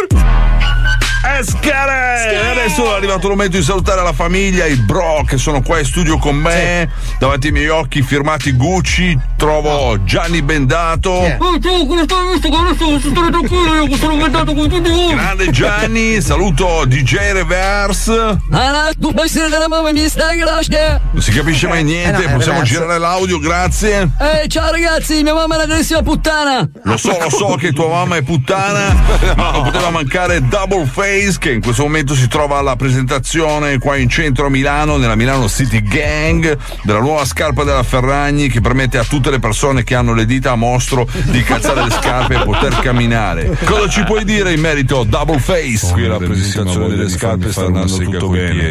Escare! E adesso è arrivato il momento di salutare la famiglia, i bro che sono qua in studio con me. Davanti ai miei occhi firmati Gucci trovo Gianni Bendato. Oh, ciao, come stai? Visto che adesso posso stare tranquillo, io che sono inventato con tutti voi. Grande Gianni, saluto D J Reverse. Non si capisce mai niente, eh no, è possiamo Reverse. girare l'audio, grazie. Ehi, ciao ragazzi, mia mamma è una grandissima puttana. Lo so, lo so che tua mamma è puttana, ma non poteva mancare Double Face, che in questo momento si trova alla presentazione qua in centro a Milano, nella Milano City Gang, della nuova scarpa della Ferragni che permette a tutte le persone che hanno le dita a mostro di calzare le scarpe e poter camminare. Cosa ci puoi dire in merito a Double Face? Qui la presentazione delle scarpe sta andando tutto bene.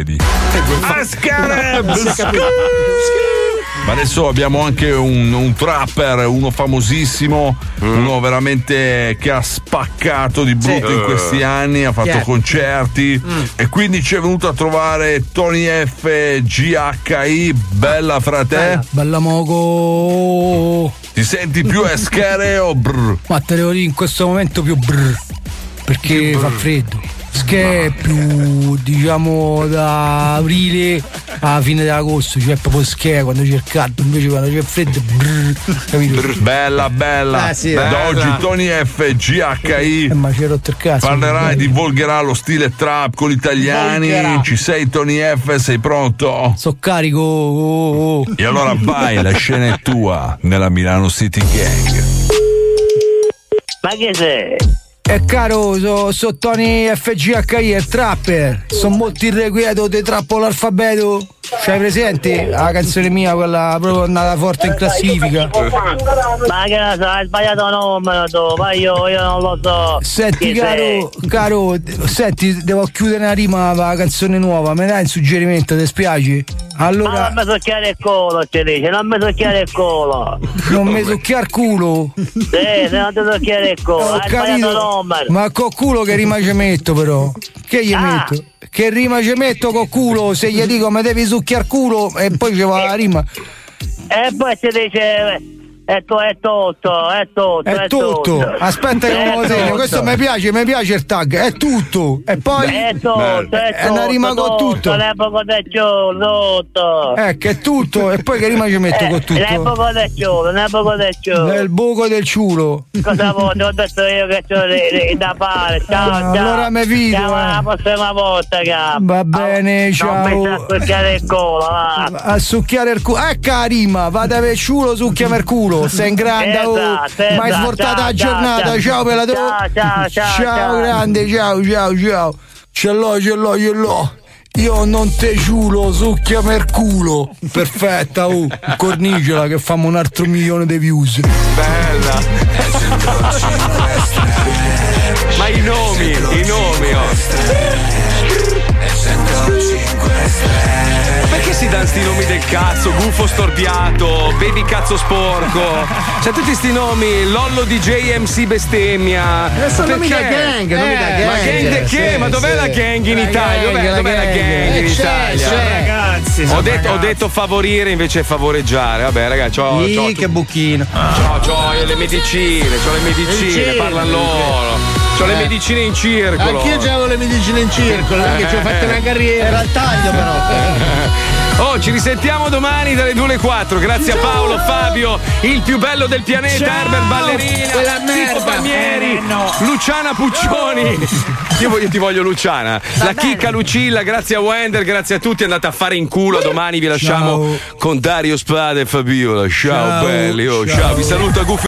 Ma adesso abbiamo anche un, un trapper, uno famosissimo, uno veramente che ha spaccato di brutto Sì. in questi anni, ha fatto Chi è? concerti e quindi ci è venuto a trovare Tony F G H I, bella fra te. Bella moco. Ti senti più eschere o brr? Ma te devo dire in questo momento più brr. Perché fa freddo. Che è più diciamo da aprile alla fine dell'agosto, cioè proprio schea quando c'è il caldo, invece quando c'è il freddo brr, capito? Brr, bella, bella. Eh, sì, da bella. oggi Tony F G H I Eh, ma c'è rotto il cazzo. parlerà e divulgherà lo stile trap con gli italiani. Divulgherà. Ci sei Tony F, sei pronto? So carico. Oh, oh. E allora vai, la scena è tua nella Milano City Gang. Ma che sei? E caro, so, so Tony F G H I, è trapper. Sono molto irrequieto, te trappo l'alfabeto. C'hai presente? La canzone mia, quella proprio andata forte in classifica. Ma che ne so, hai sbagliato numero tu, ma io, io non lo so. Senti Chi caro, caro, senti, devo chiudere una rima per la canzone nuova, me dai un suggerimento, ti spiace? Ma Allora, non mi succhiare il culo, ci dice, non mi succhiare il culo. non mi succhiare il culo. Sì, se non ti succhiare il culo, Ho hai sbagliato capito, numero. ma col culo che rima ci metto però? Che gli Ah. metto? Che rima ci metto col culo? Se gli dico mi devi succhiare il culo e poi ci va la rima. E poi si dice. È, to- è tutto, è tutto, È è tutto. Aspetta che È non lo segno. tutto. Questo mi piace, mi piace il tag. È tutto. E poi È tutto, è è una rima con tutto. L'epoca del ciulo, tutto. Eh, che è tutto. E poi che rima ci metto Eh, con tutto? L'epoca del ciulo, l'epoca del ciulo. Nel buco del ciulo. Cosa vuoi? Ti ho detto io che c'ho di- di- da fare. Ciao, Ah, ciao. allora mi fido, Siamo eh. la prossima volta, capo. Va bene, ciao. Non mi sa succhiare il culo, va. A succhiare il culo. Ecco la rima, vado a avere il ciulo, succhiami il culo. Sei in grande, oh. Esatto, Mi hai esatto. sfortata Ciao, la giornata. ciao, Ciao, pelato. ciao, ciao, ciao, ciao. grande, ciao, ciao, ciao. Ce l'ho, ce l'ho, ce l'ho. Io non te giuro, succhiami il culo. Perfetta, oh. Cornicela che fammo un altro milione di views. Bella. Ma i nomi, i nomi, oh. Perché si danno sti nomi del cazzo? Gufo storpiato, baby cazzo sporco. C'è tutti sti nomi, Lollo D J M C bestemmia. Eh, sono nomi da gang, nomi da gang. Ma gang del che? Sì, ma dov'è sì. la gang in La Italia? gang, Dov'è, la dov'è la gang. gang in Eh, c'è, Italia? c'è. Ragazzi, Ho sono detto, ho ragazzi. detto favorire invece favoreggiare. Vabbè, ragazzi, c'ho, Ih, c'ho, che buchino. c'ho, c'ho le medicine, c'ho le medicine, circolo. parlano loro. C'ho le Eh. medicine in circolo. Anch'io avevo le medicine in circolo, perché ci ho fatto una carriera. Era al taglio, però. Oh, ci risentiamo domani dalle due alle quattro. Grazie a Paolo, Fabio, il più bello del pianeta, Ciao. Herbert Ballerina, Quella Pippo merda. Palmieri, Eh, no. Luciana Puccioni. Io, voglio, ti voglio Luciana. La chicca Lucilla, grazie a Wender, grazie a tutti. Andate a fare in culo. Domani vi lasciamo Ciao. con Dario Spada e Fabiola. Ciao, Ciao. belli. Oh, ciao. Ciao. Vi saluto a Guffi.